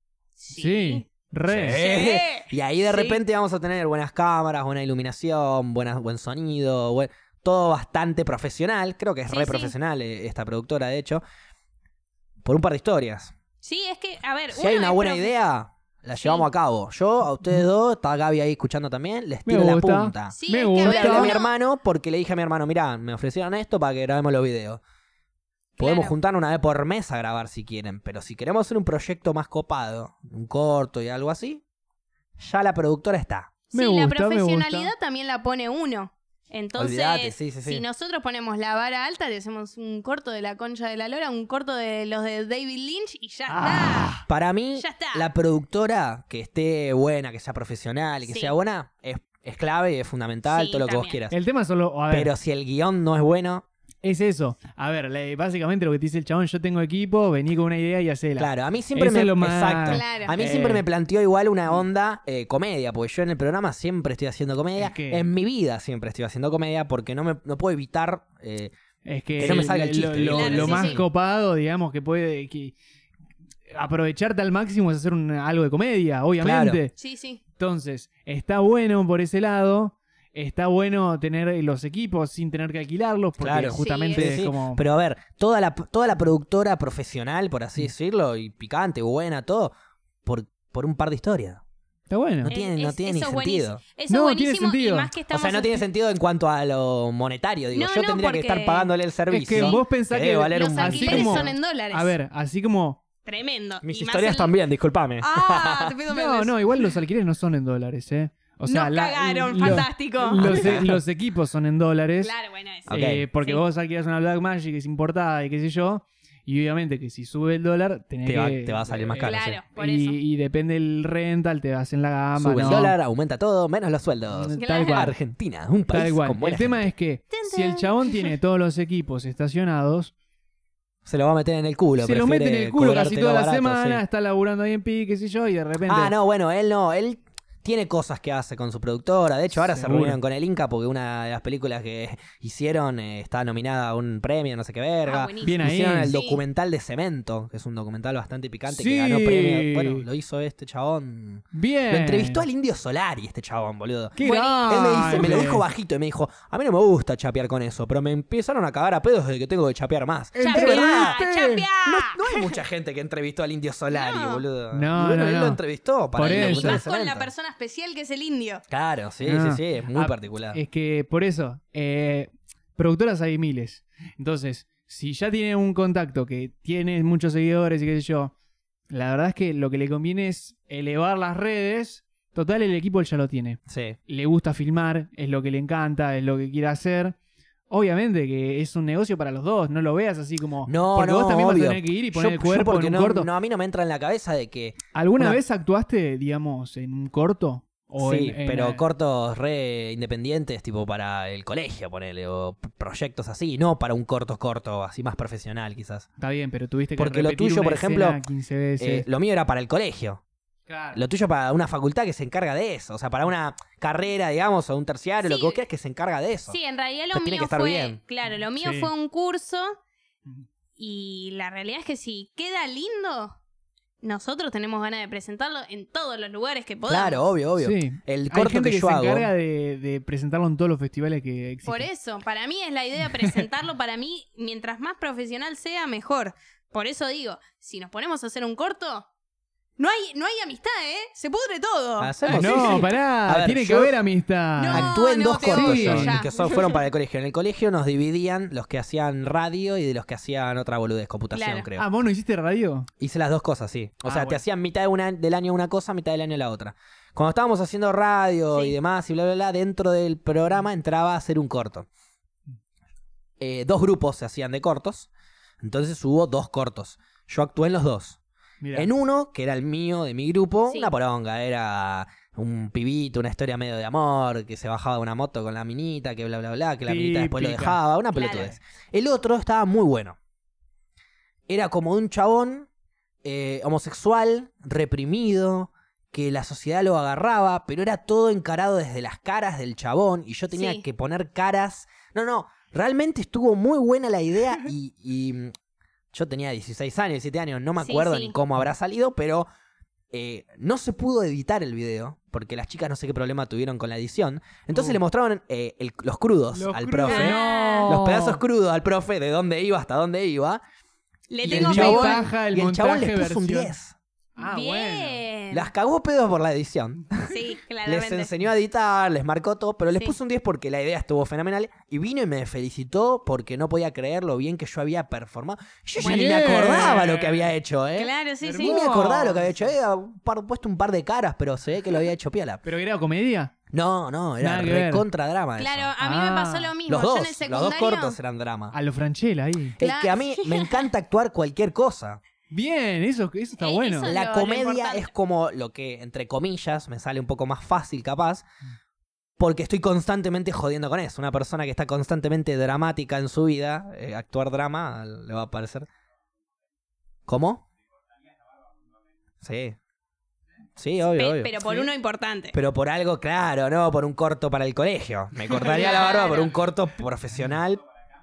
Sí. Re. Sí. Y ahí de Sí. repente vamos a tener buenas cámaras, buena iluminación, buena, buen sonido, buen- todo bastante profesional. Creo que es Sí, re sí. profesional eh, esta productora, de hecho. Por un par de historias. Sí, es que, a ver, Si uno hay una es buena profe- idea, la Sí. llevamos a cabo. Yo, a ustedes dos, está Gaby ahí escuchando también, les Me tiro la gusta. punta. Sí, Me es que, a gusta. Yo le ver, hablé a mi uno- hermano porque le dije a mi hermano, mirá, me ofrecieron esto para que grabemos los videos. Podemos Claro. juntarnos una vez por mes a grabar si quieren, pero si queremos hacer un proyecto más copado, un corto y algo así, ya la productora está. Sí, Me la gusta, me profesionalidad gusta. también la pone uno. Entonces, Olvídate, sí, sí, sí. si nosotros ponemos la vara alta, le hacemos un corto de La Concha de la Lora, un corto de los de David Lynch y ya Ah. Para mí, Ya está. la productora que esté buena, que sea profesional y que Sí. sea buena, es, es clave y es fundamental, Sí, todo lo que vos también. quieras. El tema solo, a ver, Pero si el guión no es bueno, es eso. A ver, le- básicamente lo que te dice el chabón, yo tengo equipo, vení con una idea y hacela. claro, a mí siempre Eso me... es lo más- Exacto. Claro. A mí Eh. siempre me planteó igual una onda eh, comedia, porque yo en el programa siempre estoy haciendo comedia. Es que- En mi vida siempre estoy haciendo comedia porque no, me, no puedo evitar... eh, Es que, Que no me salga el chiste, lo, ¿viste? lo- Claro, lo sí, más sí. copado, digamos, que puede que aprovecharte al máximo es hacer un- algo de comedia, obviamente. Sí, sí. Entonces, está bueno por ese lado. Está bueno tener los equipos sin tener que alquilarlos, porque Claro. justamente Sí, es sí, sí. como... Pero a ver, toda la, toda la productora profesional, por así decirlo, y picante, buena, todo, por, por un par de historias. Está bueno. No tiene- no tiene ni eso es sentido. buenísimo. Eso No, es tiene buenísimo sentido. y más que O estamos sea, no tiene sentido en cuanto a lo monetario. Digo, No, yo no, tendría que porque estar pagándole el servicio. Es que vos pensás que que debe valer los un así alquileres como- son en dólares. A ver, así como... Tremendo. Mis Y más historias el- también, discúlpame. Ah, te pido No, menos. no, igual los alquileres no son en dólares, ¿eh? O sea, Nos la- cagaron, lo- fantástico. Los, e- los equipos son en dólares. Claro, bueno, eso. Ok. eh, porque Sí. vos alquilás una Blackmagic que es importada y qué sé yo. Y obviamente que si sube el dólar, tenés Te va- que... te va a salir más eh, caro, Claro, sí. por y, eso. y depende el rental, te hacen la gama. Sube el ¿no? dólar, aumenta todo, menos los sueldos. Tal Claro. cual. Argentina, un país Tal cual. con El buena tema gente. es que Tin, si el tin. chabón tiene todos los equipos estacionados, Se lo va a meter en el culo. se lo mete en prefiere el culo casi cobrártelo toda la barato, semana, sí. está laburando ahí en Pi, qué sé yo, y de repente... Ah, no, bueno, él no, él tiene cosas que hace con su productora. De hecho, ahora se Seguro. reunieron con el Inca porque una de las películas que hicieron eh, está nominada a un premio, no sé qué verga. Ah, buenísimo. Bien ahí. Hicieron el Sí. documental de Cemento, que es un documental bastante picante Sí. que ganó premio. Bueno, lo hizo este chabón. Bien. Lo entrevistó al Indio Solari, este chabón, boludo. ¡Qué Buenísimo. Él me, dice, me lo grande! dijo bajito y me dijo, a mí no me gusta chapear con eso, pero me empezaron a cagar a pedos desde que tengo que chapear más. ¡Chapea! Es verdad. ¡Chapea! No, no hay mucha gente que entrevistó al Indio Solari, No. boludo. No, Y bueno, no, él no. lo entrevistó para Por el eso. Y documental más de con la Cemento. persona especial que es el indio. Claro, sí, Ah. sí, sí, es muy Ah, particular. Es que por eso, eh, productoras hay miles. Entonces, si ya tiene un contacto que tiene muchos seguidores y qué sé yo, la verdad es que lo que le conviene es elevar las redes. Total, el equipo él ya lo tiene. Sí. Le gusta filmar, es lo que le encanta, es lo que quiere hacer. Obviamente que es un negocio para los dos, no lo veas así como... No, porque no, vos también obvio. vas a tener que ir y poner Yo- el yo cuerpo porque en un no, corto. no, a mí no me entra en la cabeza de que... ¿Alguna una- vez actuaste, digamos, en un corto? O sí, en- en- pero eh, cortos re independientes, tipo para el colegio, ponele, o p- proyectos así, no para un corto corto, así más profesional quizás. Está bien, pero tuviste que Porque lo repetir tuyo, una por ejemplo, escena quince veces. Eh, lo mío era para el colegio. Claro. Lo tuyo para una facultad que se encarga de eso. O sea, para una carrera, digamos, o un terciario, lo Sí. que vos quieras que se encarga de eso. Sí, en realidad lo Pero tiene mío que estar fue. bien. Claro, lo mío Sí. fue un curso. Y la realidad es que si queda lindo, nosotros tenemos ganas de presentarlo en todos los lugares que podamos. Claro, obvio, obvio. Sí. El Hay corto gente que, que, yo se hago. encarga de, de presentarlo en todos los festivales que existen. Por eso, para mí es la idea presentarlo. Para mí, mientras más profesional sea, mejor. Por eso digo, si nos ponemos a hacer un corto, no hay, no hay amistad, ¿eh? Se pudre todo. Hacemos, sí, No, sí. pará, A ver, tiene que yo- haber amistad. No, Actué en no, dos te cortos odio yo, ya. que son, fueron para el colegio. En el colegio nos dividían los que hacían radio y de los que hacían otra boludez, computación, Claro. creo. Ah, ¿vos no hiciste radio? Hice las dos cosas, sí. O Ah, sea, te bueno. hacían mitad de una, del año una cosa, mitad del año la otra. Cuando estábamos haciendo radio Sí. y demás y bla, bla, bla, dentro del programa entraba a hacer un corto. Eh, dos grupos se hacían de cortos, entonces hubo dos cortos. Yo actué en los dos. Mirá. En uno, que era el mío, de mi grupo, Sí. una poronga, era un pibito, una historia medio de amor, que se bajaba de una moto con la minita, que bla bla bla, que la minita después lo Típica. dejaba, una Claro. pelotudez. El otro estaba muy bueno. Era como un chabón eh, homosexual, reprimido, que la sociedad lo agarraba, pero era todo encarado desde las caras del chabón y yo tenía Sí. que poner caras. No, no, realmente estuvo muy buena la idea y, y, mm, yo tenía dieciséis años, diecisiete años, no me Sí, acuerdo sí. ni cómo habrá salido, pero eh, no se pudo editar el video porque las chicas no sé qué problema tuvieron con la edición. Entonces Uh. le mostraron eh, el- los crudos Los al crudos, profe. no. Los pedazos crudos al profe, de dónde iba hasta dónde iba. Le Y tengo el fe. chabón, Baja el y el chabón montaje les puso un versión. diez. Ah, Bien. bueno. Las cagó pedos por la edición. Sí, Les claramente. enseñó a editar, les marcó todo, pero les Sí. puso un diez porque la idea estuvo fenomenal. Y vino y me felicitó porque no podía creer lo bien que yo había performado. Yo ya ni me Bien. acordaba lo que había hecho, ¿eh? Claro, sí, sí. Ni me acordaba lo que había hecho. Había un par- puesto un par de caras, pero se ve que lo había hecho piola. ¿Pero era comedia? No, no, era Nada que ver. recontra drama. Claro, eso. a mí Ah. me pasó lo mismo. Los Yo dos, en el los secundario. dos cortos eran drama. A lo Franchella ahí. Es que a mí me encanta actuar cualquier cosa. Bien, eso, eso está Eh, bueno. eso- La lo- lo comedia importante. es como lo que, entre comillas, me sale un poco más fácil capaz, porque estoy constantemente jodiendo con eso. Una persona que está constantemente dramática en su vida, eh, actuar drama, le va a parecer... ¿Cómo? Sí. Sí, obvio, Pe- obvio. pero por Sí. uno importante. Pero por algo, claro, no, por un corto para el colegio. Me cortaría la barba por un corto profesional.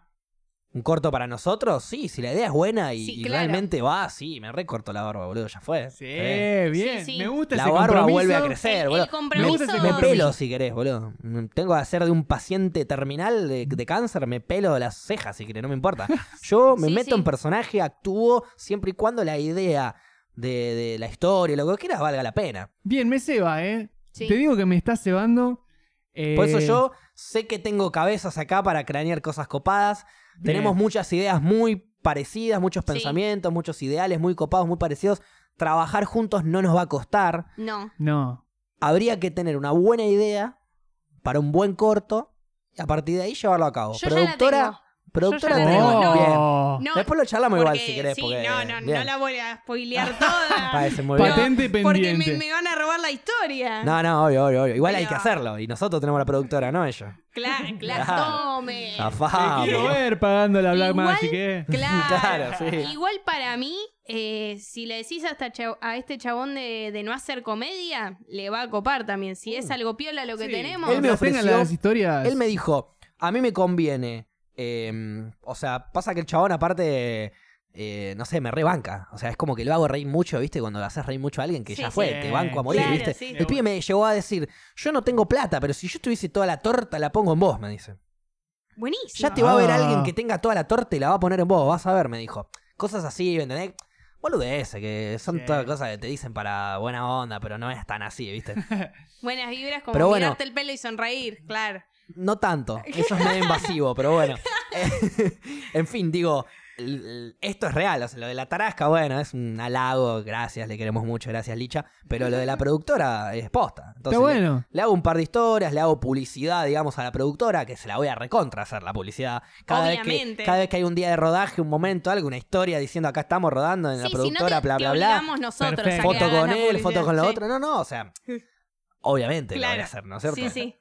¿Un corto para nosotros? Sí, si la idea es buena y, Sí, y claro. realmente va, sí, me recorto la barba, boludo, ya fue. Sí, Sí. bien. Sí, sí. Me gusta La ese barba compromiso. vuelve a crecer, El- boludo. el compromiso- Me gusta ese Me compromiso. pelo si querés, boludo. Mm, Tengo que hacer de un paciente terminal de, de cáncer, me pelo las cejas si querés, no me importa. Yo me Sí, meto sí. en personaje, actúo siempre y cuando la idea de, de la historia, lo que quieras, valga la pena. Bien, me ceba, ¿eh? Sí. Te digo que me estás cebando. eh, Por eso yo sé que tengo cabezas acá para cranear cosas copadas. bien. Tenemos muchas ideas muy parecidas, muchos Sí. pensamientos, muchos ideales muy copados, muy parecidos. Trabajar juntos no nos va a costar. No. No. Habría que tener una buena idea para un buen corto y a partir de ahí llevarlo a cabo. Yo ya la productora, tengo. productora Yo ya la tenemos. tengo, no. Bien. No, Después lo charlamos igual porque- si querés. sí, porque, no, no, bien. no la voy a spoilear toda. Parece muy bien. Patente Porque pendiente. me, me van a robar la historia. No, no, obvio, obvio, obvio. Igual hay Pero- que hacerlo. Y nosotros tenemos la productora, no ellos. Claro, claro. Claro. Tome. Zafamos. Te quiero ver pagando la Black Igual- Magic, ¿eh? Claro. Claro, sí. Igual para mí, eh, si le decís a, esta cha- a este chabón de, de no hacer comedia, le va a copar también. Si es algo piola lo que Sí. tenemos. Él me Mientras tengan ofreció- las historias. Él me dijo, a mí me conviene. eh, o sea, pasa que el chabón aparte, eh, no sé, me rebanca. O sea, es como que lo hago reír mucho, ¿viste? Cuando lo haces reír mucho a alguien que Sí, ya sí. fue, te banco a morir, Claro, ¿viste? sí. El pibe me llegó a decir, yo no tengo plata, pero si yo tuviese toda la torta, la pongo en vos, me dice. Buenísimo. Ya te va a ver Ah. alguien que tenga toda la torta y la va a poner en vos, vas a ver, me dijo. Cosas así, ¿me entendés? Boludeces, que son Sí. todas cosas que te dicen para buena onda, pero no es tan así, ¿viste? Buenas vibras como Pero bueno. mirarte el pelo y sonreír, claro. No tanto, eso es medio invasivo, pero bueno. Eh, en fin, digo, l- l- esto es real, o sea, lo de la tarasca, bueno, es un halago, gracias, le queremos mucho, gracias Licha, pero lo de la productora es posta. Entonces, Está bueno. Le, le hago un par de historias, le hago publicidad, digamos, a la productora, que se la voy a recontra hacer la publicidad. Cada vez, que, Obviamente. cada vez que hay un día de rodaje, un momento, algo, una historia diciendo acá estamos rodando en la Sí, si no productora, te, bla, te bla, bla. obligamos nosotros a Perfecto. que Foto hagas con la él, foto publicidad. con lo Sí. otro. No, no, o sea, obviamente lo voy a Claro. hacer, ¿no es cierto? Sí, sí.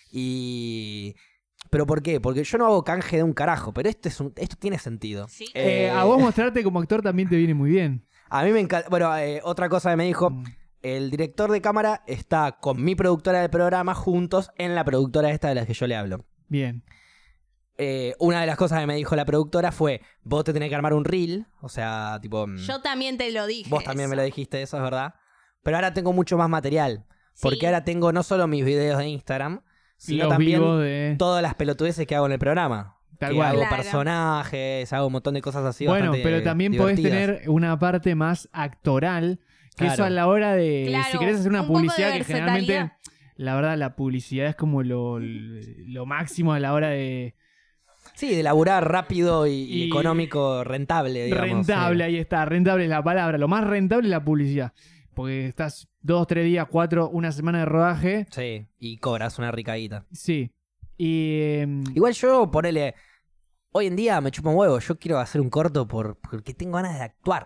Y... ¿Pero por qué? Porque yo no hago canje de un carajo, pero esto, es un- esto tiene sentido. Sí. Eh, Eh, a vos mostrarte como actor también te viene muy bien. A mí me encanta... Bueno, eh, otra cosa que me dijo, Mm. el director de cámara está con mi productora del programa juntos en la productora esta de la que yo le hablo. Bien. Eh, una de las cosas que me dijo la productora fue, vos te tenés que armar un reel, o sea, tipo... mm, Yo también te lo dije. vos también me eso. lo dijiste, eso es verdad. Pero ahora tengo mucho más material, porque Sí. ahora tengo no solo mis videos de Instagram, sino Los también vivos de... todas las pelotudeces que hago en el programa. Tal que cual. hago Claro. personajes, hago un montón de cosas así. Bueno, bastante pero también podés divertidas. tener una parte más actoral, que Claro. eso a la hora de... Claro, si querés hacer una un poco de publicidad, que generalmente, versatilidad. la verdad, la publicidad es como lo, lo máximo a la hora de... Sí, de laburar rápido y, y Y- económico, rentable, digamos. Rentable, sí. ahí está, rentable es la palabra. Lo más rentable es la publicidad. Porque estás dos, tres días, cuatro, una semana de rodaje. Sí, y cobras una rica guita. Sí. Y... em, Igual yo, ponele... Hoy en día me chupa un huevo. Yo quiero hacer un corto por, porque tengo ganas de actuar.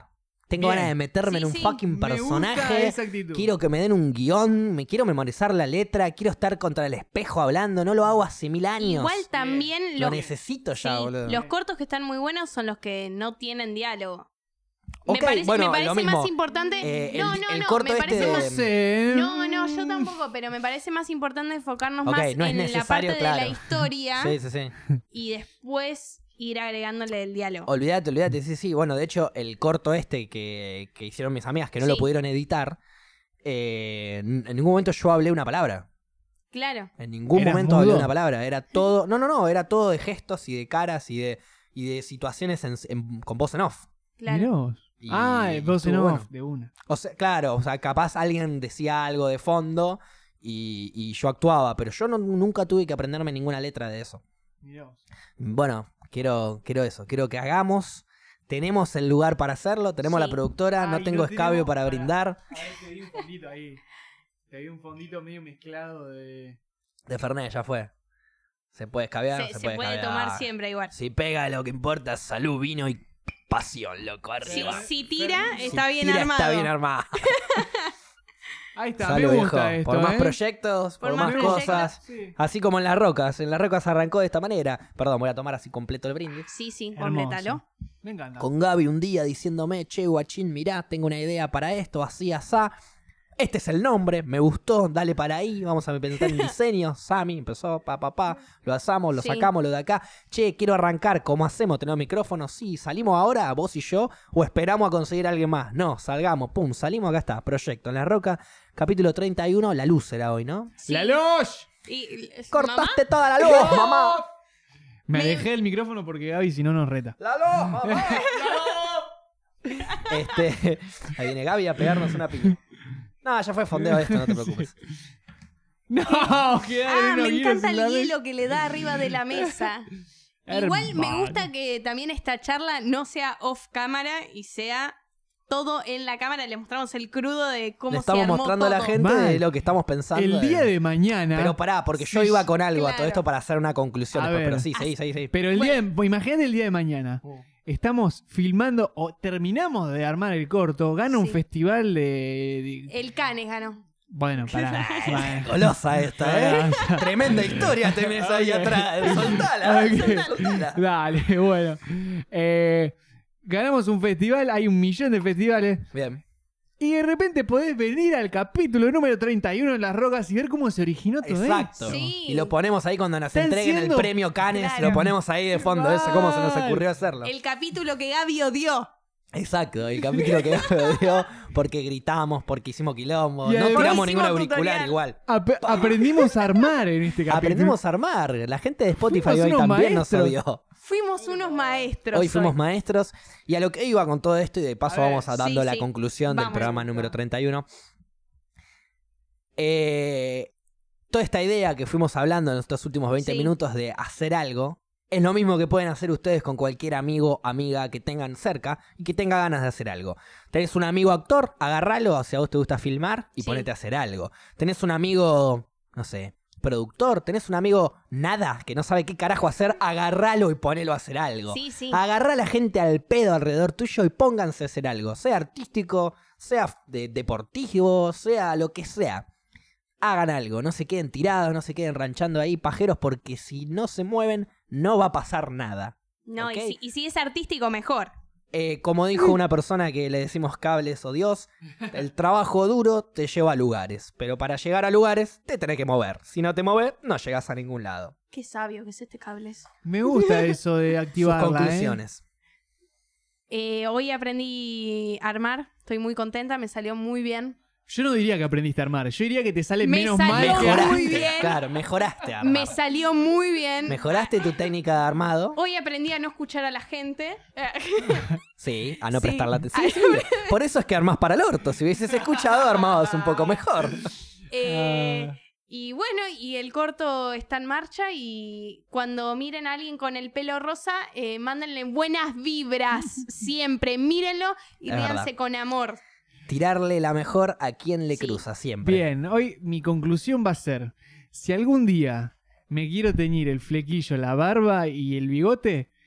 Tengo Bien. ganas de meterme Sí, en un sí, fucking Me gusta personaje. esa actitud. Quiero que me den un guión, me quiero memorizar la letra, quiero estar contra el espejo hablando, no lo hago hace mil años. Igual también lo los, necesito ya, sí, boludo. los cortos que están muy buenos son los que no tienen diálogo. Ok, me parece, bueno, me parece lo mismo. más importante. Eh, no, el- no, el no. corto Me este parece de- más. No sé. No, no, yo tampoco, pero me parece más importante enfocarnos Ok, más no es en la necesario, parte de la claro. historia Sí, sí, sí. y después ir agregándole el diálogo. Olvídate, olvídate, sí, sí. Bueno, de hecho, el corto este que, que hicieron mis amigas, que no lo Sí. pudieron editar, eh, en en ningún momento yo hablé una palabra. Claro. En ningún ¿Eras momento hablé mudo? una palabra. Era todo. No, no, no. Era todo de gestos y de caras y de, y de situaciones en- en- con voz en off. Claro. Mirá vos. Y- Ah, y vos estuvo en bueno. off, de una. O sea, claro, o sea, capaz alguien decía algo de fondo y, y yo actuaba, pero yo no- nunca tuve que aprenderme ninguna letra de eso. Mirá vos. Bueno, quiero, quiero eso. Quiero que hagamos. Tenemos el lugar para hacerlo. Tenemos Sí. la productora. no Ay, tengo lo escabio tenemos para para- brindar. A ver, te di un fondito ahí. Te di un fondito medio mezclado de... De Fernet, ya fue. Se puede escabiar. Se, Se, se puede, puede escabiar. tomar siempre igual. Si pega, lo que importa es salud, vino y pasión, loco. Si, Arriba. si tira, Si está Si bien tira, armado. Está bien armado. Ahí está, Salud, me gusta viejo. esto, Por más ¿eh? proyectos, por, Por más más cosas. Sí. Así como en las rocas. En las rocas arrancó de esta manera. Perdón, voy a tomar así completo el brindis. Sí, sí, Hermoso. complétalo. Me encanta. Con Gaby un día diciéndome, che, guachín, mirá, tengo una idea para esto, así, asá. Este es el nombre, me gustó, dale para ahí, vamos a pensar en diseño. Sammy empezó, pa, pa, pa, lo asamos, lo Sí. sacamos, lo de acá. Che, quiero arrancar, ¿cómo hacemos? ¿Tenemos micrófonos? Sí, ¿salimos ahora, vos y yo? ¿O esperamos a conseguir a alguien más? No, salgamos, pum, salimos, acá está, proyecto en la roca, capítulo treinta y uno, la luz era hoy, ¿no? Sí. ¡La luz! Y, Cortaste toda la luz, mamá. Me Me- alejé del micrófono porque Gaby si no nos reta. La luz, mamá. Este, ahí viene Gaby a pegarnos una piña. No, ya fue fondeo esto, no te preocupes. No, quedaron Ah, unos me hilos encanta en el la mesa. hielo que le da arriba de la mesa. Igual me Hermano. gusta que también esta charla no sea off cámara y sea todo en la cámara. Le mostramos el crudo de cómo Le se estamos armó mostrando a la todo. gente Mal. de lo que estamos pensando. El día de mañana. Pero pará, porque yo Sí, iba con algo a todo claro. esto para hacer una conclusión A después. ver. Pero sí, seguí, seguí, seguí. Pero el día de, imagínate el día de mañana. Uh. Estamos filmando o terminamos de armar el corto. Gana un Sí. festival de. de- El Canes ganó. Bueno, pará. Bueno. Golosa esta, ¿eh? Tremenda historia tenés ahí Ok. atrás. Soltala, Ok. soltala. Dale, bueno. Eh, ganamos un festival, hay un millón de festivales. Bien. Y de repente podés venir al capítulo número treinta y uno en Las Rocas y ver cómo se originó todo Exacto. esto. Sí. Y lo ponemos ahí cuando nos Están entreguen el siendo- premio Canes. Claro. Lo ponemos ahí de fondo. Ese, ¿Cómo se nos ocurrió hacerlo? El capítulo que Gaby odió. Exacto, el capítulo que me dio porque gritamos, porque hicimos quilombo. Y No además- tiramos ningún Hicimos auricular tutorial. igual. Ap- aprendimos a armar en este capítulo. Aprendimos a armar. La gente de Spotify Fuimos hoy unos también nos maestros. odió. Fuimos unos maestros. Hoy fuimos maestros. Y a lo que iba con todo esto, y de paso A ver, vamos a dando sí, la sí. conclusión del Vamos. programa número treinta y uno. Eh, toda esta idea que fuimos hablando en estos últimos veinte Sí. minutos de hacer algo, es lo mismo que pueden hacer ustedes con cualquier amigo, amiga que tengan cerca y que tenga ganas de hacer algo. Tenés un amigo actor, agarralo, si a vos te gusta filmar y Sí. ponete a hacer algo. Tenés un amigo, no sé, productor, tenés un amigo nada, que no sabe qué carajo hacer, agarralo y ponelo a hacer algo. Sí, sí. Agarrá a la gente al pedo alrededor tuyo y pónganse a hacer algo, sea artístico, sea de- deportivo, sea lo que sea. Hagan algo, no se queden tirados, no se queden ranchando ahí pajeros, porque si no se mueven, no va a pasar nada. No, ¿ok? y, si, y si es artístico, mejor. Eh, como dijo una persona que le decimos cables o Dios, el trabajo duro te lleva a lugares, pero para llegar a lugares te tenés que mover. Si no te moves, no llegas a ningún lado. Qué sabio que es este cables. Me gusta eso de Sus activarla. ¿eh? conclusiones. Eh, hoy aprendí a armar. Estoy muy contenta, me salió muy bien. Yo no diría que aprendiste a armar. Yo diría que te sale Me menos salió mal que muy Mejoraste, bien. claro, mejoraste a armar. Me salió muy bien. Mejoraste tu técnica de armado. Hoy aprendí a no escuchar a la gente. Sí, a no Sí. prestar la atención. Sí, sí. Por eso es que armás para el orto. Si hubieses escuchado, armabas un poco mejor. Eh, Ah. Y bueno, y el corto está en marcha y cuando miren a alguien con el pelo rosa, eh, mándenle buenas vibras siempre. Mírenlo y Es ríanse verdad. con amor. Tirarle la mejor a quien le Sí. cruza siempre. Bien, hoy mi conclusión va a ser, si algún día me quiero teñir el flequillo, la barba y el bigote,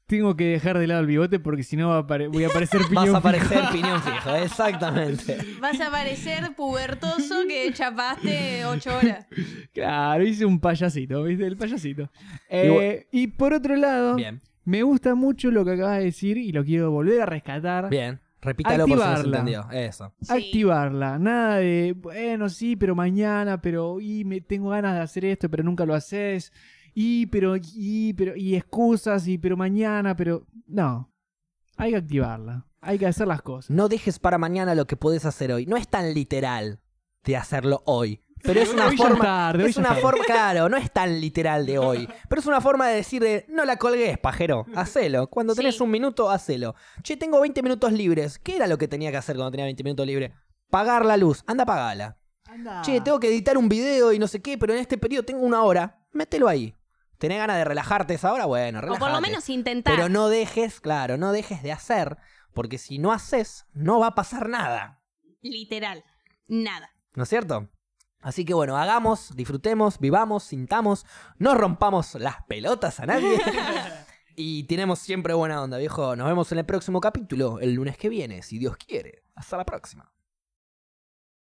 tengo que dejar de lado el bigote porque si no va a apare- voy a aparecer piñón Vas a fijo. aparecer piñón fijo, exactamente. Vas a parecer pubertoso que chapaste ocho horas. Claro, hice un payasito, ¿viste? El payasito. Eh, y por otro lado, Bien, me gusta mucho lo que acabas de decir y lo quiero volver a rescatar. bien. Repítalo por si no se Activarla. entendió. Eso. Sí. Activarla. Nada de, bueno, sí, pero mañana, pero y me tengo ganas de hacer esto, pero nunca lo haces. Y, pero, y, pero, y excusas, y, pero mañana, pero. No. Hay que activarla. Hay que hacer las cosas. No dejes para mañana lo que podés hacer hoy. No es tan literal de hacerlo hoy. Pero es una Hoy ya forma. es tarde, hoy es ya una es tarde. forma, claro, no es tan literal de hoy. Pero es una forma de decir de no la colgues, pajero. Hacelo. Cuando tenés Sí. un minuto, hacelo. Che, tengo veinte minutos libres. ¿Qué era lo que tenía que hacer cuando tenía veinte minutos libres? Pagar la luz. Anda, pagala. Anda. Che, tengo que editar un video y no sé qué, pero en este periodo tengo una hora. Mételo ahí. ¿Tenés ganas de relajarte esa hora? Bueno, O relájate. por lo menos intentar. Pero no dejes, claro, no dejes de hacer. Porque si no haces, no va a pasar nada. Literal. Nada. ¿No es cierto? Así que bueno, hagamos, disfrutemos, vivamos, sintamos, no rompamos las pelotas a nadie. Y tenemos siempre buena onda, viejo. Nos vemos en el próximo capítulo, el lunes que viene, si Dios quiere. Hasta la próxima.